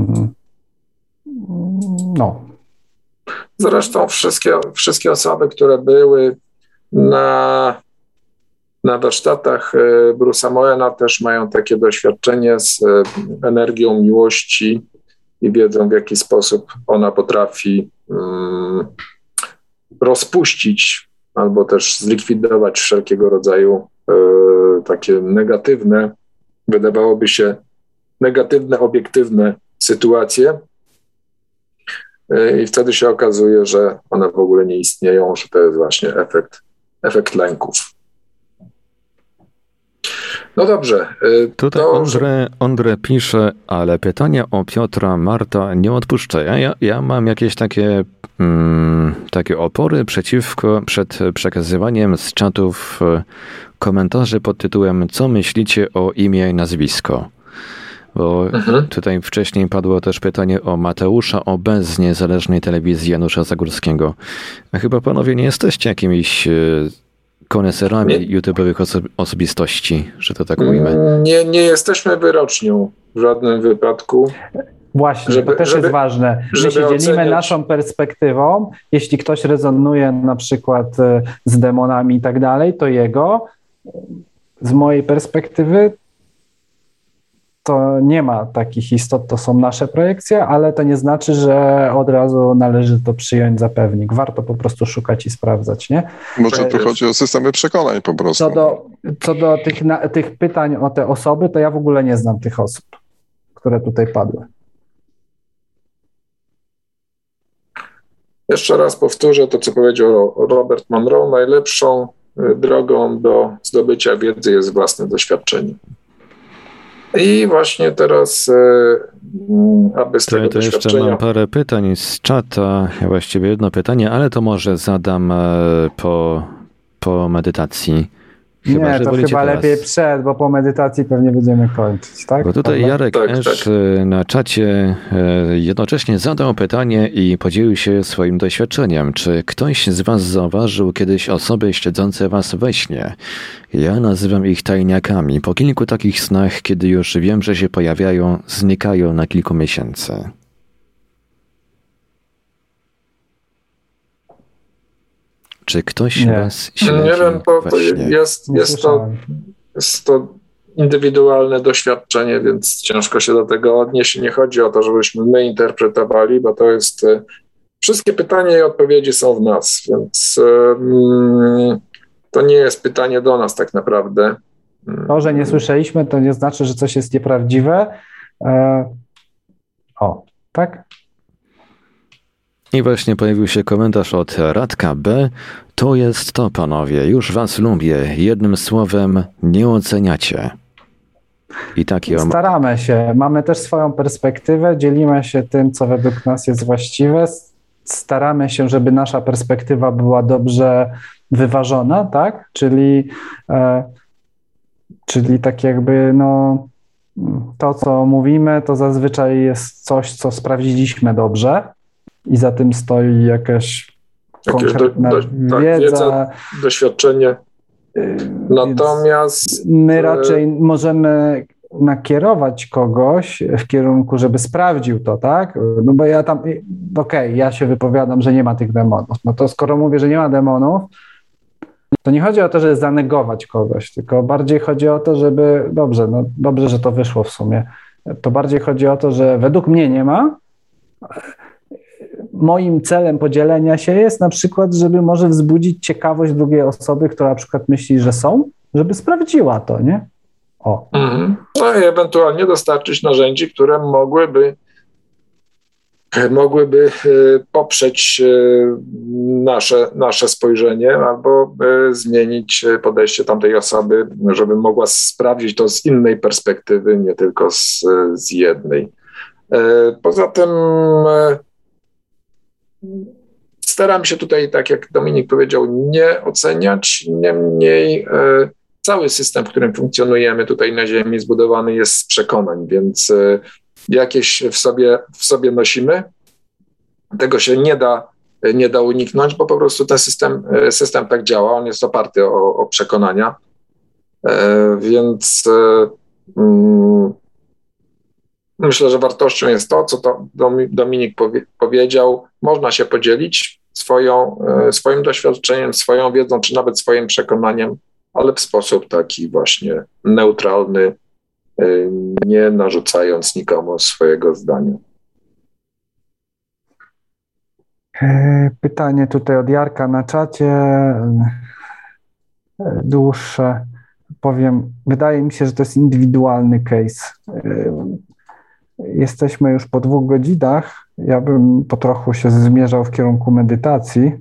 No. Zresztą wszystkie, wszystkie osoby, które były na, na warsztatach Bruce'a Moyana, też mają takie doświadczenie z energią miłości i wiedzą, w jaki sposób ona potrafi um, rozpuścić albo też zlikwidować wszelkiego rodzaju um, takie negatywne, wydawałoby się negatywne, obiektywne sytuacje. I wtedy się okazuje, że one w ogóle nie istnieją, że to jest właśnie efekt, efekt lęków. No dobrze. Tutaj to, Ondre, Ondre pisze, ale pytania o Piotra Marta nie odpuszcza. Ja, ja mam jakieś takie, mm, takie opory przeciwko, przed przekazywaniem z czatów komentarzy pod tytułem co myślicie o imię i nazwisko? Bo mhm. tutaj wcześniej padło też pytanie o Mateusza O B z niezależnej telewizji Janusza Zagórskiego. A chyba panowie nie jesteście jakimiś koneserami YouTube'owych oso- osobistości, że to tak ujmę. Nie, nie jesteśmy wyrocznią w żadnym wypadku. Właśnie, żeby, to też żeby, jest ważne. My się dzielimy oceniać naszą perspektywą. Jeśli ktoś rezonuje na przykład z demonami i tak dalej, to jego, z mojej perspektywy, to nie ma takich istot, to są nasze projekcje, ale to nie znaczy, że od razu należy to przyjąć za pewnik. Warto po prostu szukać i sprawdzać, nie? Może tu chodzi o systemy przekonań po prostu. Co do, co do tych, na, tych pytań o te osoby, to ja w ogóle nie znam tych osób, które tutaj padły. Jeszcze raz powtórzę to, co powiedział Robert Monroe. Najlepszą drogą do zdobycia wiedzy jest własne doświadczenie. I właśnie teraz, aby z to, tego to doświadczenia... jeszcze mam parę pytań z czata, właściwie jedno pytanie, ale to może zadam po, po medytacji. Chyba, nie, to chyba teraz lepiej przed, bo po medytacji pewnie będziemy kończyć, tak? Bo tutaj Jarek tak, Esz tak. na czacie jednocześnie zadał pytanie i podzielił się swoim doświadczeniem. Czy ktoś z was zauważył kiedyś osoby śledzące was we śnie? Ja nazywam ich tajniakami. Po kilku takich snach, kiedy już wiem, że się pojawiają, znikają na kilku miesięcy. Czy ktoś nie. was śledzi? Nie wiem, bo to jest, jest, to, jest to indywidualne doświadczenie, więc ciężko się do tego odnieść. Nie chodzi o to, żebyśmy my interpretowali, bo to jest... Wszystkie pytania i odpowiedzi są w nas, więc um, to nie jest pytanie do nas tak naprawdę. To, że nie słyszeliśmy, to nie znaczy, że coś jest nieprawdziwe. E... O, tak? I właśnie pojawił się komentarz od Radka B. To jest to, panowie. Już was lubię. Jednym słowem, nie oceniacie. I taki om... Staramy się. Mamy też swoją perspektywę. Dzielimy się tym, co według nas jest właściwe. Staramy się, żeby nasza perspektywa była dobrze wyważona, tak? Czyli, e, czyli tak jakby no, to, co mówimy, to zazwyczaj jest coś, co sprawdziliśmy dobrze. I za tym stoi jakaś konkretna do, do, tak, wiedza, wiedza, doświadczenie. Natomiast my raczej możemy nakierować kogoś w kierunku, żeby sprawdził to, tak? No bo ja tam, okej, okay, ja się wypowiadam, że nie ma tych demonów. No to skoro mówię, że nie ma demonów, to nie chodzi o to, żeby zanegować kogoś, tylko bardziej chodzi o to, żeby, dobrze, no dobrze, że to wyszło w sumie, to bardziej chodzi o to, że według mnie nie ma. Moim celem podzielenia się jest na przykład, żeby może wzbudzić ciekawość drugiej osoby, która na przykład myśli, że są, żeby sprawdziła to, nie? O. Mhm. No i ewentualnie dostarczyć narzędzi, które mogłyby mogłyby poprzeć nasze, nasze spojrzenie albo zmienić podejście tamtej osoby, żeby mogła sprawdzić to z innej perspektywy, nie tylko z, z jednej. Poza tym staram się tutaj, tak jak Dominik powiedział, nie oceniać, niemniej cały system, w którym funkcjonujemy tutaj na Ziemi, zbudowany jest z przekonań, więc jakieś w sobie, w sobie nosimy. Tego się nie da, nie da uniknąć, bo po prostu ten system, system tak działa, on jest oparty o, o przekonania. E, więc e, mm, myślę, że wartością jest to, co to Dominik powie, powiedział. Można się podzielić swoją, e, swoim doświadczeniem, swoją wiedzą, czy nawet swoim przekonaniem, ale w sposób taki właśnie neutralny, nie narzucając nikomu swojego zdania. Pytanie tutaj od Jarka na czacie, dłuższe. Powiem, wydaje mi się, że to jest indywidualny case. Jesteśmy już po dwóch godzinach. Ja bym po trochu się zmierzał w kierunku medytacji.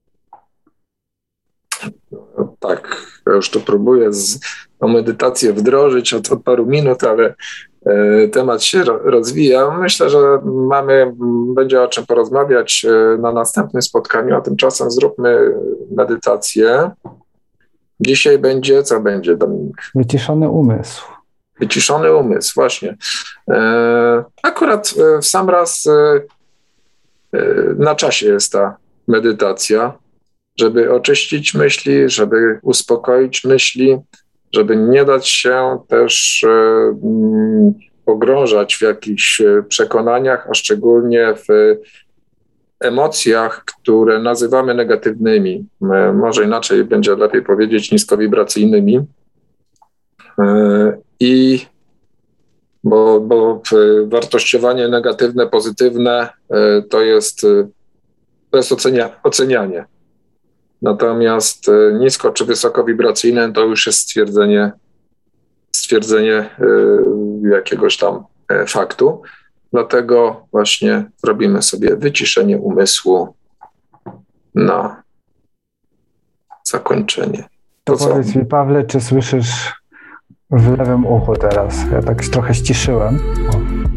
Tak, ja już to próbuję z, o medytację wdrożyć od, od paru minut, ale e, temat się ro, rozwija. Myślę, że mamy, będzie o czym porozmawiać e, na następnym spotkaniu, a tymczasem zróbmy medytację. Dzisiaj będzie, co będzie, Dominik? Wyciszony umysł. Wyciszony umysł, właśnie. E, akurat w sam raz e, e, na czasie jest ta medytacja, żeby oczyścić myśli, żeby uspokoić myśli, żeby nie dać się też e, pogrążać w jakichś przekonaniach, a szczególnie w emocjach, które nazywamy negatywnymi. E, może inaczej będzie lepiej powiedzieć niskowibracyjnymi. E, I bo, bo wartościowanie negatywne, pozytywne e, to jest, to jest ocenia, ocenianie. Natomiast nisko czy wysoko wibracyjne to już jest stwierdzenie, stwierdzenie jakiegoś tam faktu. Dlatego właśnie robimy sobie wyciszenie umysłu na zakończenie. To, to powiedz mi, Pawle, czy słyszysz w lewym uchu teraz? Ja tak trochę ściszyłem. O.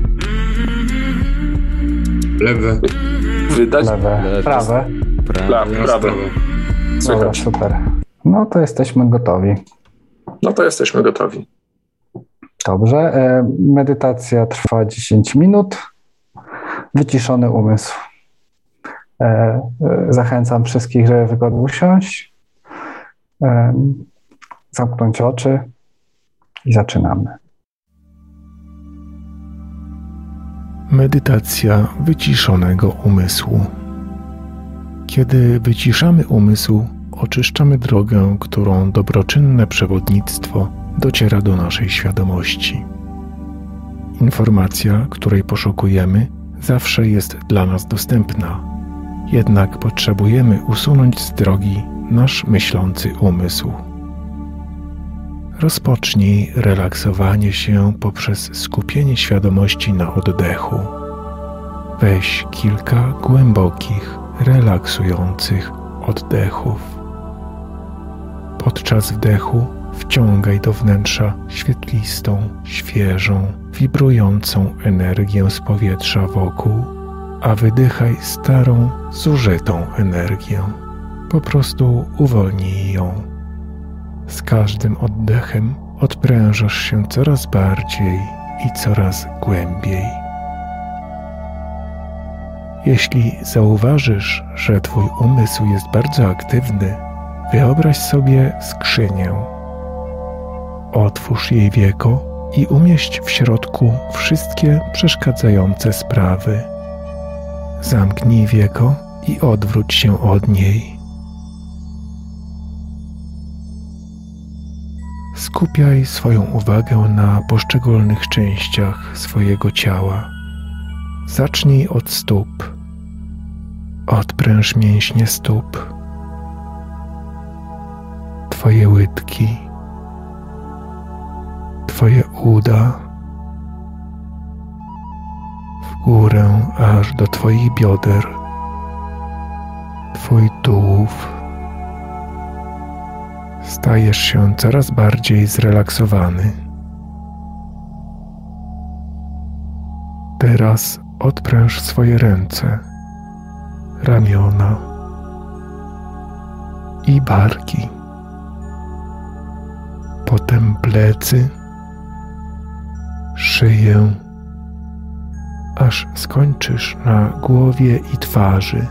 Lewe. Wydać? Lewe. Lewe. Prawe. Prawe. Prawe. Dobra, super. No to jesteśmy gotowi. No to jesteśmy gotowi. Dobrze. Medytacja trwa dziesięć minut. Wyciszony umysł. Zachęcam wszystkich, żeby wygodnie usiąść, zamknąć oczy i zaczynamy. Medytacja wyciszonego umysłu. Kiedy wyciszamy umysł, oczyszczamy drogę, którą dobroczynne przewodnictwo dociera do naszej świadomości. Informacja, której poszukujemy, zawsze jest dla nas dostępna, jednak potrzebujemy usunąć z drogi nasz myślący umysł. Rozpocznij relaksowanie się poprzez skupienie świadomości na oddechu. Weź kilka głębokich, relaksujących oddechów. Podczas wdechu wciągaj do wnętrza świetlistą, świeżą, wibrującą energię z powietrza wokół, a wydychaj starą, zużytą energię. Po prostu uwolnij ją. Z każdym oddechem odprężasz się coraz bardziej i coraz głębiej. Jeśli zauważysz, że twój umysł jest bardzo aktywny, wyobraź sobie skrzynię. Otwórz jej wieko i umieść w środku wszystkie przeszkadzające sprawy. Zamknij wieko i odwróć się od niej. Skupiaj swoją uwagę na poszczególnych częściach swojego ciała. Zacznij od stóp. Odpręż mięśnie stóp. Twoje łydki. Twoje uda. W górę aż do Twoich bioder. Twój tułów. Stajesz się coraz bardziej zrelaksowany. Teraz odpręż swoje ręce, ramiona i barki. Potem plecy, szyję, aż skończysz na głowie i twarzy.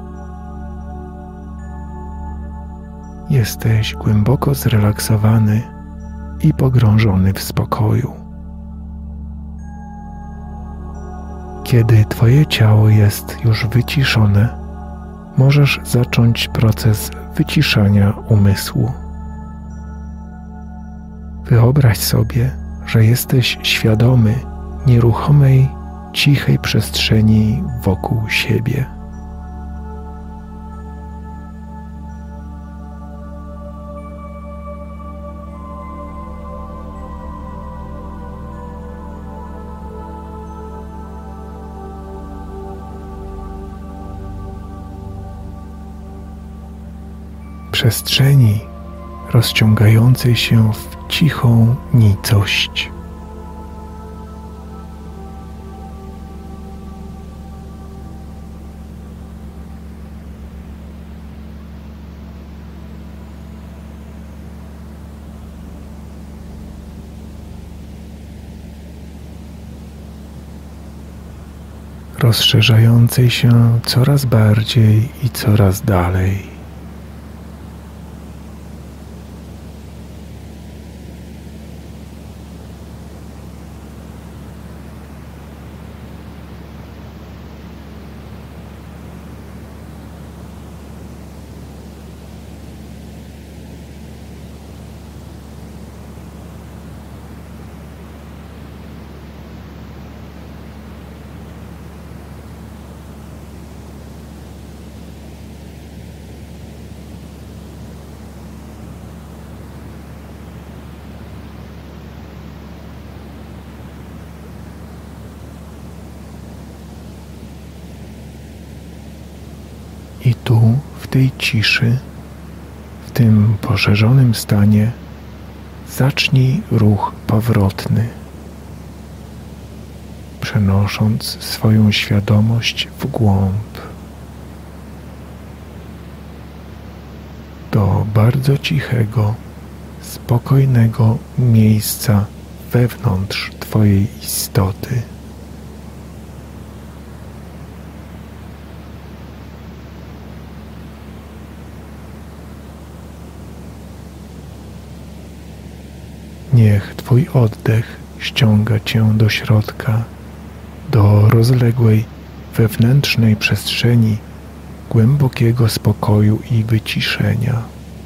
Jesteś głęboko zrelaksowany i pogrążony w spokoju. Kiedy Twoje ciało jest już wyciszone, możesz zacząć proces wyciszania umysłu. Wyobraź sobie, że jesteś świadomy nieruchomej, cichej przestrzeni wokół siebie. Przestrzeni rozciągającej się w cichą nicość. Rozszerzającej się coraz bardziej i coraz dalej. I tu, w tej ciszy, w tym poszerzonym stanie, zacznij ruch powrotny, przenosząc swoją świadomość w głąb, do bardzo cichego, spokojnego miejsca wewnątrz Twojej istoty. Niech Twój oddech ściąga Cię do środka, do rozległej, wewnętrznej przestrzeni głębokiego spokoju i wyciszenia.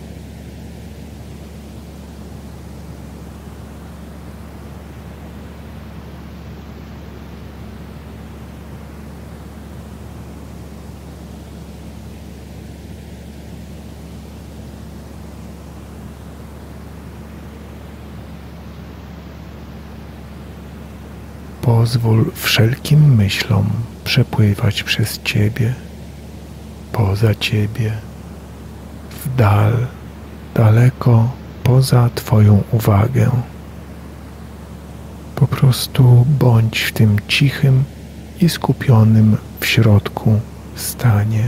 Pozwól wszelkim myślom przepływać przez Ciebie, poza Ciebie, w dal, daleko poza Twoją uwagę. Po prostu bądź w tym cichym i skupionym w środku stanie.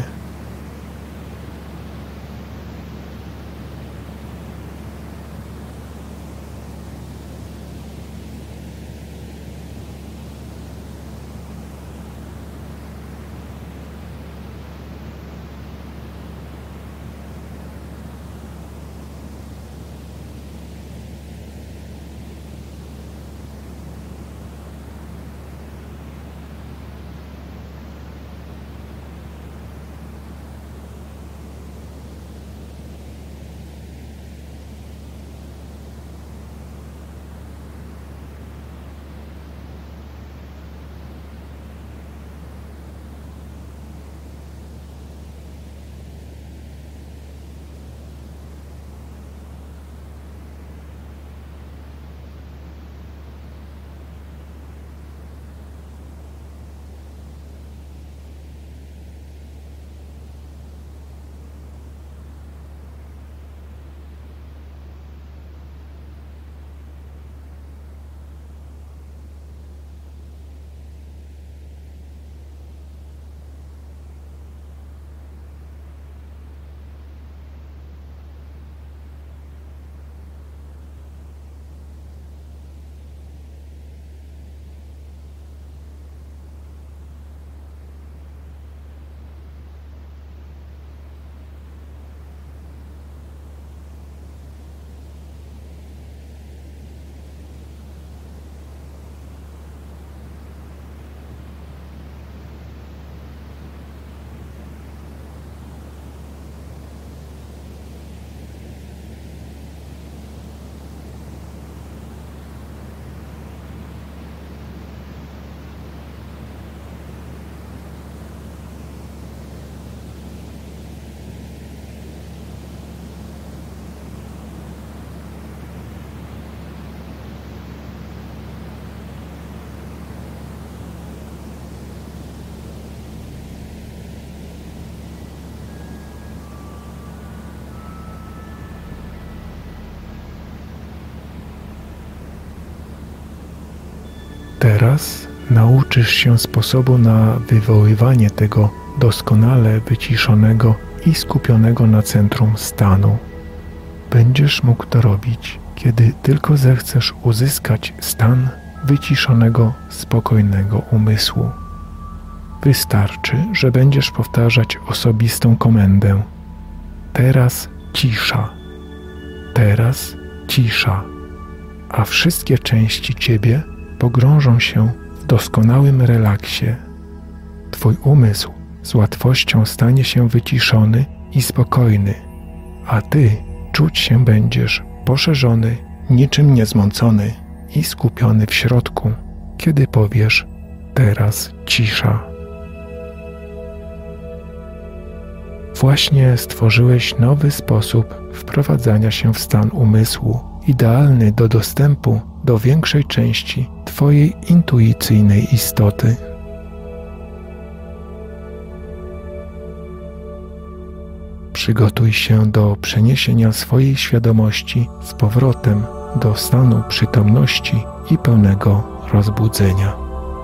Teraz nauczysz się sposobu na wywoływanie tego doskonale wyciszonego i skupionego na centrum stanu. Będziesz mógł to robić, kiedy tylko zechcesz uzyskać stan wyciszonego, spokojnego umysłu. Wystarczy, że będziesz powtarzać osobistą komendę. Teraz cisza. Teraz cisza. A wszystkie części ciebie pogrążą się w doskonałym relaksie. Twój umysł z łatwością stanie się wyciszony i spokojny, a ty czuć się będziesz poszerzony, niczym niezmącony i skupiony w środku, kiedy powiesz teraz cisza. Właśnie stworzyłeś nowy sposób wprowadzania się w stan umysłu, idealny do dostępu do większej części twojej intuicyjnej istoty. Przygotuj się do przeniesienia swojej świadomości z powrotem do stanu przytomności i pełnego rozbudzenia.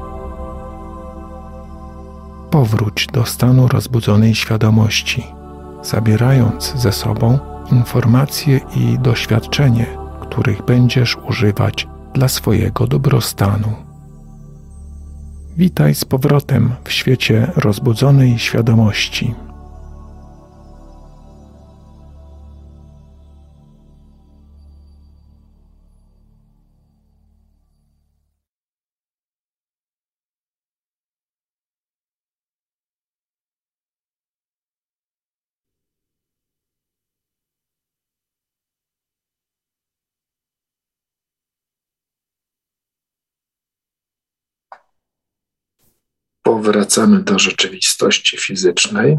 Powróć do stanu rozbudzonej świadomości, zabierając ze sobą informacje i doświadczenie, których będziesz używać dla swojego dobrostanu. Witaj z powrotem w świecie rozbudzonej świadomości. Powracamy do rzeczywistości fizycznej.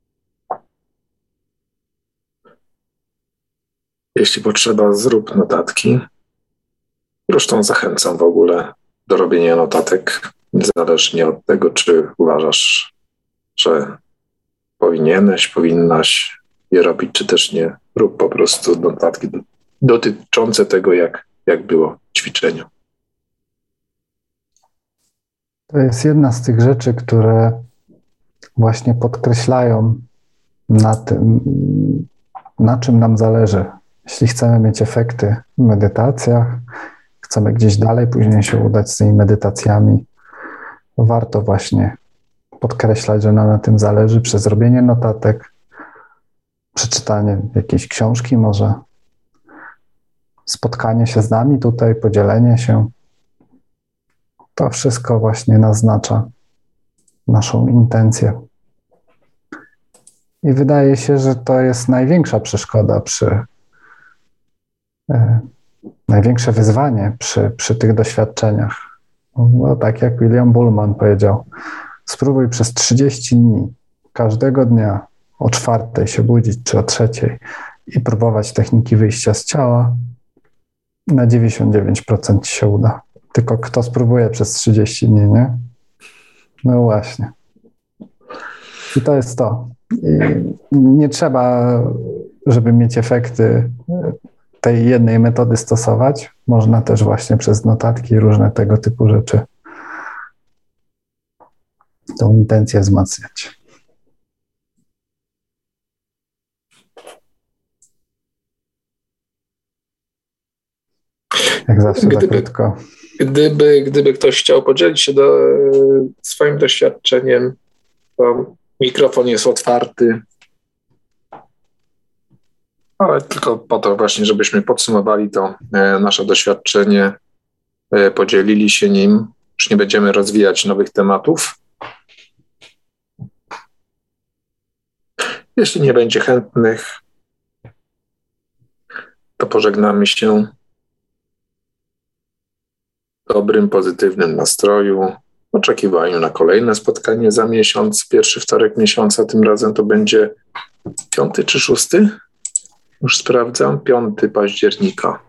Jeśli potrzeba, zrób notatki. Zresztą zachęcam w ogóle do robienia notatek, niezależnie od tego, czy uważasz, że powinieneś, powinnaś je robić, czy też nie. Rób po prostu notatki dotyczące tego, jak, jak było w ćwiczeniu. To jest jedna z tych rzeczy, które właśnie podkreślają na tym, na czym nam zależy. Jeśli chcemy mieć efekty w medytacjach, chcemy gdzieś dalej później się udać z tymi medytacjami, warto właśnie podkreślać, że nam na tym zależy przez robienie notatek, przeczytanie jakiejś książki może, spotkanie się z nami tutaj, podzielenie się. To wszystko właśnie naznacza naszą intencję. I wydaje się, że to jest największa przeszkoda przy, e, największe wyzwanie przy, przy tych doświadczeniach. No, tak jak William Bullman powiedział, spróbuj przez trzydzieści dni, każdego dnia o czwartej się budzić, czy o trzeciej i próbować techniki wyjścia z ciała. Na dziewięćdziesiąt dziewięć procent ci się uda. Tylko kto spróbuje przez trzydzieści dni, nie? No właśnie. I to jest to. I nie trzeba, żeby mieć efekty tej jednej metody stosować. Można też właśnie przez notatki i różne tego typu rzeczy tą intencję wzmacniać. Jak zawsze Gdyby, tak krótko. Gdyby, gdyby ktoś chciał podzielić się do, swoim doświadczeniem, to mikrofon jest otwarty. Ale tylko po to właśnie, żebyśmy podsumowali to e, nasze doświadczenie, e, podzielili się nim. Już nie będziemy rozwijać nowych tematów. Jeśli nie będzie chętnych, to pożegnamy się w dobrym, pozytywnym nastroju, w oczekiwaniu na kolejne spotkanie za miesiąc, pierwszy wtorek miesiąca, tym razem to będzie piąty czy szósty? Już sprawdzam, piąty października.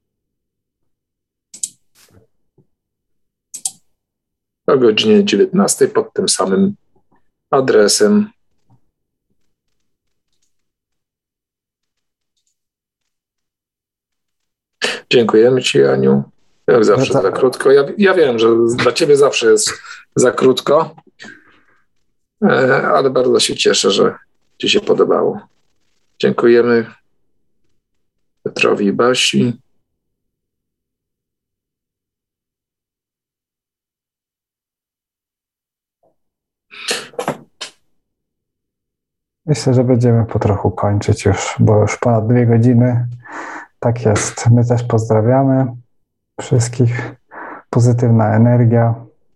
O godzinie dziewiętnastej pod tym samym adresem. Dziękujemy Ci, Aniu. Jak zawsze za krótko. Ja, ja wiem, że dla ciebie zawsze jest za krótko, ale bardzo się cieszę, że ci się podobało. Dziękujemy Piotrowi i Basi. Myślę, że będziemy po trochu kończyć już, bo już ponad dwie godziny. Tak jest. My też pozdrawiamy wszystkich. Pozytywna energia.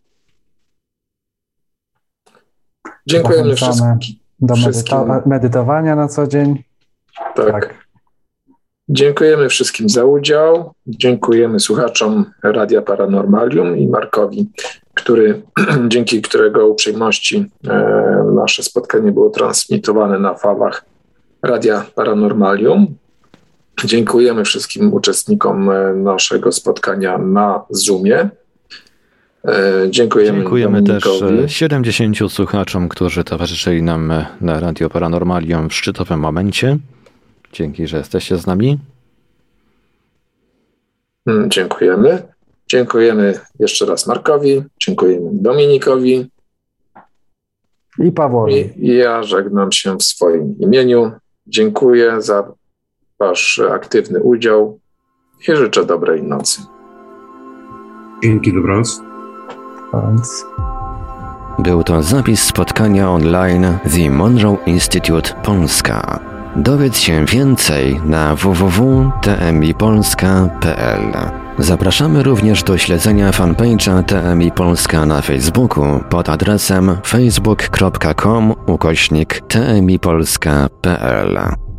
Dziękujemy wszystkim. Do wszystkim. medyta- medytowania na co dzień. Tak. tak. Dziękujemy wszystkim za udział. Dziękujemy słuchaczom Radia Paranormalium i Markowi, który, dzięki którego uprzejmości e, nasze spotkanie było transmitowane na falach Radia Paranormalium. Dziękujemy wszystkim uczestnikom naszego spotkania na Zoomie. E, dziękujemy Dziękujemy też siedemdziesięciu słuchaczom, którzy towarzyszyli nam na Radio Paranormalium w szczytowym momencie. Dzięki, że jesteście z nami. Dziękujemy. Dziękujemy jeszcze raz Markowi. Dziękujemy Dominikowi. I Pawłowi. I ja żegnam się w swoim imieniu. Dziękuję za wasz aktywny udział i życzę dobrej nocy. Dzięki, dobranoc. Dobranoc. Był to zapis spotkania online The Monroe Institute Polska. Dowiedz się więcej na w w w kropka t m i polska kropka p l. Zapraszamy również do śledzenia fanpage'a T M I Polska na Facebooku pod adresem facebook kropka com ukośnik t m i polska kropka p l.